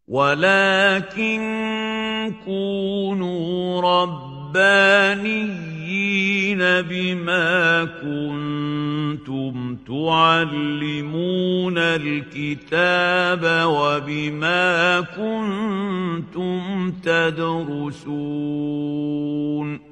ولكن كونوا ربانيين بما كنتم تعلمون الكتاب وبما كنتم تدرسون.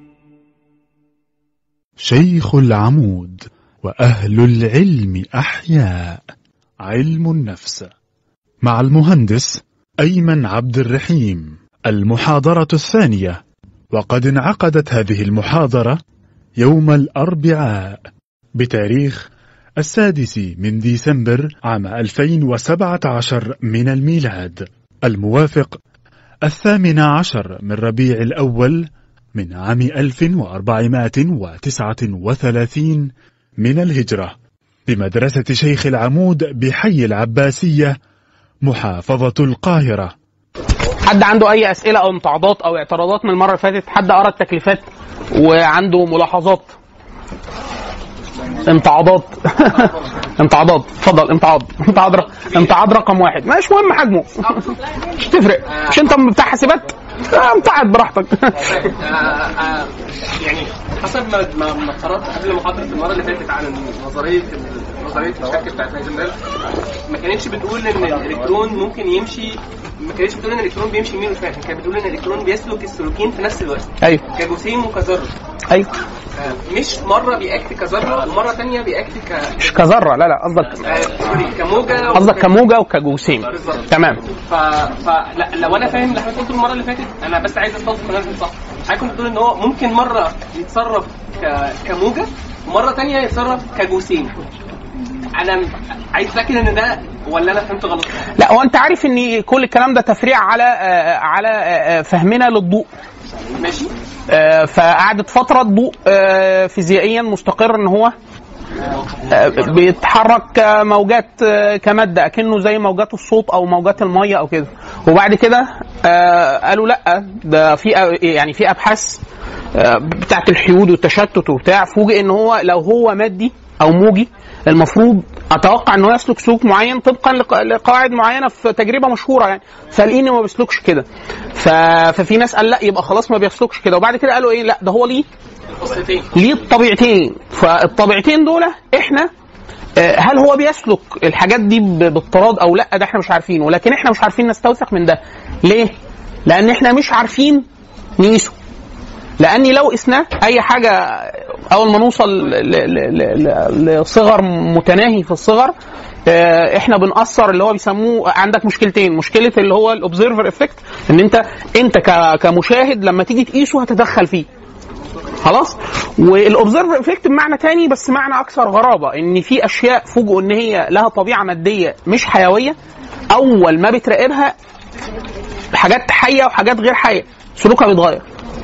شيخ العمود وأهل العلم أحياء. علم النفس مع المهندس أيمن عبد الرحيم. المحاضرة الثانية، وقد انعقدت هذه المحاضرة يوم الأربعاء بتاريخ 6 ديسمبر عام 2017 من الميلاد، الموافق 18 من ربيع الأول من عام 1439 من الهجرة، بمدرسة شيخ العمود بحي العباسية، محافظة القاهرة. حد عنده أي أسئلة أو امتعاضات أو اعتراضات من المرة اللي فاتت؟ حد قرأ التكليفات وعنده ملاحظات؟ امتعاضات امتعاضات، اتفضل. امتعاض رقم 1، مش مهم حجمه، مش تفرق، مش انت بتاع حاسبات، امتعاض براحتك. يعني حسب ما قرأت قبل محاضرة المرة اللي فاتت عن نظرية الشك بتاعت هايزنبرج، ما كانتش بتقول ان الالكترون ممكن يمشي، ما كانتش بتقول ان الالكترون بيمشي يمين وشمال، كانت بتقول ان الالكترون بيسلك السلوكين في نفس الوقت. ايوه، كجسيم وكذره. ايوه، مش مره بيأكت كذره ومره ثانيه بيأكت مش كذره، لا قصدك كموجه، قصدك كموجه وكجسيم. تمام. لا لو انا فاهم اللي حضرتك قلته المره اللي فاتت، انا بس عايز استوضح لازم صح. حضرتك كنت بتقول ان هو ممكن مره يتصرف كموجه ومره ثانيه يتصرف كجسيم. انا عايز اتاكد ان ده ولا انا فهمت غلط. لا، هو انت عارف ان كل الكلام ده تفريع على فهمنا للضوء. ماشي. فقعدت فتره الضوء فيزيائيا مستقر ان هو بيتحرك موجات كماده، اكنه زي موجات الصوت او موجات الميه او كده. وبعد كده قالوا لا، ده في ابحاث بتاعت الحيود والتشتت وبتاع، فوجئ ان هو لو هو مادي او موجي المفروض اتوقع انه يسلك سلوك معين طبقا لقواعد معينه في تجربه مشهوره يعني، فالقيني ما بيسلكش كده. ففي ناس قال لا يبقى خلاص ما بيسلكش كده. وبعد كده قالوا ايه، لا ده هو ليه الطبيعتين. فالطبيعتين دول احنا هل هو بيسلك الحاجات دي باضطراد او لا، ده احنا مش عارفين. ولكن احنا مش عارفين نستوثق من ده. ليه؟ لان احنا مش عارفين نقيسه. لاني لو قسناه اي حاجه اول ما نوصل لصغر متناهي في الصغر، احنا بنأثر اللي هو بيسموه، عندك مشكلتين. مشكله اللي هو الاوبزرفر افكت، ان انت كمشاهد لما تيجي تقيسه هتدخل فيه خلاص. والاوبزرفر افكت بمعنى تاني بس معنى اكثر غرابه، ان في اشياء فوجئوا ان هي لها طبيعه ماديه مش حيويه، اول ما بتراقبها حاجات حيه وحاجات غير حيه سلوكها بيتغير.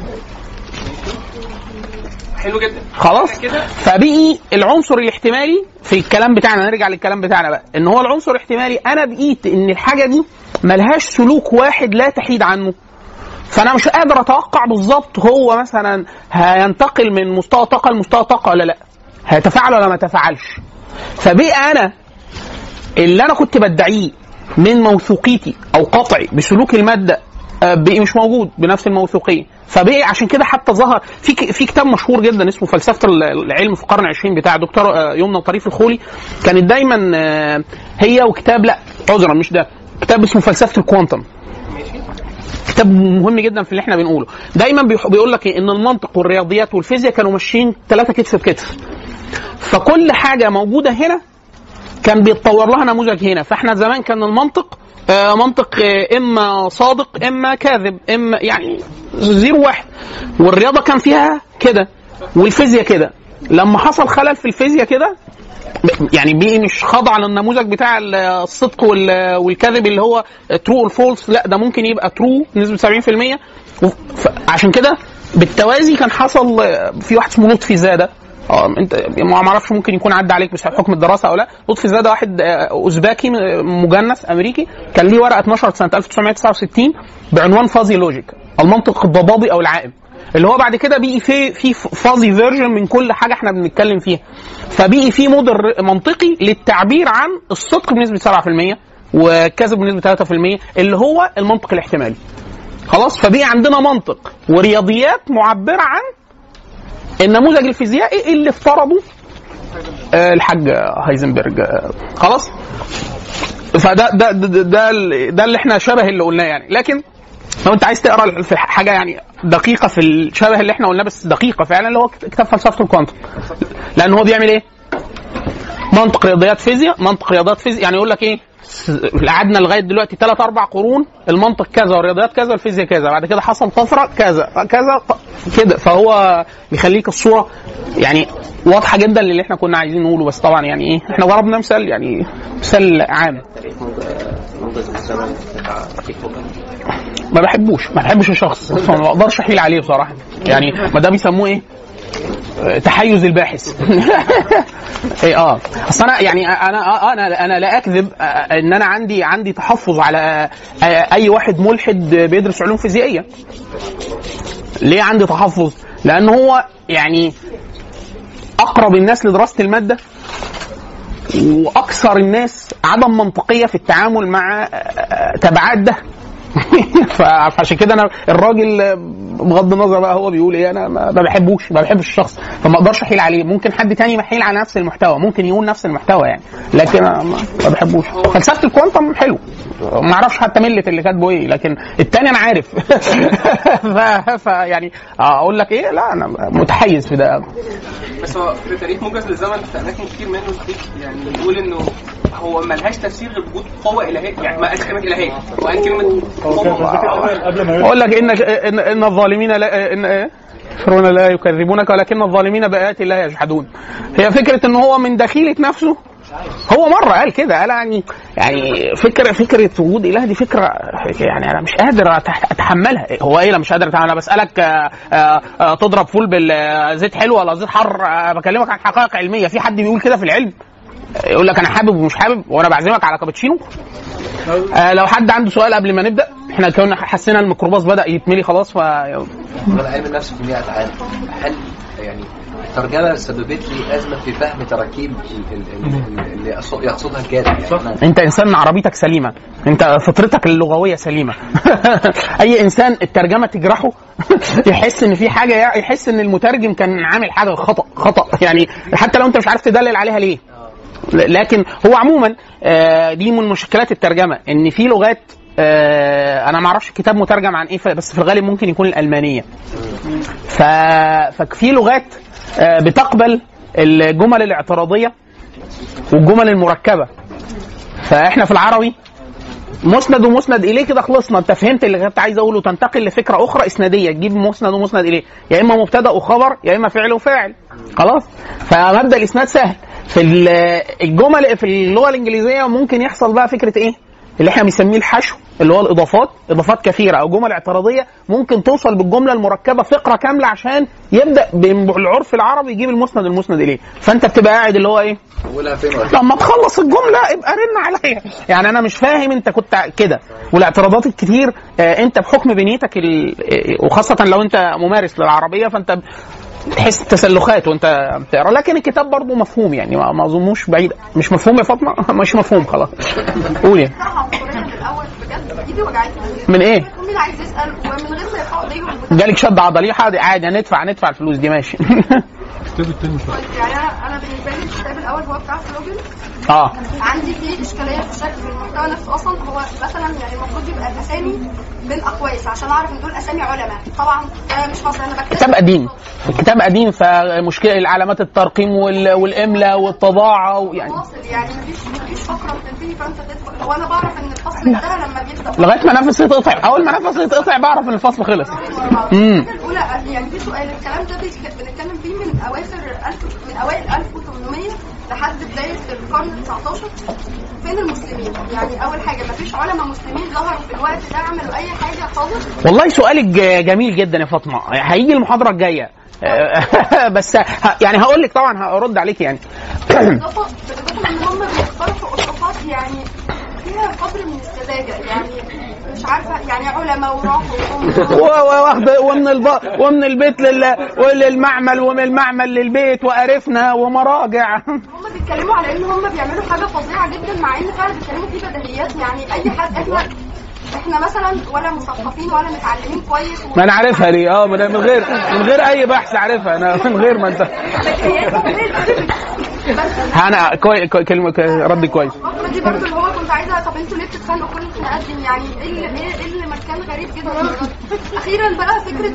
حلو جدا خلاص. فبقي العنصر الاحتمالي في الكلام بتاعنا، نرجع للكلام بتاعنا بقى، ان هو العنصر الاحتمالي انا بقيت ان الحاجه دي ملهاش سلوك واحد لا تحيد عنه. فانا مش قادر اتوقع بالظبط هو مثلا هينتقل من مستوى طاقه لمستوى طاقه ولا لا، هيتفاعل ولا ما يتفاعلش. فبقى انا اللي انا كنت بدعيه من موثوقيتي او قطعي بسلوك الماده بقي مش موجود بنفس الموثوقيه. فبقي عشان كده حتى ظهر في كتاب مشهور جدا اسمه فلسفه العلم في القرن العشرين بتاع دكتور يمنى وطريف الخولي. كانت دايما هي وكتاب، لا عذرا مش ده، كتاب اسمه فلسفه الكوانتم، كتاب مهم جدا في اللي احنا بنقوله. دايما بيقول لك ان المنطق والرياضيات والفيزياء كانوا ماشيين 3 كتف بكتف. فكل حاجه موجوده هنا كان بيتطور لها نموذج هنا. فاحنا زمان كان المنطق منطق اما صادق اما كاذب، اما يعني 0-1. والرياضه كان فيها كده والفيزياء كده. لما حصل خلل في الفيزياء كده يعني بقي مش خاضع للنموذج بتاع الصدق والكذب اللي هو ترو والفولس، لا ده ممكن يبقى ترو نسبه 70%. عشان كده بالتوازي كان حصل في واحد اسمه لطفي زاده، انت ما اعرفش ممكن يكون عدى عليك بسبب حكم الدراسه او لا. لطفي زاده واحد اوزباكي مجنس امريكي، كان ليه ورقه اتنشرت سنه 1969 بعنوان فازي لوجيك، المنطق الضبابي او العائم، اللي هو بعد كده بقي في فازي فيرجن من كل حاجه احنا بنتكلم فيها. فبقي في موديل منطقي للتعبير عن الصدق بنسبه 7% وكذب بنسبه 3%، اللي هو المنطق الاحتمالي. خلاص، فبقي عندنا منطق ورياضيات معبره عن النموذج الفيزيائي اللي افترضه الحاج هايزنبرج. خلاص، فده ده ده ده, ده اللي احنا شبه اللي قلناه يعني. لكن لو انت عايز تقرا في حاجه يعني دقيقه في الشبه اللي احنا قلناه، بس دقيقه فعلا، اللي هو كتاب فلسفه الكوانتم، لان هو بيعمل ايه؟ منطق رياضيات فيزياء، منطق رياضيات فيزياء، يعني يقول لك ايه، قعدنا لغايه دلوقتي 3-4 قرون المنطق كذا والرياضيات كذا والفيزياء كذا، بعد كده حصل طفره كذا كذا كده. فهو بيخليك الصوره يعني واضحه جدا للي احنا كنا عايزين نقوله. بس طبعا يعني ايه، احنا ضربنا مثال يعني مثال عام. ما بحبش الشخص، ما اقدرش احيل عليه بصراحه يعني. ما ده بيسموه ايه، تحيز الباحث. ايه اصل انا يعني انا لا اكذب ان انا عندي تحفظ على اي واحد ملحد بيدرس علوم فيزيائيه. ليه عندي تحفظ؟ لان هو يعني اقرب الناس لدراسه الماده واكثر الناس عدم منطقيه في التعامل مع تبعات ده. فعشان كده انا الراجل بغض النظر بقى هو بيقول ايه، انا ما بحبش الشخص، فما اقدرش احيل عليه. ممكن حد تاني يحيل على نفس المحتوى، ممكن يقول نفس المحتوى يعني، لكن ما بحبوش. فلسفه الكوانتم حلو، ما اعرفش حتى مله اللي كاتبه ايه، لكن التاني انا عارف. يعني اقول لك ايه، لا انا متحيز في ده. بس هو في تاريخ موجز للزمن في اماكن كتير منه يعني بيقول انه هو ملهاش تفسير غير وجود قوه الهيه، يعني ما قالش كلمه الهيه، وقال كلمه اقول لك ان الظالمين لا فرعون لا يكذبونك ولكن الظالمين بآيات الله يجحدون. هي فكره ان هو من دخيله نفسه، هو مره قال كده، قال يعني فكره وجود اله دي فكره يعني انا مش قادر اتحملها. هو ايه لا مش قادر اتحملها؟ بسالك تضرب فول بالزيت حلو ولا زيت حر؟ بكلمك عن حقائق علميه. في حد بيقول كده في العلم؟ يقول لك انا حابب ومش حابب وانا بعزمك على كابتشينو. لو حد عنده سؤال قبل ما نبدا، احنا كنا حسينا الميكروباص بدا يتملي خلاص. علم النفس في 100 عام، هل يعني الترجمه سببت لي ازمه في فهم تراكيب اللي يقصدها الكاتب؟ انت انسان عربيتك سليمه، انت فطرتك اللغويه سليمه. اي انسان الترجمه تجرحه يحس ان في حاجه، يحس ان المترجم كان عامل حاجه خطا يعني، حتى لو انت مش عارف تدلل عليها ليه. لكن هو عموما دي من مشكلات الترجمه، ان في لغات انا ما اعرفش الكتاب مترجم عن ايه، بس في الغالب ممكن يكون الالمانيه. ففي لغات بتقبل الجمل الاعتراضيه والجمل المركبه. فاحنا في العربي مسند ومسند اليه كده خلصنا، انت فهمت اللي كنت عايز اقوله، تنتقل لفكره اخرى اسناديه، تجيب مسند ومسند اليه، يا اما مبتدا وخبر يا اما فعل وفاعل. خلاص، فمبدا الاسناد سهل. في الجمل في اللغه الانجليزيه ممكن يحصل بقى فكره ايه اللي احنا بنسميه الحشو، اللي هو الاضافات، اضافات كثيره او جمل اعتراضيه ممكن توصل بالجمله المركبه فقره كامله عشان يبدا بالعرف العربي يجيب المسند اليه. فانت بتبقى قاعد اللي هو ايه، لما تخلص الجمله ابقى رن عليا، يعني انا مش فاهم انت كنت كده. والاعتراضات الكتير انت بحكم بنيتك وخاصه لو انت ممارس للعربيه فانت تحس تسلخات وانت بتقرا. لكن الكتاب برضه مفهوم يعني، ما اظنوش بعيد. مش مفهوم يا فاطمه؟ مش مفهوم خلاص. قولي. من ايه؟ مين عايز يسال ومن غير ما يقطع ايديهم جالك شد عضلي عادي، ندفع الفلوس دي ماشي. الكتاب الثاني يعني انا بالنسبه لي الكتاب الاول هو بتاع فلوجن. عندي فيه اشكاليه في شكل المحتوى نفسه. اصلا هو مثلا يعني المفروض يبقى الاسامي بين اقواس عشان اعرف ان دول اسامي علماء. طبعا مش حاصل، انا بكتب كتاب قديم فمشكله علامات الترقيم والاملاء والطباعه يعني مفيش فقره بتنتهي فانت تدخل. هو انا بعرف ان الفصل انتهى لما بيبدا لغايه ما نفسي يتقطع. اول ما نفسي يتقطع بعرف ان الفصل خلص. الاولى يعني في سؤال، الكلام ده بنتكلم فيه من اوائل 1800 لحد بدايه القرن ال19. فين المسلمين؟ يعني اول حاجه مفيش علماء مسلمين ظهروا في الوقت ده عملوا اي حاجه خالص. والله سؤالك جميل جدا يا فاطمه، هيجي المحاضره الجايه. بس يعني هقول لك طبعا هرد عليك يعني. بالإضافة ان هم بيختاروا اطروحات يعني فيها قدر من السذاجه. يعني مش عارفه يعني علماء وراحوا ومن البيت للمعمل ومن المعمل للبيت وقرفنا ومراجع. هم بيتكلموا على ان هم بيعملوا حاجه فظيعه جدا، مع ان فعلا بيتكلموا في بديهيات. يعني اي حد احنا مثلا ولا مثقفين ولا متعلمين كويس ما انا عارفها دي من غير اي بحث عارفها انا من غير ما انت انا كلمه رد كويس. دي برضه اللي هو كنت عايزه، طب انتوا ليه بتتخانقوا كل الخناقات دي؟ يعني ايه اللي مكان غريب جدا. اخيرا بقى فكره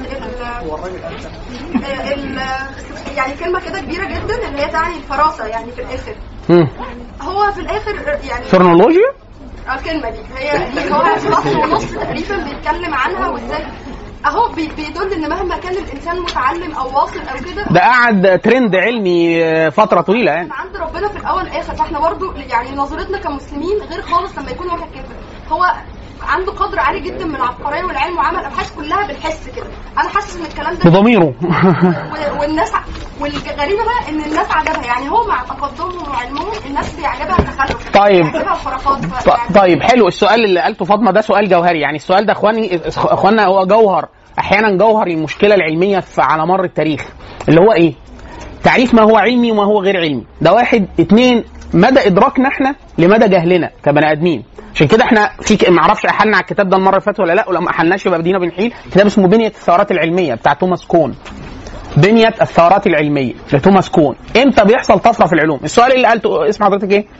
يعني كلمه كده كبيره جدا اللي هي تعني الفراسه. يعني في الاخر هو في الاخر يعني فرنولوجيا الكلمه دي هو فصل ونص تقريبا بيتكلم عنها، وازاي اهو بيدل ان مهما كان الانسان متعلم او واصل او كده، ده قعد ترند علمي فتره طويله يعني عند ربنا في الاول والاخر. فاحنا برضو يعني نظرتنا كمسلمين غير خالص لما يكون واحد كافر. هو عنده قدر عالي جدا من العبقريه والعلم، وعمل ابحاث كلها بالحس كده. انا حاسس ان الكلام ده بضميره والناس والغريبه بقى ان الناس عجبها. يعني هو مع تقدمهم وعلمهم الناس بيعجبها التخلف، طيب بيعجبها الخرافات. طيب حلو السؤال اللي قالته فاطمه، ده سؤال جوهري. يعني السؤال ده اخوانا هو جوهر، احيانا جوهر المشكله العلميه على مر التاريخ، اللي هو ايه؟ تعريف ما هو علمي وما هو غير علمي. ده 1. 2 مدى ادراكنا احنا لمدى جهلنا كبني ادمين. عشان كده احنا في ما اعرفش احلنا على الكتاب ده المره اللي فاتت ولا لا، ولما احلناش يبقى بدينا بنحيل. كتاب اسمه بنيه الثورات العلميه بتاع توماس كون. بنيه الثورات العلميه لتوماس كون. امتى بيحصل طفره في العلوم؟ السؤال اللي قالته اسم حضرتك ايه؟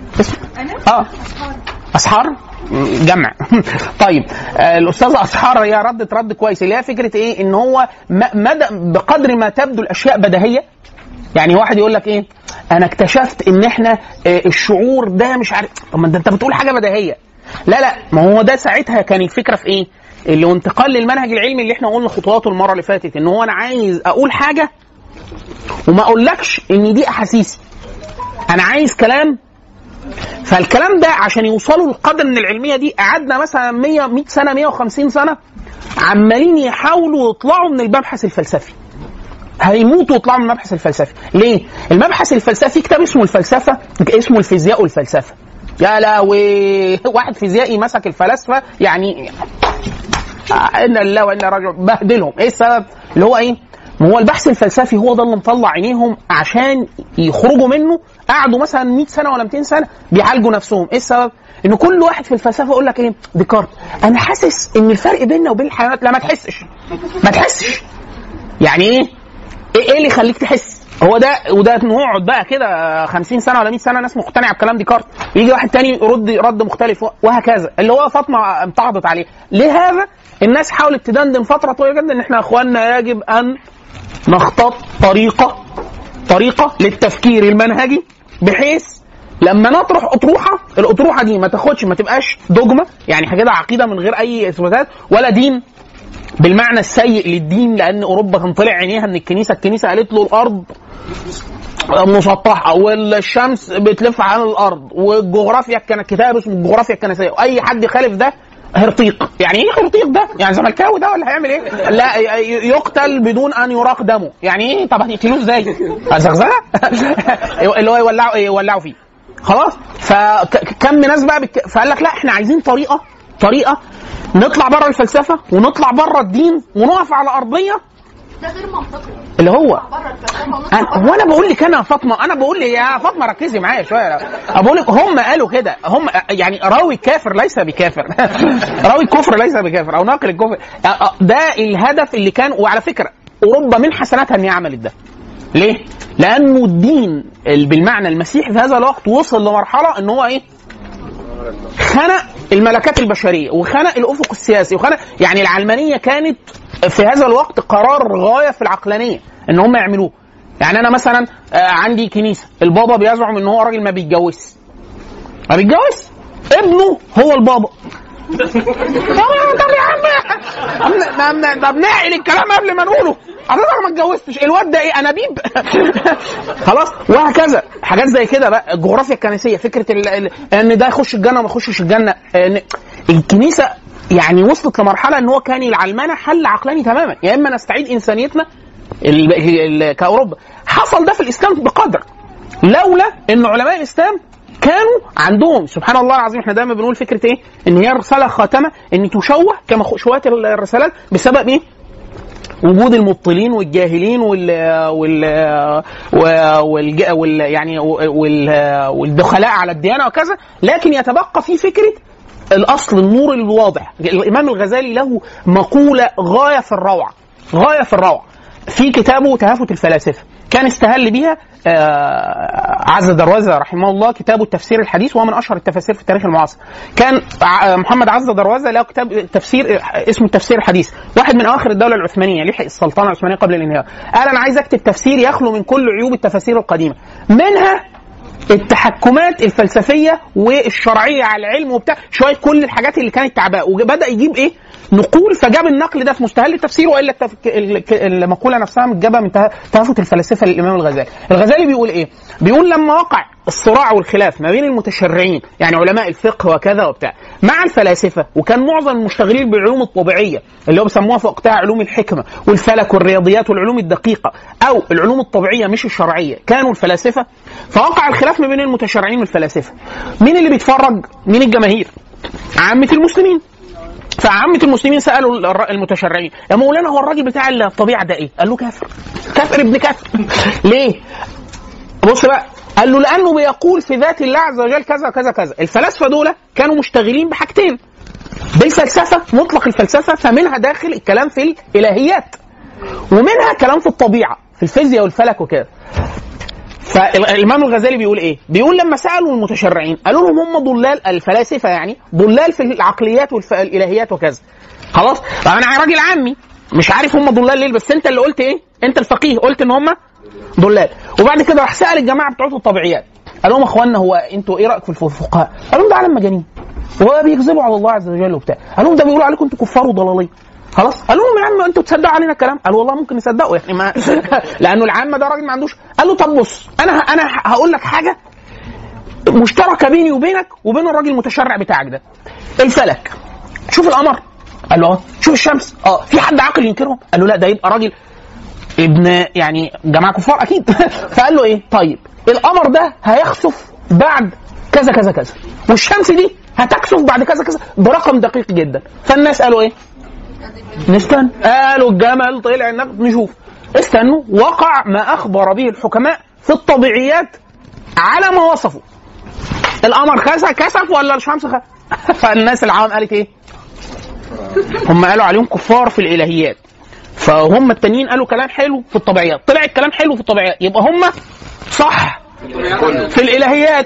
اسحار جمع. طيب الاستاذه اسحار هي ردت رد كويس، اللي هي فكره ايه؟ ان هو مدى بقدر ما تبدو الاشياء بديهيه. يعني واحد يقول لك ايه؟ انا اكتشفت ان احنا الشعور ده مش عارف. طب ما انت بتقول حاجه بديهيه. لا ما هو ده ساعتها كان الفكره في ايه؟ اللي هو انتقال للمنهج العلمي اللي احنا قلنا خطواته المره اللي فاتت، ان هو انا عايز اقول حاجه وما اقولكش ان دي احاسيسي، انا عايز كلام. فالكلام ده عشان يوصلوا للقدر من العلميه دي قعدنا مثلا 100 سنه 150 سنه عمالين يحاولوا يطلعوا من المبحث الفلسفي. هيموتوا يطلعوا من المبحث الفلسفي. ليه؟ المبحث الفلسفي كتاب اسمه الفلسفه، اسمه الفيزياء والفلسفه. يا لهوي، واحد فيزيائي مسك الفلاسفه يعني ان الله وانا راجع بهدلهم. ايه السبب؟ اللي هو ايه؟ ما هو البحث الفلسفي هو ده اللي مطلع عينيهم عشان يخرجوا منه. قعدوا مثلا 100 سنه ولا 200 سنه بيعالجوا نفسهم. ايه السبب؟ ان كل واحد في الفلسفه يقول لك ايه؟ ديكارت انا حاسس ان الفرق بيننا وبين الحيوانات. لا ما تحسش. يعني ايه اللي يخليك تحس؟ هو ده. وده نقعد بقى كده 50 سنه ولا 100 سنه ناس مقتنعه بكلام ديكارت، يجي واحد تاني يرد رد مختلف وهكذا، اللي هو فاطمه امتعضت عليه. لهذا الناس حاولت تدندن فتره طويله جدا ان احنا اخواننا يجب ان نخطط طريقه للتفكير المنهجي، بحيث لما نطرح اطروحه، الاطروحه دي ما تاخدش، ما تبقاش دوجما، يعني حاجه عقيده من غير اي اثباتات، ولا دين بالمعنى السيء للدين، لان اوروبا كان طلع عينيها من الكنيسه قالت له الارض مسطحه والشمس بتلف على الارض، والجغرافيا كان كتاب اسمه الجغرافيا الكنسيه، واي حد يخالف ده هرطيق. يعني ايه هرطيق ده؟ يعني زملكاوي ده ولا هيعمل ايه؟ لا يقتل بدون ان يراق دمه. يعني ايه؟ طب هتقتلوه ازاي؟ زغزغه اللي هو يولعوا فيه. خلاص. فكم ناس بقى فقال لك لا احنا عايزين طريقه نطلع بره الفلسفه ونطلع بره الدين ونقف على ارضيه. ده غير منطقي اللي هو وانا بقول لك انا فاطمه، انا بقول لي يا فاطمه ركزي معايا شويه. بقول لك هم قالوا كده، هم يعني راوي الكافر ليس بكافر راوي الكفر ليس بكافر او ناقل الكفر. ده الهدف اللي كان. وعلى فكره اوروبا من حسناتها ان هي عملت ده. ليه؟ لانه الدين بالمعنى المسيحي في هذا الوقت وصل لمرحله ان هو ايه؟ خنق الملكات البشريه وخنق الافق السياسي وخنق. يعني العلمانيه كانت في هذا الوقت قرار غايه في العقلانيه ان هم يعملوه. يعني انا مثلا عندي كنيسه، البابا بيزعم ان هو راجل ما بيتجوز ابنه هو البابا. طب يا عم طب نعقل الكلام قبل ما نقوله. حضرتك ما اتجوزتش، الواد ده ايه؟ انابيب. خلاص. وهكذا حاجات زي كده بقى. الجغرافيا الكنسيه، فكره ان ده يخش الجنه وما يخشش الجنه. الكنيسه يعني وصلت لمرحله ان هو كان العلمانه حل عقلاني تماما، يا اما نستعيد انسانيتنا كاوروبا. حصل ده في الاسلام بقدر، لولا ان علماء الاسلام كانوا عندهم سبحان الله العظيم، احنا دايما بنقول فكره ايه؟ ان هي رساله خاتمه ان تشوه كما شوهت الرسالات بسبب ايه؟ وجود المبطلين والجاهلين والدخلاء على الديانه وكذا. لكن يتبقى في فكره الاصل النور الواضح. الامام الغزالي له مقوله غايه في الروعه، غايه في الروعه في كتابه تهافت الفلاسفه، كان استهل بها عز دروازة رحمه الله، كتابه التفسير الحديث وهو من اشهر التفاسير في التاريخ المعاصر. كان محمد عز دروازة له كتاب تفسير اسمه التفسير الحديث، واحد من اواخر الدوله العثمانيه، لحق السلطنه العثمانيه قبل الانهيار. قال انا عايز اكتب تفسير يخلو من كل عيوب التفاسير القديمه، منها التحكمات الفلسفيه والشرعيه على العلم وبتاع شويه كل الحاجات اللي كانت تعباء، وبدا يجيب ايه؟ نقول. فجاب النقل ده في مستهل التفسير، والا المقوله نفسها متجابه من تهافت الفلاسفه للامام الغزالي. الغزالي بيقول ايه؟ بيقول لما وقع الصراع والخلاف ما بين المتشرعين يعني علماء الفقه وكذا وبتاع مع الفلاسفه، وكان معظم المشتغلين بالعلوم الطبيعيه اللي هو بيسموها في وقتها علوم الحكمه والفلك والرياضيات والعلوم الدقيقه او العلوم الطبيعيه مش الشرعيه، كانوا الفلاسفه. فوقع الخلاف ما بين المتشرعين والفلاسفه. مين اللي بيتفرج؟ مين الجماهير؟ عامه المسلمين. فعامة المسلمين سألوا المتشرعين يا مولانا هو الراجل بتاع الطبيعة ده ايه؟ قال له كافر، كافر ابن كافر. ليه؟ بص بقى، قال له لأنه بيقول في ذات الله عز وجل كذا كذا كذا. الفلاسفة دول كانوا مشتغلين بحاجتين، بالفلسفة مطلق الفلسفة، فمنها داخل الكلام في الإلهيات ومنها كلام في الطبيعة في الفيزياء والفلك وكذا. فالإمام الغزالي بيقول إيه؟ بيقول لما سألوا المتشرعين قالوا لهم هم ضلال، الفلاسفة يعني ضلال في العقليات والإلهيات وكذا. خلاص؟ طب أنا راجل عامي مش عارف هم ضلال ليه، بس أنت اللي قلت إيه؟ أنت الفقيه قلت إن هم ضلال. وبعد كده راح سأل الجماعة بتوع الطبيعيات قال لهم أخوانا هو أنتوا إيه رأيكم في الفقهاء؟ قال لهم ده عالم مجانين وبيكذبوا على الله عز وجل وبتاع. قال لهم ده بيقولوا عليكم أنتوا كفار وضلالين. خلاص؟ قالوا لهم يا عم انتوا تصدقوا علينا الكلام؟ قالوا والله ممكن نصدقه يعني ما لانه العامه ده راجل ما عندوش. قال له طب بص انا هقول لك حاجه مشتركه بيني وبينك وبين الراجل المتشرع بتاعك ده. الفلك، شوف القمر. قال له شوف الشمس. في حد عاقل ينكرهم؟ قال له لا، ده يبقى راجل ابن يعني جماعه كفار اكيد. فقال له ايه؟ طيب القمر ده هيخسف بعد كذا كذا كذا، والشمس دي هتكسف بعد كذا كذا برقم دقيق جدا. فالناس قالوا ايه؟ نستنى. قالوا الجمل طلع نشوف. استنوا، وقع ما أخبر به الحكماء في الطبيعيات على ما وصفوا. القمر كسف ولا الشمس فالناس العام قالت ايه؟ هم قالوا عليهم كفار في الإلهيات، فهم التانيين قالوا كلام حلو في الطبيعيات. طلع الكلام حلو في الطبيعيات يبقى هم صح في الإلهيات.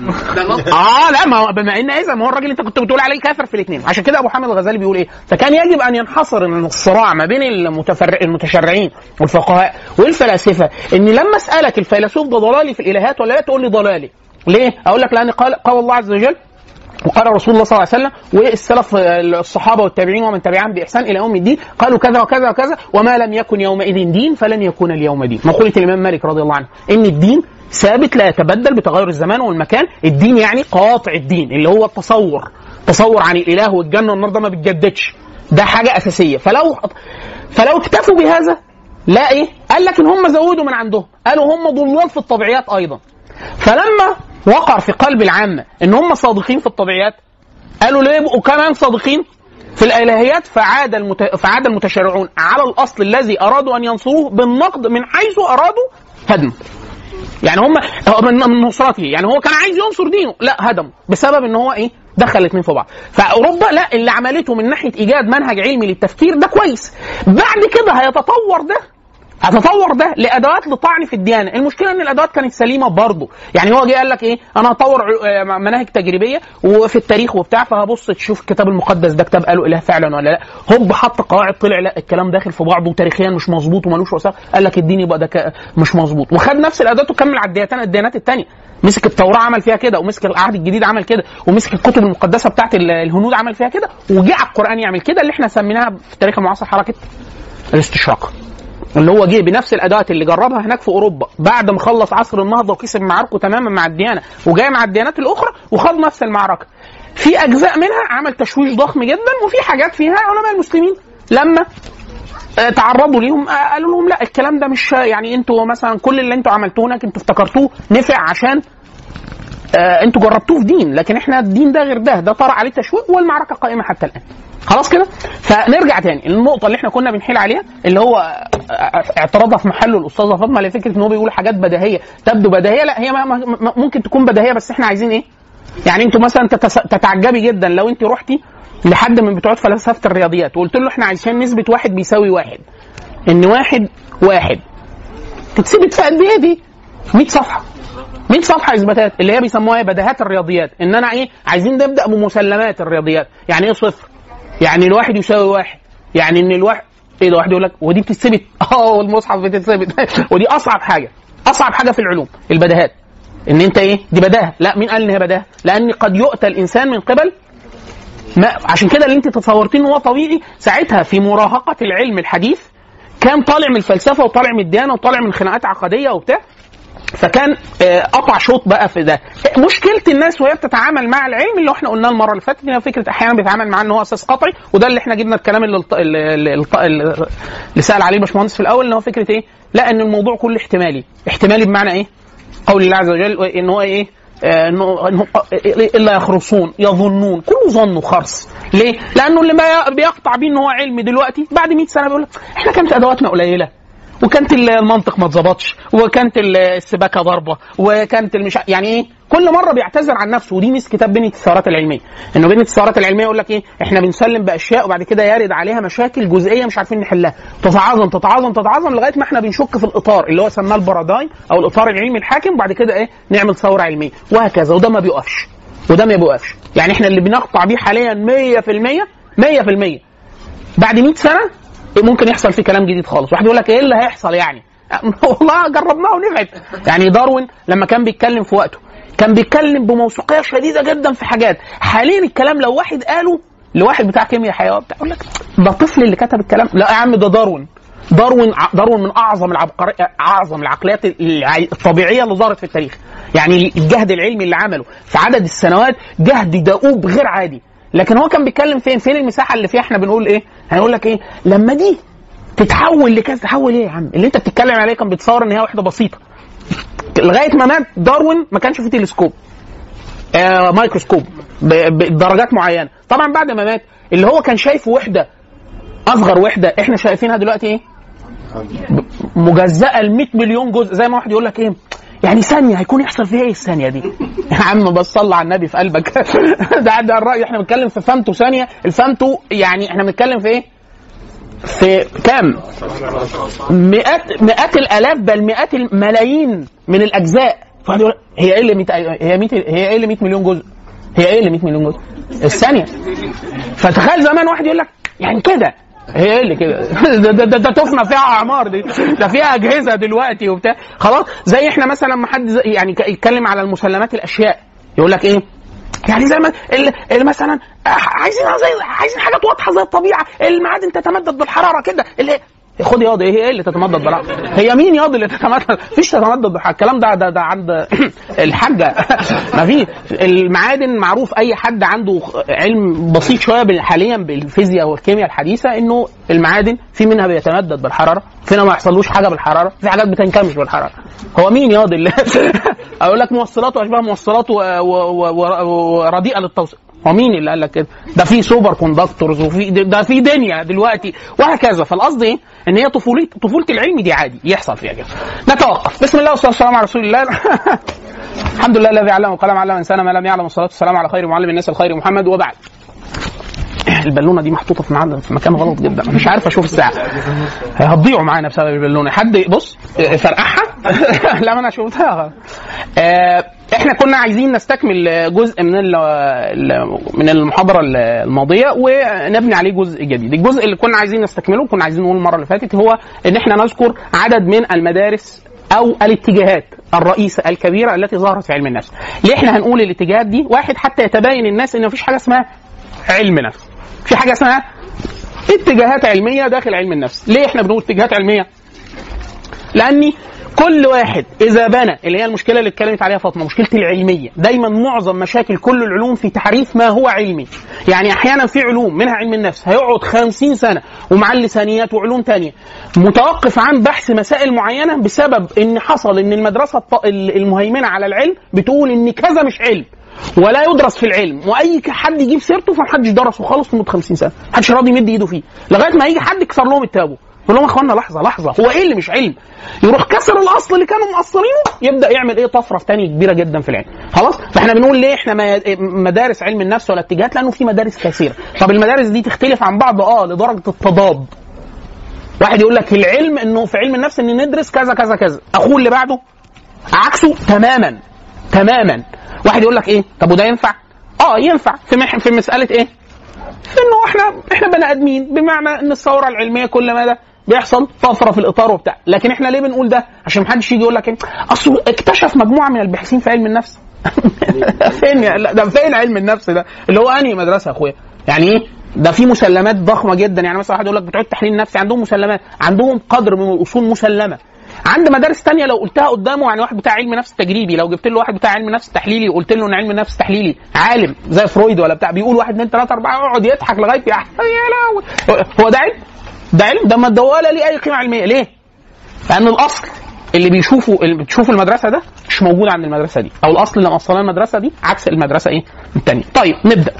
لا ما بما ان اذا ما هو الراجل انت كنت بتقول عليه كافر في الاثنين. عشان كده ابو حامد الغزالي بيقول ايه؟ فكان يجب ان ينحصر ان الصراع ما بين المتشرعين والفقهاء والفلاسفه، ان لما اسالك الفيلسوف ده ضلالي في الالهات ولا لا تقول لي ضلالي. ليه؟ اقول لك لان قال الله عز وجل وقال رسول الله صلى الله عليه وسلم والسلف الصحابه والتابعين ومن تبعهم باحسان الى يوم الدين قالوا كذا وكذا وكذا، وما لم يكن يومئذ دين فلن يكون اليوم دين. مقوله الامام مالك رضي الله عنه ان الدين ثابت لا يتبدل بتغير الزمان والمكان. الدين يعني قاطع الدين اللي هو التصور عن الاله والجنه والنار، ده ما بيتجددش، ده حاجه اساسيه. فلو اكتفوا بهذا لا ايه؟ قال لك ان هم زودوا من عندهم، قالوا هم ضلال في الطبيعيات ايضا. فلما وقع في قلب العامه ان هم صادقين في الطبيعيات قالوا ليه يبقوا كمان صادقين في الالهيات؟ فعاد المتشرعون على الاصل الذي ارادوا ان ينصروه بالنقد من حيث ارادوا هدمه. يعني هم من نصرته، يعني هو كان عايز ينصر دينه، لا هدمه بسبب ان هو ايه؟ دخل الاثنين في بعض. فاوروبا لا، اللي عملته من ناحيه ايجاد منهج علمي للتفكير ده كويس. بعد كده هيتطور ده لادوات لطعن في الديانه. المشكله ان الادوات كانت سليمه برضه. يعني هو جه قال لك ايه؟ انا هطور مناهج تجريبيه وفي التاريخ وبتاع، فهبص تشوف الكتاب المقدس ده كتاب قالوا اله فعلا ولا لا. هوب حط قواعد، طلع لا الكلام داخل في بعضه وتاريخيا مش مظبوط ومالوش وثائق. قال لك الدين يبقى ده مش مظبوط، وخد نفس الادوات وكمل على الديانات الثانيه. مسك التوراه عمل فيها كده، ومسك العهد الجديد عمل كده، ومسك الكتب المقدسه بتاعت الهنود عمل فيها كده، وجه على القران يعمل كده، اللي احنا سميناها في التاريخ المعاصر حركه الاستشراق. اللي هو جه بنفس الادوات اللي جربها هناك في اوروبا بعد ما خلص عصر النهضه وكسب معاركه تماما مع الديانه، وجاي مع الديانات الاخرى وخد نفس المعركه. في اجزاء منها عمل تشويش ضخم جدا، وفي حاجات فيها علماء المسلمين لما تعرضوا ليهم قالوا لهم لا الكلام ده مش يعني انتوا مثلا كل اللي انتوا عملتوه هناك انتوا افتكرتوه نفع عشان انتوا جربتوه في دين، لكن احنا الدين ده غير ده طرأ عليه تشويق والمعركه قائمه حتى الان. خلاص كده. فنرجع تاني النقطه اللي احنا كنا بنحيل عليها، اللي هو اعتراضها في محله الاستاذه فاطمه لفكره ان هو بيقول حاجات بديهيه تبدو بديهيه. لا، هي ممكن تكون بديهيه، بس احنا عايزين ايه؟ يعني انتوا مثلا تتعجبي جدا لو انت رحتي لحد من بتوع فلسفه الرياضيات وقلت له احنا عايزين نثبت 1 بيساوي 1، ان 1 تتثبت في قد ايه دي؟ 100 صفحه 100 صفحه اثباتات اللي هي بيسموها بديهات الرياضيات. ان انا ايه؟ عايزين نبدا بمسلمات الرياضيات. يعني ايه صفر؟ يعني الواحد يساوي 1، يعني ان الواحد ايه ده؟ واحد يقول لك ودي بتتثبت؟ والمصحف بتتثبت. ودي اصعب حاجه في العلوم، البديهات. ان انت ايه؟ دي بداهه. لا، مين قال ان هي بداهه؟ لان قد يؤتى الانسان من قبل ما. عشان كده اللي انت تصورتين هو طبيعي ساعتها في مراهقه العلم الحديث، كان طالع من الفلسفه وطالع من الديانه وطالع من خناقات عقديه وبتاع، فكان قطع شوط بقى في ده. مشكله الناس وهي بتتعامل مع العلم اللي احنا قلناه المره اللي فاتت، ان فكره احيانا بيتعامل معاه ان هو اساس قطعي، وده اللي احنا جبنا الكلام اللي سال عليه الباشمهندس في الاول، ان هو فكره ايه؟ لا، ان الموضوع كله احتمالي بمعنى ايه؟ قول الله عز وجل ان هو ايه؟ انه الا يخرصون يظنون، كله ظن وخرص. ليه؟ لانه اللي ما بيقطع بيه ان هو علم دلوقتي بعد 100 سنه بيقول لك احنا كانت ادواتنا قليله، وكانت المنطق ما اتظبطش، وكانت السباكه ضربه، وكانت يعني ايه؟ كل مره بيعتذر عن نفسه. ودي ميزه كتاب بنية الثورات العلميه، انه بنية الثورات العلميه يقول لك ايه؟ احنا بنسلم باشياء وبعد كده يرد عليها مشاكل جزئيه مش عارفين نحلها، تتعاظم لغايه ما احنا بنشك في الاطار اللي هو سماه البارادايم او الاطار العلمي الحاكم، وبعد كده ايه؟ نعمل ثوره علميه وهكذا. وده ما بيوقفش يعني احنا اللي بنقطع بيه حاليا 100% بعد 100 سنه ممكن يحصل فيه كلام جديد خالص. واحد يقول لك ايه اللي هيحصل يعني؟ والله جربناه ونفعت. يعني داروين لما كان بيتكلم في وقته كان بيتكلم بموثوقيه شديده جدا في حاجات. حاليا الكلام لو واحد قاله لواحد بتاع كيمياء حيوان بتاع يقول لك ده طفل اللي كتب الكلام. لا يا عم، ده داروين من اعظم العقليات الطبيعيه اللي ظهرت في التاريخ. يعني الجهد العلمي اللي عمله في عدد السنوات جهد دؤوب غير عادي. لكن هو كان بيتكلم فين المساحه اللي فيها احنا بنقول ايه؟ هنقول لك ايه؟ لما دي تتحول لكذا. تحول ايه يا عم؟ اللي انت بتتكلم عليه كان بيتصور ان هي وحده بسيطه. لغايه ما مات داروين ما كانش فيه تلسكوب، مايكروسكوب بدرجات معينه. طبعا بعد ما مات اللي هو كان شايفه وحده، اصغر وحده احنا شايفينها دلوقتي ايه؟ مجزأة ل 100 مليون جزء. زي ما واحد يقول لك ايه؟ يعني ثانيه هيكون يحصل فيها ايه الثانيه دي؟ يا عم بس صلى على النبي في قلبك. ده الراي. احنا بنتكلم في فهمته ثانيه. الفهمته يعني احنا بنتكلم في ايه؟ في كام؟ مئات الالاف بل مئات الملايين من الاجزاء. فواحد يقول هي ايه اللي 100 مليون جزء؟ هي ايه اللي 100 مليون جزء؟ الثانيه. فتخيل زمان واحد يقول لك يعني كده هي ايه اللي كده؟ ده تفنى فيها اعمار دي، ده فيها اجهزه دلوقتي وبتاع. خلاص. زي احنا مثلا ما حد يعني يتكلم على المسلمات الاشياء يقول لك ايه؟ يعني زي ما اللي مثلا عايزين حاجات واضحه زي الطبيعه، المعادن تتمدد بالحراره كده. اللي خد ياض ايه اللي تتمدد بالحراره؟ هي مين ياض اللي تتمدد؟ مفيش تتمدد بالحراره. الكلام ده عند الحاجه. ما في المعادن معروف. اي حد عنده علم بسيط شويه حاليا بالفيزياء والكيمياء الحديثه انه المعادن في منها بيتمدد بالحراره، فينا ما يحصلوش حاجه بالحراره، في حاجات بتنكمش بالحراره. هو مين ياض اللي اقول لك موصلات واشباه موصلات ورديئه للتوصيل؟ هو مين اللي قال لك كده؟ ده في سوبر كوندكتورز وفي ده في دنيا دلوقتي وهكذا. فالقصد ايه؟ ان هي طفوله العلم دي عادي يحصل فيها كده. نتوقف. بسم الله والصلاه والسلام على رسول الله. الحمد لله الذي علم وقلم علم انسان ما لم يعلم، والصلاه والسلام على خير معلم الناس الخير محمد. وبعد، البالونه دي محطوطه في مكان غلط جدا، مش عارف اشوف الساعه. هتضيعوا معانا بسبب البالونه. حد بص فرقعها. لا ما انا شفتها غلط. احنا كنا عايزين نستكمل جزء من المحاضره الماضيه ونبني عليه جزء جديد. الجزء اللي كنا عايزين نستكمله كنا عايزين نقول المره اللي فاتت هو ان احنا نذكر عدد من المدارس او الاتجاهات الرئيسه الكبيره التي ظهرت في علم النفس. ليه احنا هنقول الاتجاهات دي؟ واحد، حتى يتبين الناس ان مفيش حاجه اسمها علم نفس، في حاجه اسمها اتجاهات علميه داخل علم النفس. ليه احنا بنقول اتجاهات علميه؟ لاني كل واحد اذا بنى، اللي هي المشكله اللي اتكلمت عليها فاطمه، مشكله العلميه. دايما معظم مشاكل كل العلوم في تعريف ما هو علمي. يعني احيانا في علوم منها علم النفس هيقعد 50 سنه ومع اللسانيات وعلوم تانية متوقف عن بحث مسائل معينه بسبب ان حصل ان المدرسه المهيمنه على العلم بتقول ان كذا مش علم ولا يدرس في العلم، واي حد يجيب سيرته فمحدش درسه خالص لمده 50 سنه، محدش راضي يمد ايده فيه لغايه ما يجي حد يكسر لهم التابو، يقول لهم يا اخوانا لحظه هو ايه اللي مش علم؟ يروح كسر الاصل اللي كانوا مقصرينه، يبدا يعمل ايه؟ طفره ثانيه كبيره جدا في العلم. خلاص؟ فاحنا بنقول ليه احنا مدارس علم النفس ولا اتجاهات؟ لانه في مدارس كثيره. طب المدارس دي تختلف عن بعض لدرجه التضاد. واحد يقول لك العلم انه في علم النفس ان ندرس كذا كذا كذا، اخوه اللي بعده عكسه تماما. واحد يقول لك ايه؟ طب وده ينفع؟ ينفع في مساله ايه؟ في انه احنا بني ادمين، بمعنى ان الثوره العلميه كل ما ده بيحصل طفره في الاطار وبتاع. لكن احنا ليه بنقول ده؟ عشان محدش يجي يقول لك ايه اصل اكتشف مجموعه من الباحثين في علم النفس. فين علم النفس ده اللي هو انهي مدرسه يا اخويا؟ يعني ايه؟ ده في مسلمات ضخمه جدا. يعني مثلا واحد يقول لك بتوع التحليل النفسي عندهم مسلمات، عندهم قدر من الاصول مسلمه. عند مدارس تانية لو قلتها قدامه، يعني واحد بتاع علم نفس تجريبي، لو جبت له واحد بتاع علم نفس تحليلي وقلت له ان علم النفس تحليلي عالم زي فرويد ولا بتاع بيقول 1 2 3 4 يقعد يضحك لغايه يا لهوي. هو ده علم؟ ده علم؟ ده ما ولا ليه اي قيمه علميه. ليه؟ لان الاصل اللي بتشوفه المدرسه ده مش موجود عند المدرسه دي، او الاصل اللي موصلنا المدرسه دي عكس المدرسه ايه الثانيه. طيب نبدا.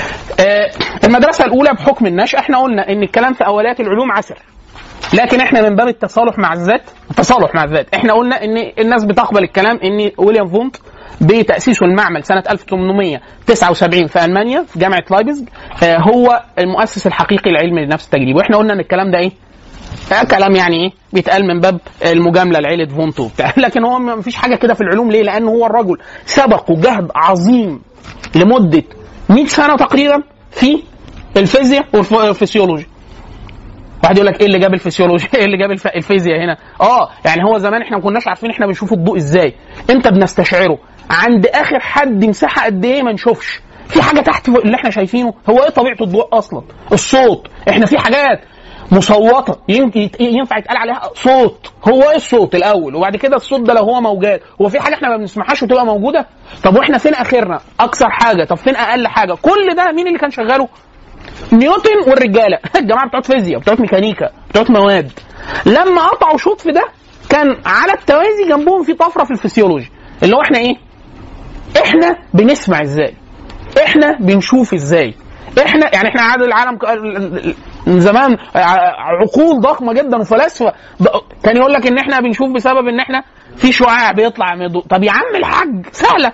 المدرسه الاولى بحكم النشأ، احنا قلنا ان الكلام في اوليات العلوم عسر، لكن احنا من باب التصالح مع الذات احنا قلنا ان الناس بتقبل الكلام ان ويليام فونت بتأسيسه المعمل سنة 1879 في ألمانيا في جامعة لايبزيج هو المؤسس الحقيقي لعلم النفس التجريبي. واحنا قلنا ان الكلام ده ايه؟ كلام يعني ايه؟ بيتقال من باب المجاملة لعيلة فونت وبتاع، لكن هو مفيش حاجة كده في العلوم. ليه؟ لأنه هو الرجل سبقه جهد عظيم لمدة 100 سنة تقريبا في الفيزياء والفسيولوجي. واحد يقول لك ايه اللي جاب الفسيولوجي؟ ايه اللي جاب الفيزياء هنا؟ يعني هو زمان احنا ما كناش عارفين احنا بنشوف الضوء ازاي، امتى بنستشعره، عند اخر حد مساحه قد ايه ما نشوفش، في حاجه تحت اللي احنا شايفينه. هو ايه طبيعه الضوء اصلا؟ الصوت. احنا في حاجات مصوته ينفع يتقال عليها صوت. هو ايه الصوت الاول؟ وبعد كده الصوت ده لو هو موجات، هو في حاجه احنا ما بنسمعهاش وتبقى موجوده؟ طب واحنا فين اخرنا؟ اكثر حاجه؟ طب فين اقل حاجه؟ كل ده مين اللي كان شغاله؟ نيوتن والرجاله الجماعه بتوع فيزياء، بتوع ميكانيكا، بتوع مواد. لما قطعوا شوط في ده كان على التوازي جنبهم في طفره في الفسيولوجي، اللي هو احنا ايه؟ احنا بنسمع ازاي؟ احنا بنشوف ازاي؟ احنا عادل العالم من زمان عقول ضخمه جدا وفلاسفه كان يقول لك ان احنا بنشوف بسبب ان احنا في شعاع بيطلع من الضوء. طب يا عم الحاج سهله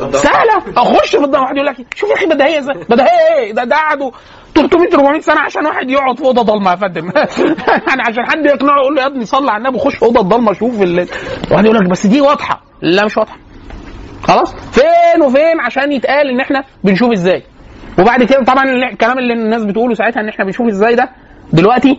اخش في الضوء. واحد يقول لك شوف يا اخي بديهيه ازاي؟ بديهيه ايه؟ ده قعدوا 300 400 سنه عشان واحد يقعد في اوضه ضلمه يا فندم. يعني عشان حد يقنعه يقول له يا ابني صلي على النبي وخش في اوضه ضلمه شوف واحد يقول لك بس دي واضحه. لا مش واضحه. خلاص فين وفين عشان يتقال ان احنا بنشوف ازاي. وبعد كده طبعا الكلام اللي الناس بتقوله ساعتها ان احنا بنشوف ازاي ده دلوقتي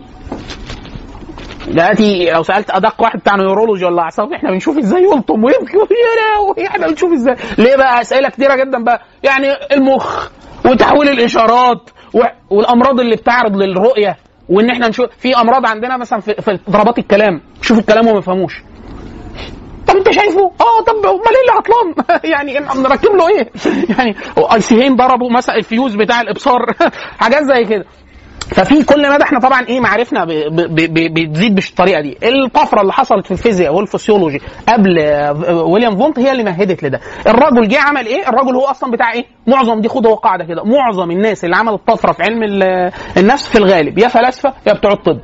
لو سالت ادق واحد بتاع نيورولوجي ولا اعصاب احنا بنشوف ازاي يلطم ويبكي احنا بنشوف ازاي. ليه بقى؟ اسئله كتيره جدا بقى، يعني المخ وتحويل الاشارات والامراض اللي بتعرض للرؤيه، وان احنا نشوف في امراض عندنا مثلا في ضربات الكلام، شوف الكلام وما يفهموش. طب انت شايفه؟ طب امال ايه اللي عطلان؟ يعني نركب له ايه؟ يعني اي سيهين ضربوا مثلا الفيوز بتاع الابصار حاجات زي كده. ففي كل مدى احنا طبعا ايه معرفنا بتزيد بالطريقه دي. الطفره اللي حصلت في الفيزياء والفسيولوجي قبل ويليام فونت هي اللي مهدت لده. الراجل جه عمل ايه؟ الراجل هو اصلا بتاع ايه؟ معظم دي خد هو قاعده كده، معظم الناس اللي عملت طفره في علم النفس في الغالب يا فلاسفه يا بتوع الطب.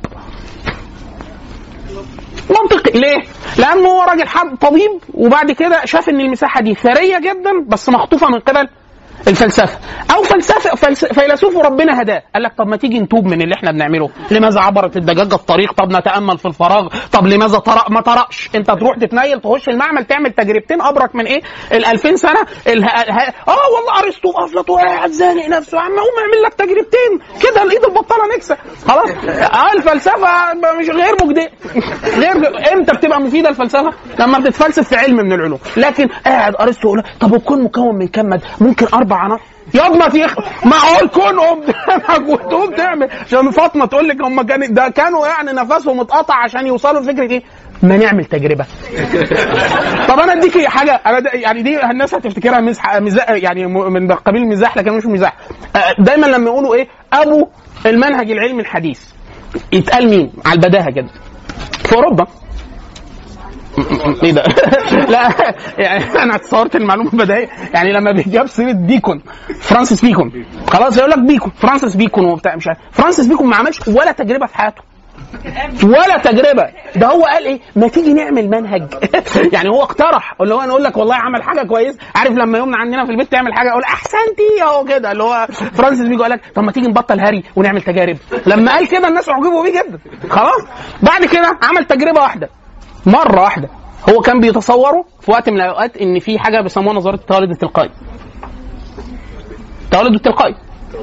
منطقي. ليه؟ لانه هو راجل طبيب وبعد كده شاف ان المساحه دي ثريه جدا بس مخطوفه من قبل الفلسفه او فيلسوف وربنا هداه. قال لك طب ما تيجي نتوب من اللي احنا بنعمله. لماذا عبرت الدجاجه الطريق؟ طب نتامل في الفراغ. طب لماذا طرق ما طرقش؟ انت تروح تتنيل تخش المعمل تعمل تجربتين ابرك من ايه ال2000 سنه والله ارسطو افلاطون قاعد زانق نفسه يا عم قوم اعمل لك تجربتين كده الايد البطاله نكسه خلاص. الفلسفه مش غير مجديه. غير امتى بتبقى مفيده الفلسفه؟ لما بتتفلسف في علم من العلوم. لكن قاعد ارسطو طب الكون مكون من كم ماده؟ ممكن 4 عناصر. ياض ما معقول كونهم مجهودهم تعمل عشان فاطمه تقول لك هم كانوا يعني نفسهم اتقطع عشان يوصلوا لفكره ايه؟ ما نعمل تجربه. طب انا اديكي حاجه، انا يعني دي الناس هتفتكرها مزاح يعني من قبيل المزاح، لكن مش مزاح. دايما لما يقولوا ايه ابو المنهج العلمي الحديث يتقال مين على البداهه كده؟ في اوروبا. ايه ده؟ لا يعني انا اتصورت المعلومه بدايه، يعني لما بيجاب سيره بيكون، فرانسيس بيكون، خلاص يقول لك بيكون، فرانسيس بيكون وبتاع مش عارف. فرانسيس بيكون ما عملش ولا تجربه في حياته، ولا تجربه. ده هو قال ايه؟ ما تيجي نعمل منهج. يعني هو اقترح، اللي هو نقول لك والله عمل حاجه كويس. عارف لما يومنا عندنا في البيت تعمل حاجه اقول احسنتي اهو كده، اللي هو فرانسيس بيكون قال لك طب ما تيجي نبطل هاري ونعمل تجارب. لما قال كده الناس اعجبوا بيه جدا. خلاص بعد كده عمل تجربه واحده، مره واحده. هو كان بيتصوروا في وقت من الاوقات ان في حاجه بيسموها نظريه التولد التلقائي. التولد التلقائي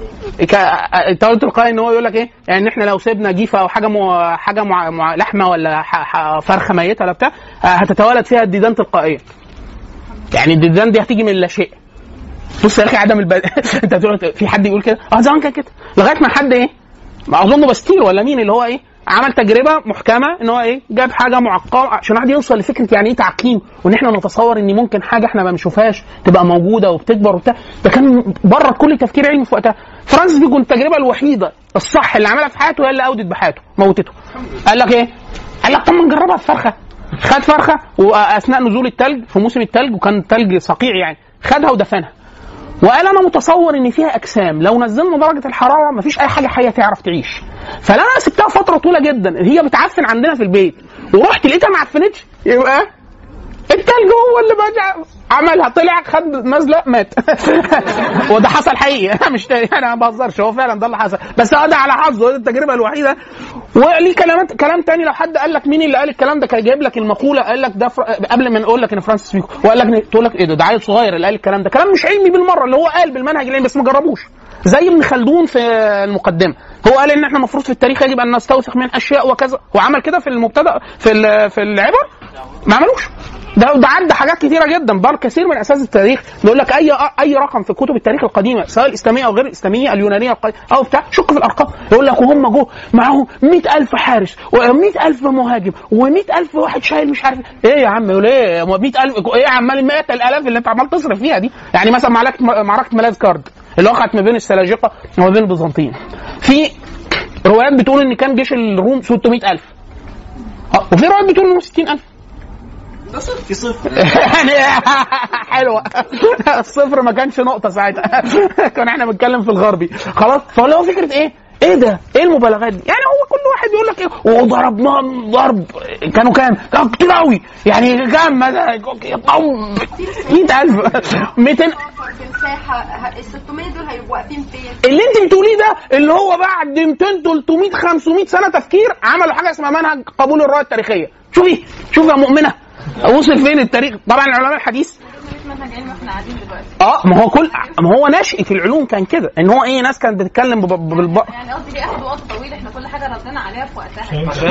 التولد التلقائي ان هو يقول لك ايه؟ يعني احنا لو سيبنا جيفه او حاجه لحمه ولا فرخه ميته ولا بتاع هتتولد فيها الديدان تلقائيا. يعني الديدان دي هتيجي من لا شيء. بص يا اخي عدم انت بتقول في حد يقول كده؟ زمان كان كده، لغايه ما حد ايه؟ ما اظنه باستير ولا مين اللي هو ايه؟ عمل تجربه محكمه ان هو ايه؟ جاب حاجه معقمه عشان واحد يوصل لفكره يعني ايه تعقيم، وان احنا نتصور ان ممكن حاجه احنا ما بنشوفهاش تبقى موجوده وبتكبر وبتاع. ده كان بره كل تفكير علمي في وقتها. فرانسيس بيكون التجربه الوحيده الصح اللي عملها في حياته هي اللي اودت بحياته، موتته. قال لك ايه؟ قال لك طب ما نجربها في فرخه. خد فرخه واثناء نزول الثلج في موسم الثلج، وكان الثلج صقيع يعني، خدها ودفنها. وقال انا متصور ان فيها اجسام لو نزلنا درجه الحراره مفيش اي حاجه حيه تعرف تعيش. فانا سبتها فتره طويله جدا، هي بتعفن عندنا في البيت، ورحت لقيتها ما عفنتش، يبقى التلج هو اللي بقى عملها، طلع خد نزله مات. وده حصل حقيقي، مش انا ما بهزرش، هو فعلا ده اللي حصل. بس ده على حظه، التجربه الوحيده. وليه كلام تاني، لو حد قال لك مين اللي قال الكلام ده كان جايب لك المقوله، قال لك ده قبل ما نقول لك ان فرانسيس بيكون، وقال لك تقول لك ايه ده عيل صغير اللي قال الكلام ده، كلام مش علمي بالمره، اللي هو قال بالمنهج العلمي بس ما جربوش. زي ابن خلدون في المقدمه، هو قال ان احنا المفروض في التاريخ يجب ان نستوثق من اشياء وكذا، وعمل كده في المبتدا في العبر، ما عملوش. ده عدى حاجات كثيره جدا. بل كثير من اساس التاريخ بيقول لك اي رقم في كتب التاريخ القديمه سواء الاسلاميه او غير الاسلاميه، اليونانيه او بتاع، شك في الارقام. يقول لك وهم جو معاهم 100,000 حارس و100,000 مهاجم و100,000 واحد شايل مش عارف ايه. يا عم يقول ايه 100,000 ايه عمال 100,000 اللي انت عمال تصرف فيها دي. يعني مثلا معركه ملاذ كارد اللي وقعت ما بين السلاجقه وما بين البيزنطيين، في روايات بتقول ان كان جيش الروم 600,000، وفي روايات بتقول انه 60,000. في صفر يعني حلوه. الصفر ما كانش نقطه ساعتها. كنا احنا بنتكلم في الغربي خلاص. فاللي هو فكره ايه ده؟ ايه المبالغات دي؟ يعني هو كل واحد يقول لك ايه وضربناهم ضرب، كانوا كام كتير قوي، يعني كام مثلا 100,000 200 في الساحه. ال 600 دول هيبقوا واقفين فين؟ اللي انت بتقوليه ده اللي هو بعد 200 300 500 سنه تفكير عملوا حاجه اسمها منهج قبول الرؤيه التاريخيه. شوفي يا مؤمنه وصل فين التاريخ. طبعا العلماء الحديث منهج علمي احنا قاعدين دلوقتي. ما هو نشأة العلوم كان كده، ان هو ايه، ناس كانت بتتكلم يعني قصدي بياخد وقت طويل، احنا كل حاجه ردنا عليها في وقتها.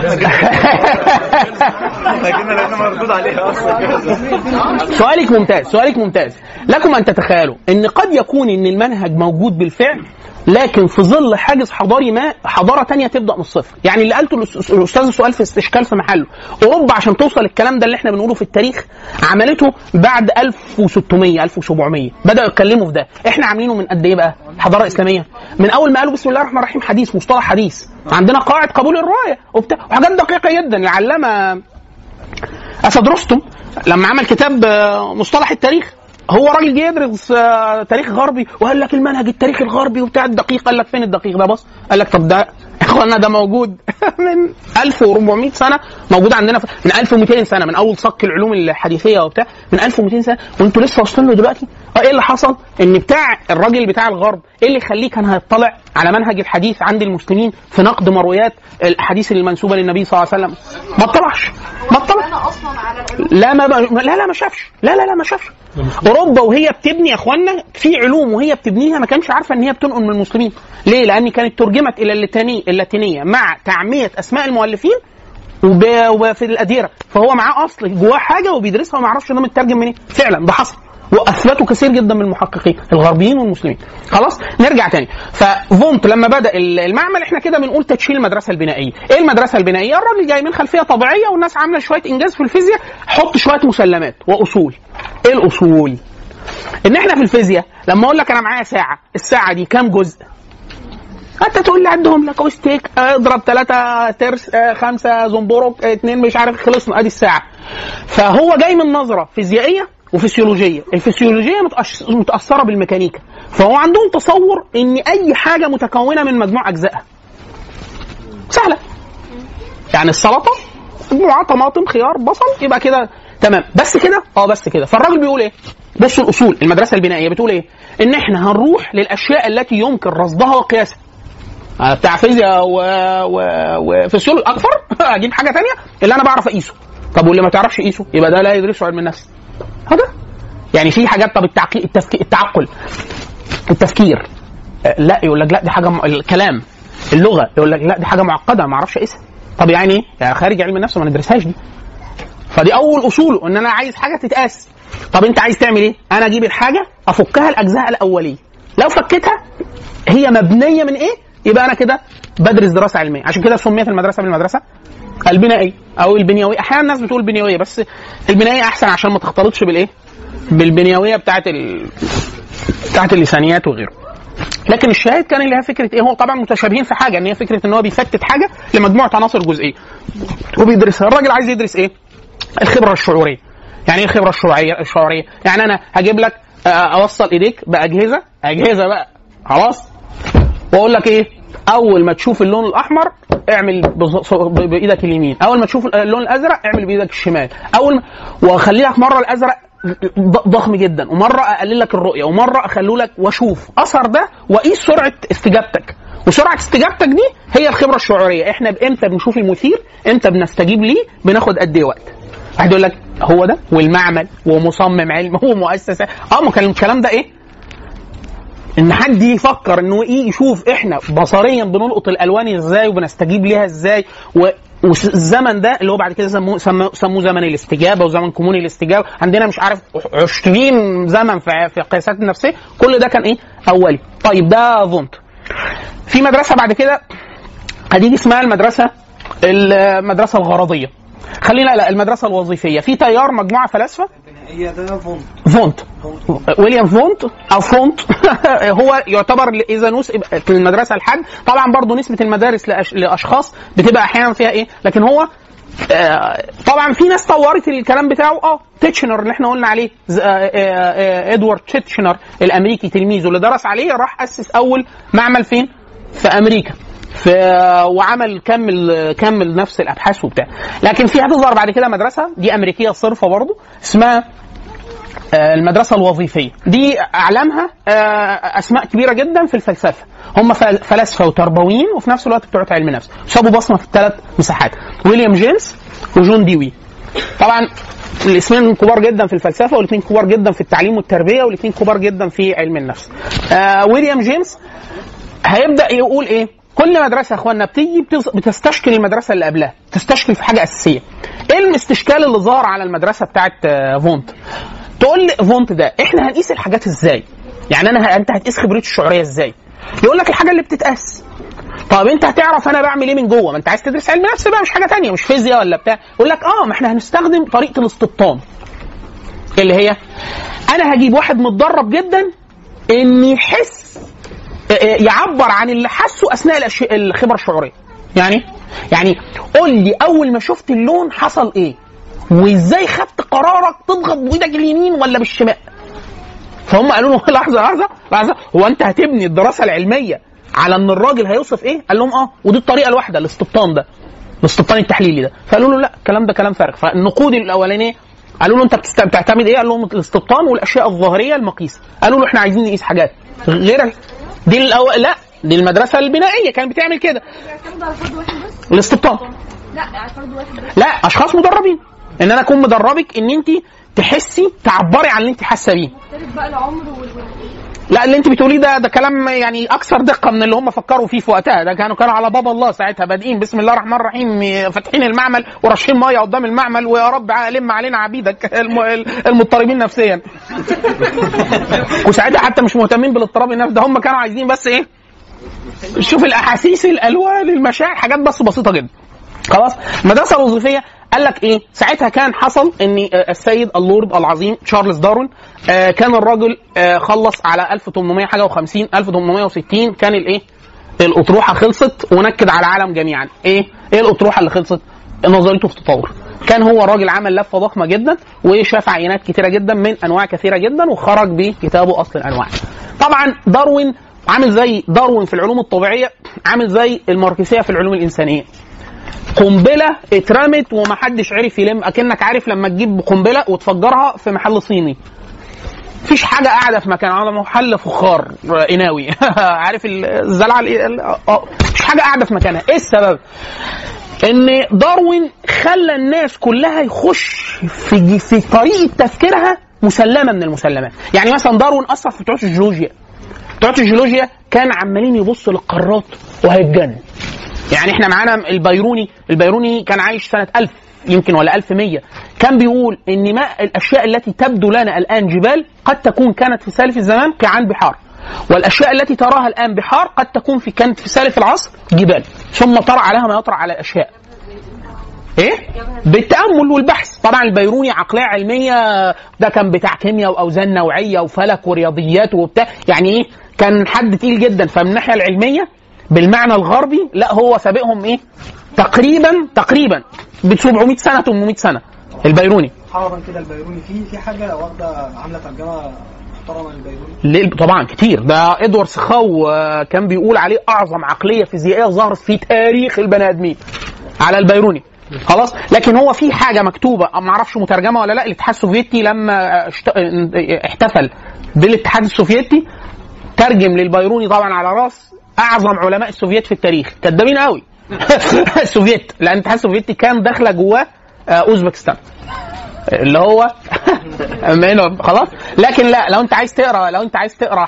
سؤالك ممتاز. لكم ان تتخيلوا ان قد يكون ان المنهج موجود بالفعل، لكن في ظل حاجز حضاري ما حضاره تانية تبدا من الصفر. يعني اللي قالته الاستاذ السؤال في استشكال في محله. اوروبا عشان توصل الكلام ده اللي احنا بنقوله في التاريخ عملته بعد 1600 1700، بداوا يتكلموا في ده. احنا عاملينه من قد ايه بقى؟ حضاره اسلاميه من اول ما قالوا بسم الله الرحمن الرحيم حديث، مصطلح حديث، عندنا قاعده قبول الروايه وبتاع وحاجات دقيقه جدا. العلامه اسد رستم لما عمل كتاب مصطلح التاريخ، هو راجل جه يدرس تاريخ غربي وقال لك المنهج التاريخي الغربي وبتاع الدقيق. قال لك فين الدقيق ده؟ بص قال لك طب ده اخوانا ده موجود من 1400 سنه، موجود عندنا من 1200 سنه، من اول صك العلوم الحديثيه وبتاع من 1200 سنه، وانتوا لسه واصلين له دلوقتي. ايه اللي حصل؟ ان بتاع الراجل بتاع الغرب ايه اللي يخليه كان هيطلع على منهج الحديث عند المسلمين في نقد مرويات الحديث المنسوبه للنبي صلى الله عليه وسلم؟ ما طلعش لا ما شافش. لا ما شافش. اوروبا وهي بتبني يا اخوانا في علوم وهي بتبنيها ما كانش عارفه ان هي بتنقل من المسلمين. ليه؟ لان كانت ترجمت الى اللاتينيه مع تعميه اسماء المؤلفين وفي الاديره، فهو معاه اصل جواه حاجه وبيدرسها وما يعرفش انه مترجم منين. فعلا ده حصل واثبتوا كثير جدا من المحققين الغربيين والمسلمين. خلاص نرجع تاني. ففونت لما بدا المعمل احنا كده بنقول تدشين المدرسه البنائيه. ايه المدرسه البنائيه؟ الراجل جاي من خلفيه طبيعيه والناس عامله شويه انجاز في الفيزياء، حط شويه مسلمات واصول. ايه الاصول؟ ان احنا في الفيزياء لما اقول لك انا معايا ساعه، الساعه دي كام جزء؟ انت تقول لي عدهم لك اوستيك، اضرب 3 ترس، 5 زنبرك، 2 مش عارف، خلصنا ادي الساعه. فهو جاي من نظره فيزيائيه وفسيولوجيه. الفسيولوجيه متاثره بالميكانيكا، فهو عندهم تصور ان اي حاجه متكونه من مجموع اجزائها. سهله يعني السلطه مجموعه طماطم خيار بصل يبقى كده تمام. بس كده بس كده. فالراجل بيقول ايه؟ بصوا الاصول المدرسه البنائيه بتقول ايه؟ ان احنا هنروح للاشياء التي يمكن رصدها وقياسها. بتاع فيزياء وفسيولوجي اكثر اجيب حاجه تانية اللي انا بعرف اقيسه. طب واللي ما تعرفش يقيسه يبقى ده لا يدرسه علم النفس. هذا يعني في حاجات. طب التعقل التفكير لا يقول لك لا دي حاجه الكلام اللغه يقول لك لا دي حاجه معقده ما اعرفش اقيسها. طب يعني ايه؟ يعني خارج علم النفس ما ندرسهاش دي. فدي اول اصوله ان انا عايز حاجه تتقاس. طب انت عايز تعمل ايه؟ انا اجيب الحاجه افكها الاجزاء الاوليه، لو فكتها هي مبنيه من ايه يبقى انا كده بدرس دراسه علميه. عشان كده سميت المدرسه بالمدرسه البنائيه او البنيويه. احيانا الناس بتقول بنيويه بس البنائيه احسن عشان ما تختلطش بالايه بالبنيويه بتاعت اللسانيات وغيره. لكن الشاهد كان اللي هي فكره ايه؟ هو طبعا متشابهين في حاجه ان هي فكره ان هو بيفتت حاجه لمجموعه عناصر جزئيه وبيدرسها. الراجل عايز يدرس ايه؟ الخبره الشعوريه. يعني ايه الخبره الشعوريه؟ يعني انا هجيب لك اوصل ايديك باجهزه بقى خلاص واقول لك ايه؟ اول ما تشوف اللون الاحمر اعمل بايدك اليمين، اول ما تشوف اللون الازرق اعمل بايدك الشمال، واخلي لك مره الازرق ضخم جدا ومره اقلل لك الرؤيه ومره اخلو لك واشوف اثر ده واقيس سرعه استجابتك. وسرعه استجابتك دي هي الخبره الشعوريه. احنا امتى بنشوف المثير، امتى بنستجيب ليه، بناخد قد ايه وقت. واحد يقول لك هو ده والمعمل ومصمم علم هو مؤسسه ما كان الكلام ده ايه؟ ان حد يفكر انه ايه يشوف احنا بصريا بنلقط الالوان ازاي وبنستجيب ليها ازاي والزمن ده اللي هو بعد كده سموه زمن الاستجابه وزمن كمون الاستجابه. عندنا مش عارف 20 زمن في القياسات النفسيه. كل ده كان ايه؟ اولي. طيب ده فونت. في مدرسه بعد كده هتيجي اسمها المدرسه الغرضيه. خلينا لا المدرسه الوظيفيه. في تيار مجموعه فلاسفه هي ده فونت ويليام فونت او فونت هو يعتبر اذا نسب المدرسه لحد. طبعا برضو نسبه المدارس لاشخاص بتبقى احيانا فيها ايه، لكن هو طبعا في ناس طورت الكلام بتاعه. تيتشنر اللي احنا قلنا عليه ادوارد تيتشنر الامريكي تلميذه اللي درس عليه راح اسس اول معمل فين؟ في امريكا. وعمل كمل نفس الابحاث وبتاع. لكن في هتظهر بعد كده مدرسه دي امريكيه صرفه برضو اسمها المدرسه الوظيفيه. دي اعلامها اسماء كبيره جدا في الفلسفه. هم فلاسفه وتربويين وفي نفس الوقت بتوع علم نفس. سابوا بصمه في الثلاث مساحات: ويليام جيمس وجون ديوي. طبعا الاسمين كبار جدا في الفلسفه والاثنين كبار جدا في التعليم والتربيه والاثنين كبار جدا في علم النفس. ويليام جيمس هيبدا يقول ايه؟ كل مدرسه يا اخوانا بتيجي بتستشكل المدرسه اللي قبلها، تستشكل في حاجه اساسيه. ايه الاستشكال اللي ظهر على المدرسه بتاعت فونت؟ تقول لي فونت ده احنا هنقيس الحاجات ازاي؟ يعني انت هتقيس خبرتي الشعوريه ازاي؟ يقول لك الحاجه اللي بتتقاس. طب انت هتعرف انا بعمل ايه من جوه؟ ما انت عايز تدرس علم نفس بقى، مش حاجه تانية، مش فيزياء ولا بتاع. يقول لك ما احنا هنستخدم طريقه الاستبطان اللي هي انا هجيب واحد متدرب جدا ان يحس يعبر عن اللي حسه اثناء الخبره الشعوريه. يعني قول لي اول ما شفت اللون حصل ايه وازاي خدت قرارك تضغط بايدك اليمين ولا بالشمال. فهم قالوا له لحظه هو انت هتبني الدراسه العلميه على ان الراجل هيوصف ايه؟ قال لهم ودي الطريقه الواحده الاستبطان ده، الاستبطان التحليلي ده. فقالوا له لا الكلام ده كلام فارغ. فالنقود الاولانيه قالوا له انت بتعتمد ايه؟ قال لهم الاستبطان والاشياء الظاهريه المقيسه. قالوا له احنا عايزين نقيس حاجات غير دي لا دي المدرسه البنائيه كانت بتعمل كده. الاستبطان لا على فرد واحد بس. لا اشخاص مدربين ان انا اكون مدربك ان انت تحسي تعبري عن اللي انت حاسه بيه. بقى العمر لا اللي انت بتقوليه ده كلام يعني اكثر دقه من اللي هم فكروا فيه في وقتها. ده كانوا على باب الله ساعتها بادئين بسم الله الرحمن الرحيم، فاتحين المعمل ورشين ميه قدام المعمل، ويا رب لم علينا عبيدك المضطربين نفسيا. وساعتها حتى مش مهتمين بالاضطراب النفسي، ده هم كانوا عايزين بس ايه، شوف الاحاسيس، الالوان، المشاعر، حاجات بس بسيطه جدا. خلاص. المدرسه الوظيفيه قال لك ايه ساعتها؟ كان حصل ان السيد اللورد العظيم تشارلز داروين كان الراجل خلص على 1850 1860 كان الايه الاطروحه خلصت ونكد على العالم جميعا. ايه الاطروحه اللي خلصت؟ نظريته في التطور. كان هو الراجل عمل لفه ضخمه جدا وشاف عينات كثيره جدا من انواع كثيره جدا وخرج بكتابه اصل الانواع. طبعا داروين عامل زي داروين في العلوم الطبيعيه، عامل زي الماركسيه في العلوم الانسانيه. قنبله اترمت ومحدش عرف يلم، اكنك عارف لما تجيب قنبله وتفجرها في محل صيني، مفيش حاجه قاعده في مكان، على محل فخار قناوي عارف الزلعه، مفيش حاجه قاعده في مكانها. ايه السبب؟ ان داروين خلى الناس كلها يخش في طريقه تفكيرها مسلمه من المسلمات. يعني مثلا داروين اثر في بتوع الجيولوجيا. بتوع الجيولوجيا كان عمالين يبصوا للقارات وهيتجنن. يعني احنا معانا البيروني كان عايش سنه 1000 يمكن ولا 1100، كان بيقول ان ما الاشياء التي تبدو لنا الان جبال قد تكون كانت في سالف الزمان قيعان بحار، والاشياء التي تراها الان بحار قد تكون كانت في سالف العصر جبال، ثم طرأ عليها ما يطرأ على الاشياء. ايه؟ بالتأمل والبحث. طبعا البيروني عقلية علمية، ده كان بتاع كيمياء واوزان نوعية وفلك ورياضيات وبتاع، يعني ايه كان حد تقيل جدا. فمن الناحية العلمية بالمعنى الغربي لا هو سابقهم ايه تقريبا ب 700 سنة 800 سنة البيروني. حربا كده البيروني في حاجة واخدة عاملة ترجمة محترمة للبيروني طبعا كتير. ده ادوارد سخاو كان بيقول عليه اعظم عقلية فيزيائية ظهرت في تاريخ البني ادمين على البيروني. خلاص. لكن هو في حاجة مكتوبة ما اعرفش مترجمة ولا لا، الاتحاد السوفيتي لما احتفل بالاتحاد السوفيتي ترجم للبيروني طبعا على راس اعظم علماء السوفيت في التاريخ. كدابين قوي السوفيت، لان الاتحاد السوفيتي كان داخله جواه اوزبكستان اللي هو خلاص. لكن لا، لو انت عايز تقرا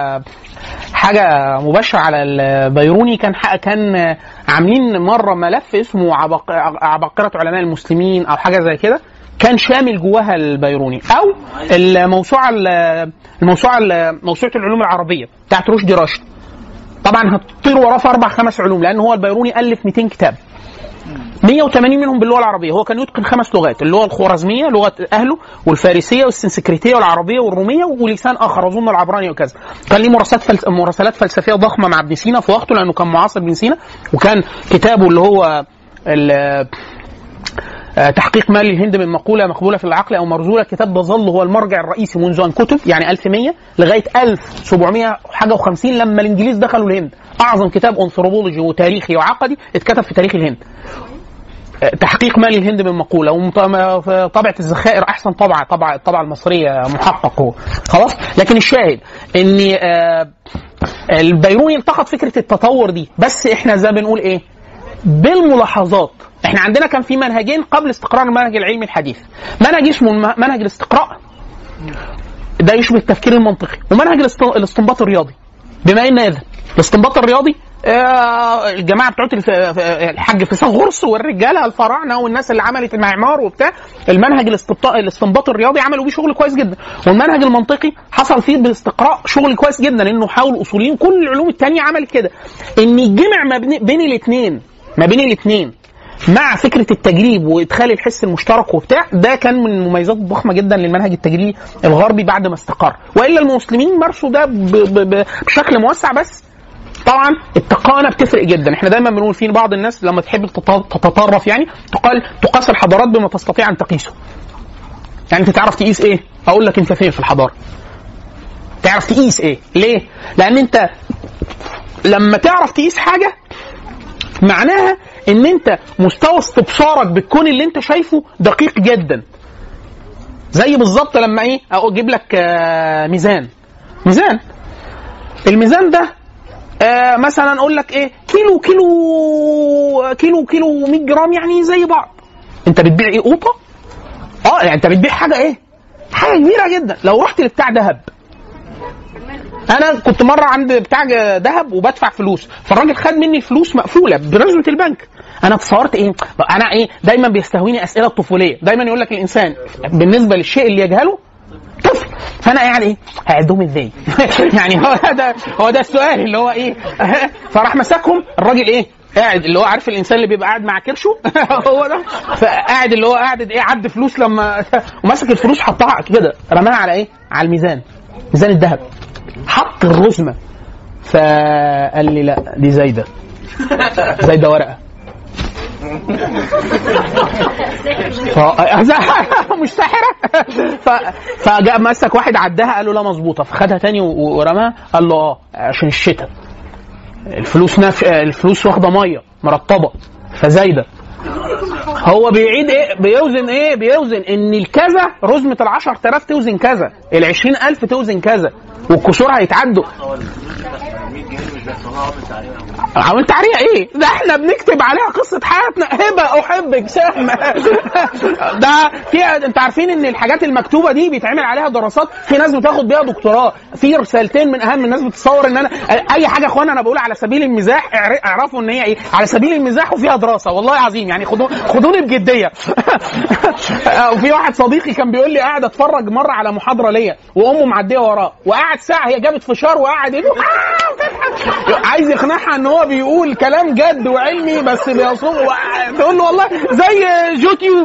حاجه مباشره على البيروني، كان عاملين مره ملف اسمه عباقرة علماء المسلمين او حاجه زي كده، كان شامل جواها البيروني، او موسوعه العلوم العربيه بتاعت رشدي راشد. طبعا هتطير وراه في 4-5 علوم، لان هو البيروني الف 200 كتاب 180 منهم باللغه العربيه. هو كان يتقن 5 لغات، اللغه الخوارزميه لغه اهله، والفارسيه والسنسكريتيه والعربيه والروميه ولسان اخر اظن العبراني وكذا. كان ليه مراسلات فلسفيه ضخمه مع ابن سينا في وقته، لانه كان معاصر ابن سينا، وكان كتابه اللي هو تحقيق مال الهند من مقولة مقبولة في العقل أو مرزولة، كتاب ده ظل هو المرجع الرئيسي منذ أن كتب، يعني 1100 لغاية 1750 لما الإنجليز دخلوا الهند. أعظم كتاب أنثروبولوجي وتاريخي وعقدي اتكتب في تاريخ الهند، تحقيق مال الهند من مقولة، وطبعة الذخائر أحسن طبعة المصرية محقق. خلاص. لكن الشاهد إن البيروني التقط فكرة التطور دي، بس إحنا زي ما بنقول إيه بالملاحظات. احنا عندنا كان في منهجين قبل استقرار المنهج العلمي الحديث، منهج اسمه منهج الاستقراء، ده يشبه التفكير المنطقي، ومنهج الاستنباط الرياضي. بما ان اذا الاستنباط الرياضي الجماعه بتوع الحاج فيثاغورس والرجاله الفراعنه والناس اللي عملت المعمار وبتاع، المنهج الاستنباط الرياضي عملوا بيه شغل كويس جدا، والمنهج المنطقي حصل فيه بالاستقراء شغل كويس جدا، لانه حاول الاصوليين كل العلوم الثانيه عملت كده، ان يجمع ما بين الاثنين مع فكرة التجريب وإدخال الحس المشترك وبتاع. ده كان من المميزات الضخمة جدا للمنهج التجريبي الغربي بعد ما استقر. وإلا المسلمين مارسوا ده بشكل موسع، بس طبعا التقانة بتفرق جدا. احنا دايما بنقول في بعض الناس لما تحب تتطرف يعني تقاس الحضارات بما تستطيع أن تقيسه. يعني انت تعرف تقيس ايه؟ اقول لك انت فين في الحضارة، تعرف تقيس ايه. ليه؟ لان انت لما تعرف تقيس حاجة معناها ان انت مستوى استبصارك بالكون اللي انت شايفه دقيق جدا. زي بالظبط لما ايه اجيب لك ميزان، الميزان ده مثلا اقول لك ايه كيلو 100 جرام يعني زي بعض. انت بتبيع ايه؟ قوطه؟ يعني انت بتبيع حاجه ايه؟ حاجه كبيره جدا. لو رحت لبتاع ذهب انا كنت مره عند بتاع ذهب وبدفع فلوس، فالراجل خد مني الفلوس مقفوله برزمه البنك. انا تصورت ايه؟ انا ايه دايما بيستهويني اسئله الطفوليه، دايما يقول لك الانسان بالنسبه للشيء اللي يجهله طفل، فانا قاعد ايه هعدهم ازاي؟ يعني هو ده السؤال اللي هو ايه. فراح مسكهم الراجل ايه قاعد اللي هو عارف الانسان اللي بيبقى قاعد مع كرشه هو ده، فقاعد اللي هو قاعد ايه عد فلوس لما ومسك الفلوس حطها كده رماها على ايه على الميزان، ميزان الذهب، حط الرزمه، فقال لي لا دي زايده ورقه. مش ساحره. فجاء مسك واحد عدها قال له لا مظبوطه، فخدها تاني ورماها، قال له عشان الشتاء الفلوس واخده ميه مرطبه فزايده. هو بيعيد ايه بيوزن ان الكذا رزمه ال10,000 توزن كذا، ال20,000 توزن كذا، والكسور هيتعدوا. عملت عليها ايه؟ ده احنا بنكتب عليها قصه حياتنا، هبه احبك سهم. ده فيها انت عارفين ان الحاجات المكتوبه دي بيتعمل عليها دراسات، في ناس بتاخد بيها دكتوراه، في رسالتين من اهم الناس بتتصور ان انا اي حاجه يا اخوانا انا بقول على سبيل المزاح، اعرفوا ان هي ايه على سبيل المزاح وفيها دراسه، والله العظيم يعني خدوني بجديه. وفي واحد صديقي كان بيقول لي قاعد اتفرج مره على محاضره ليا وامه معديه وراه، وقعد ساعه هي جابت فشار وقعد يقول عايز يقنعها ان هو بيقول كلام جد وعلمي بس بيصوم، تقول له والله زي يوتيوب.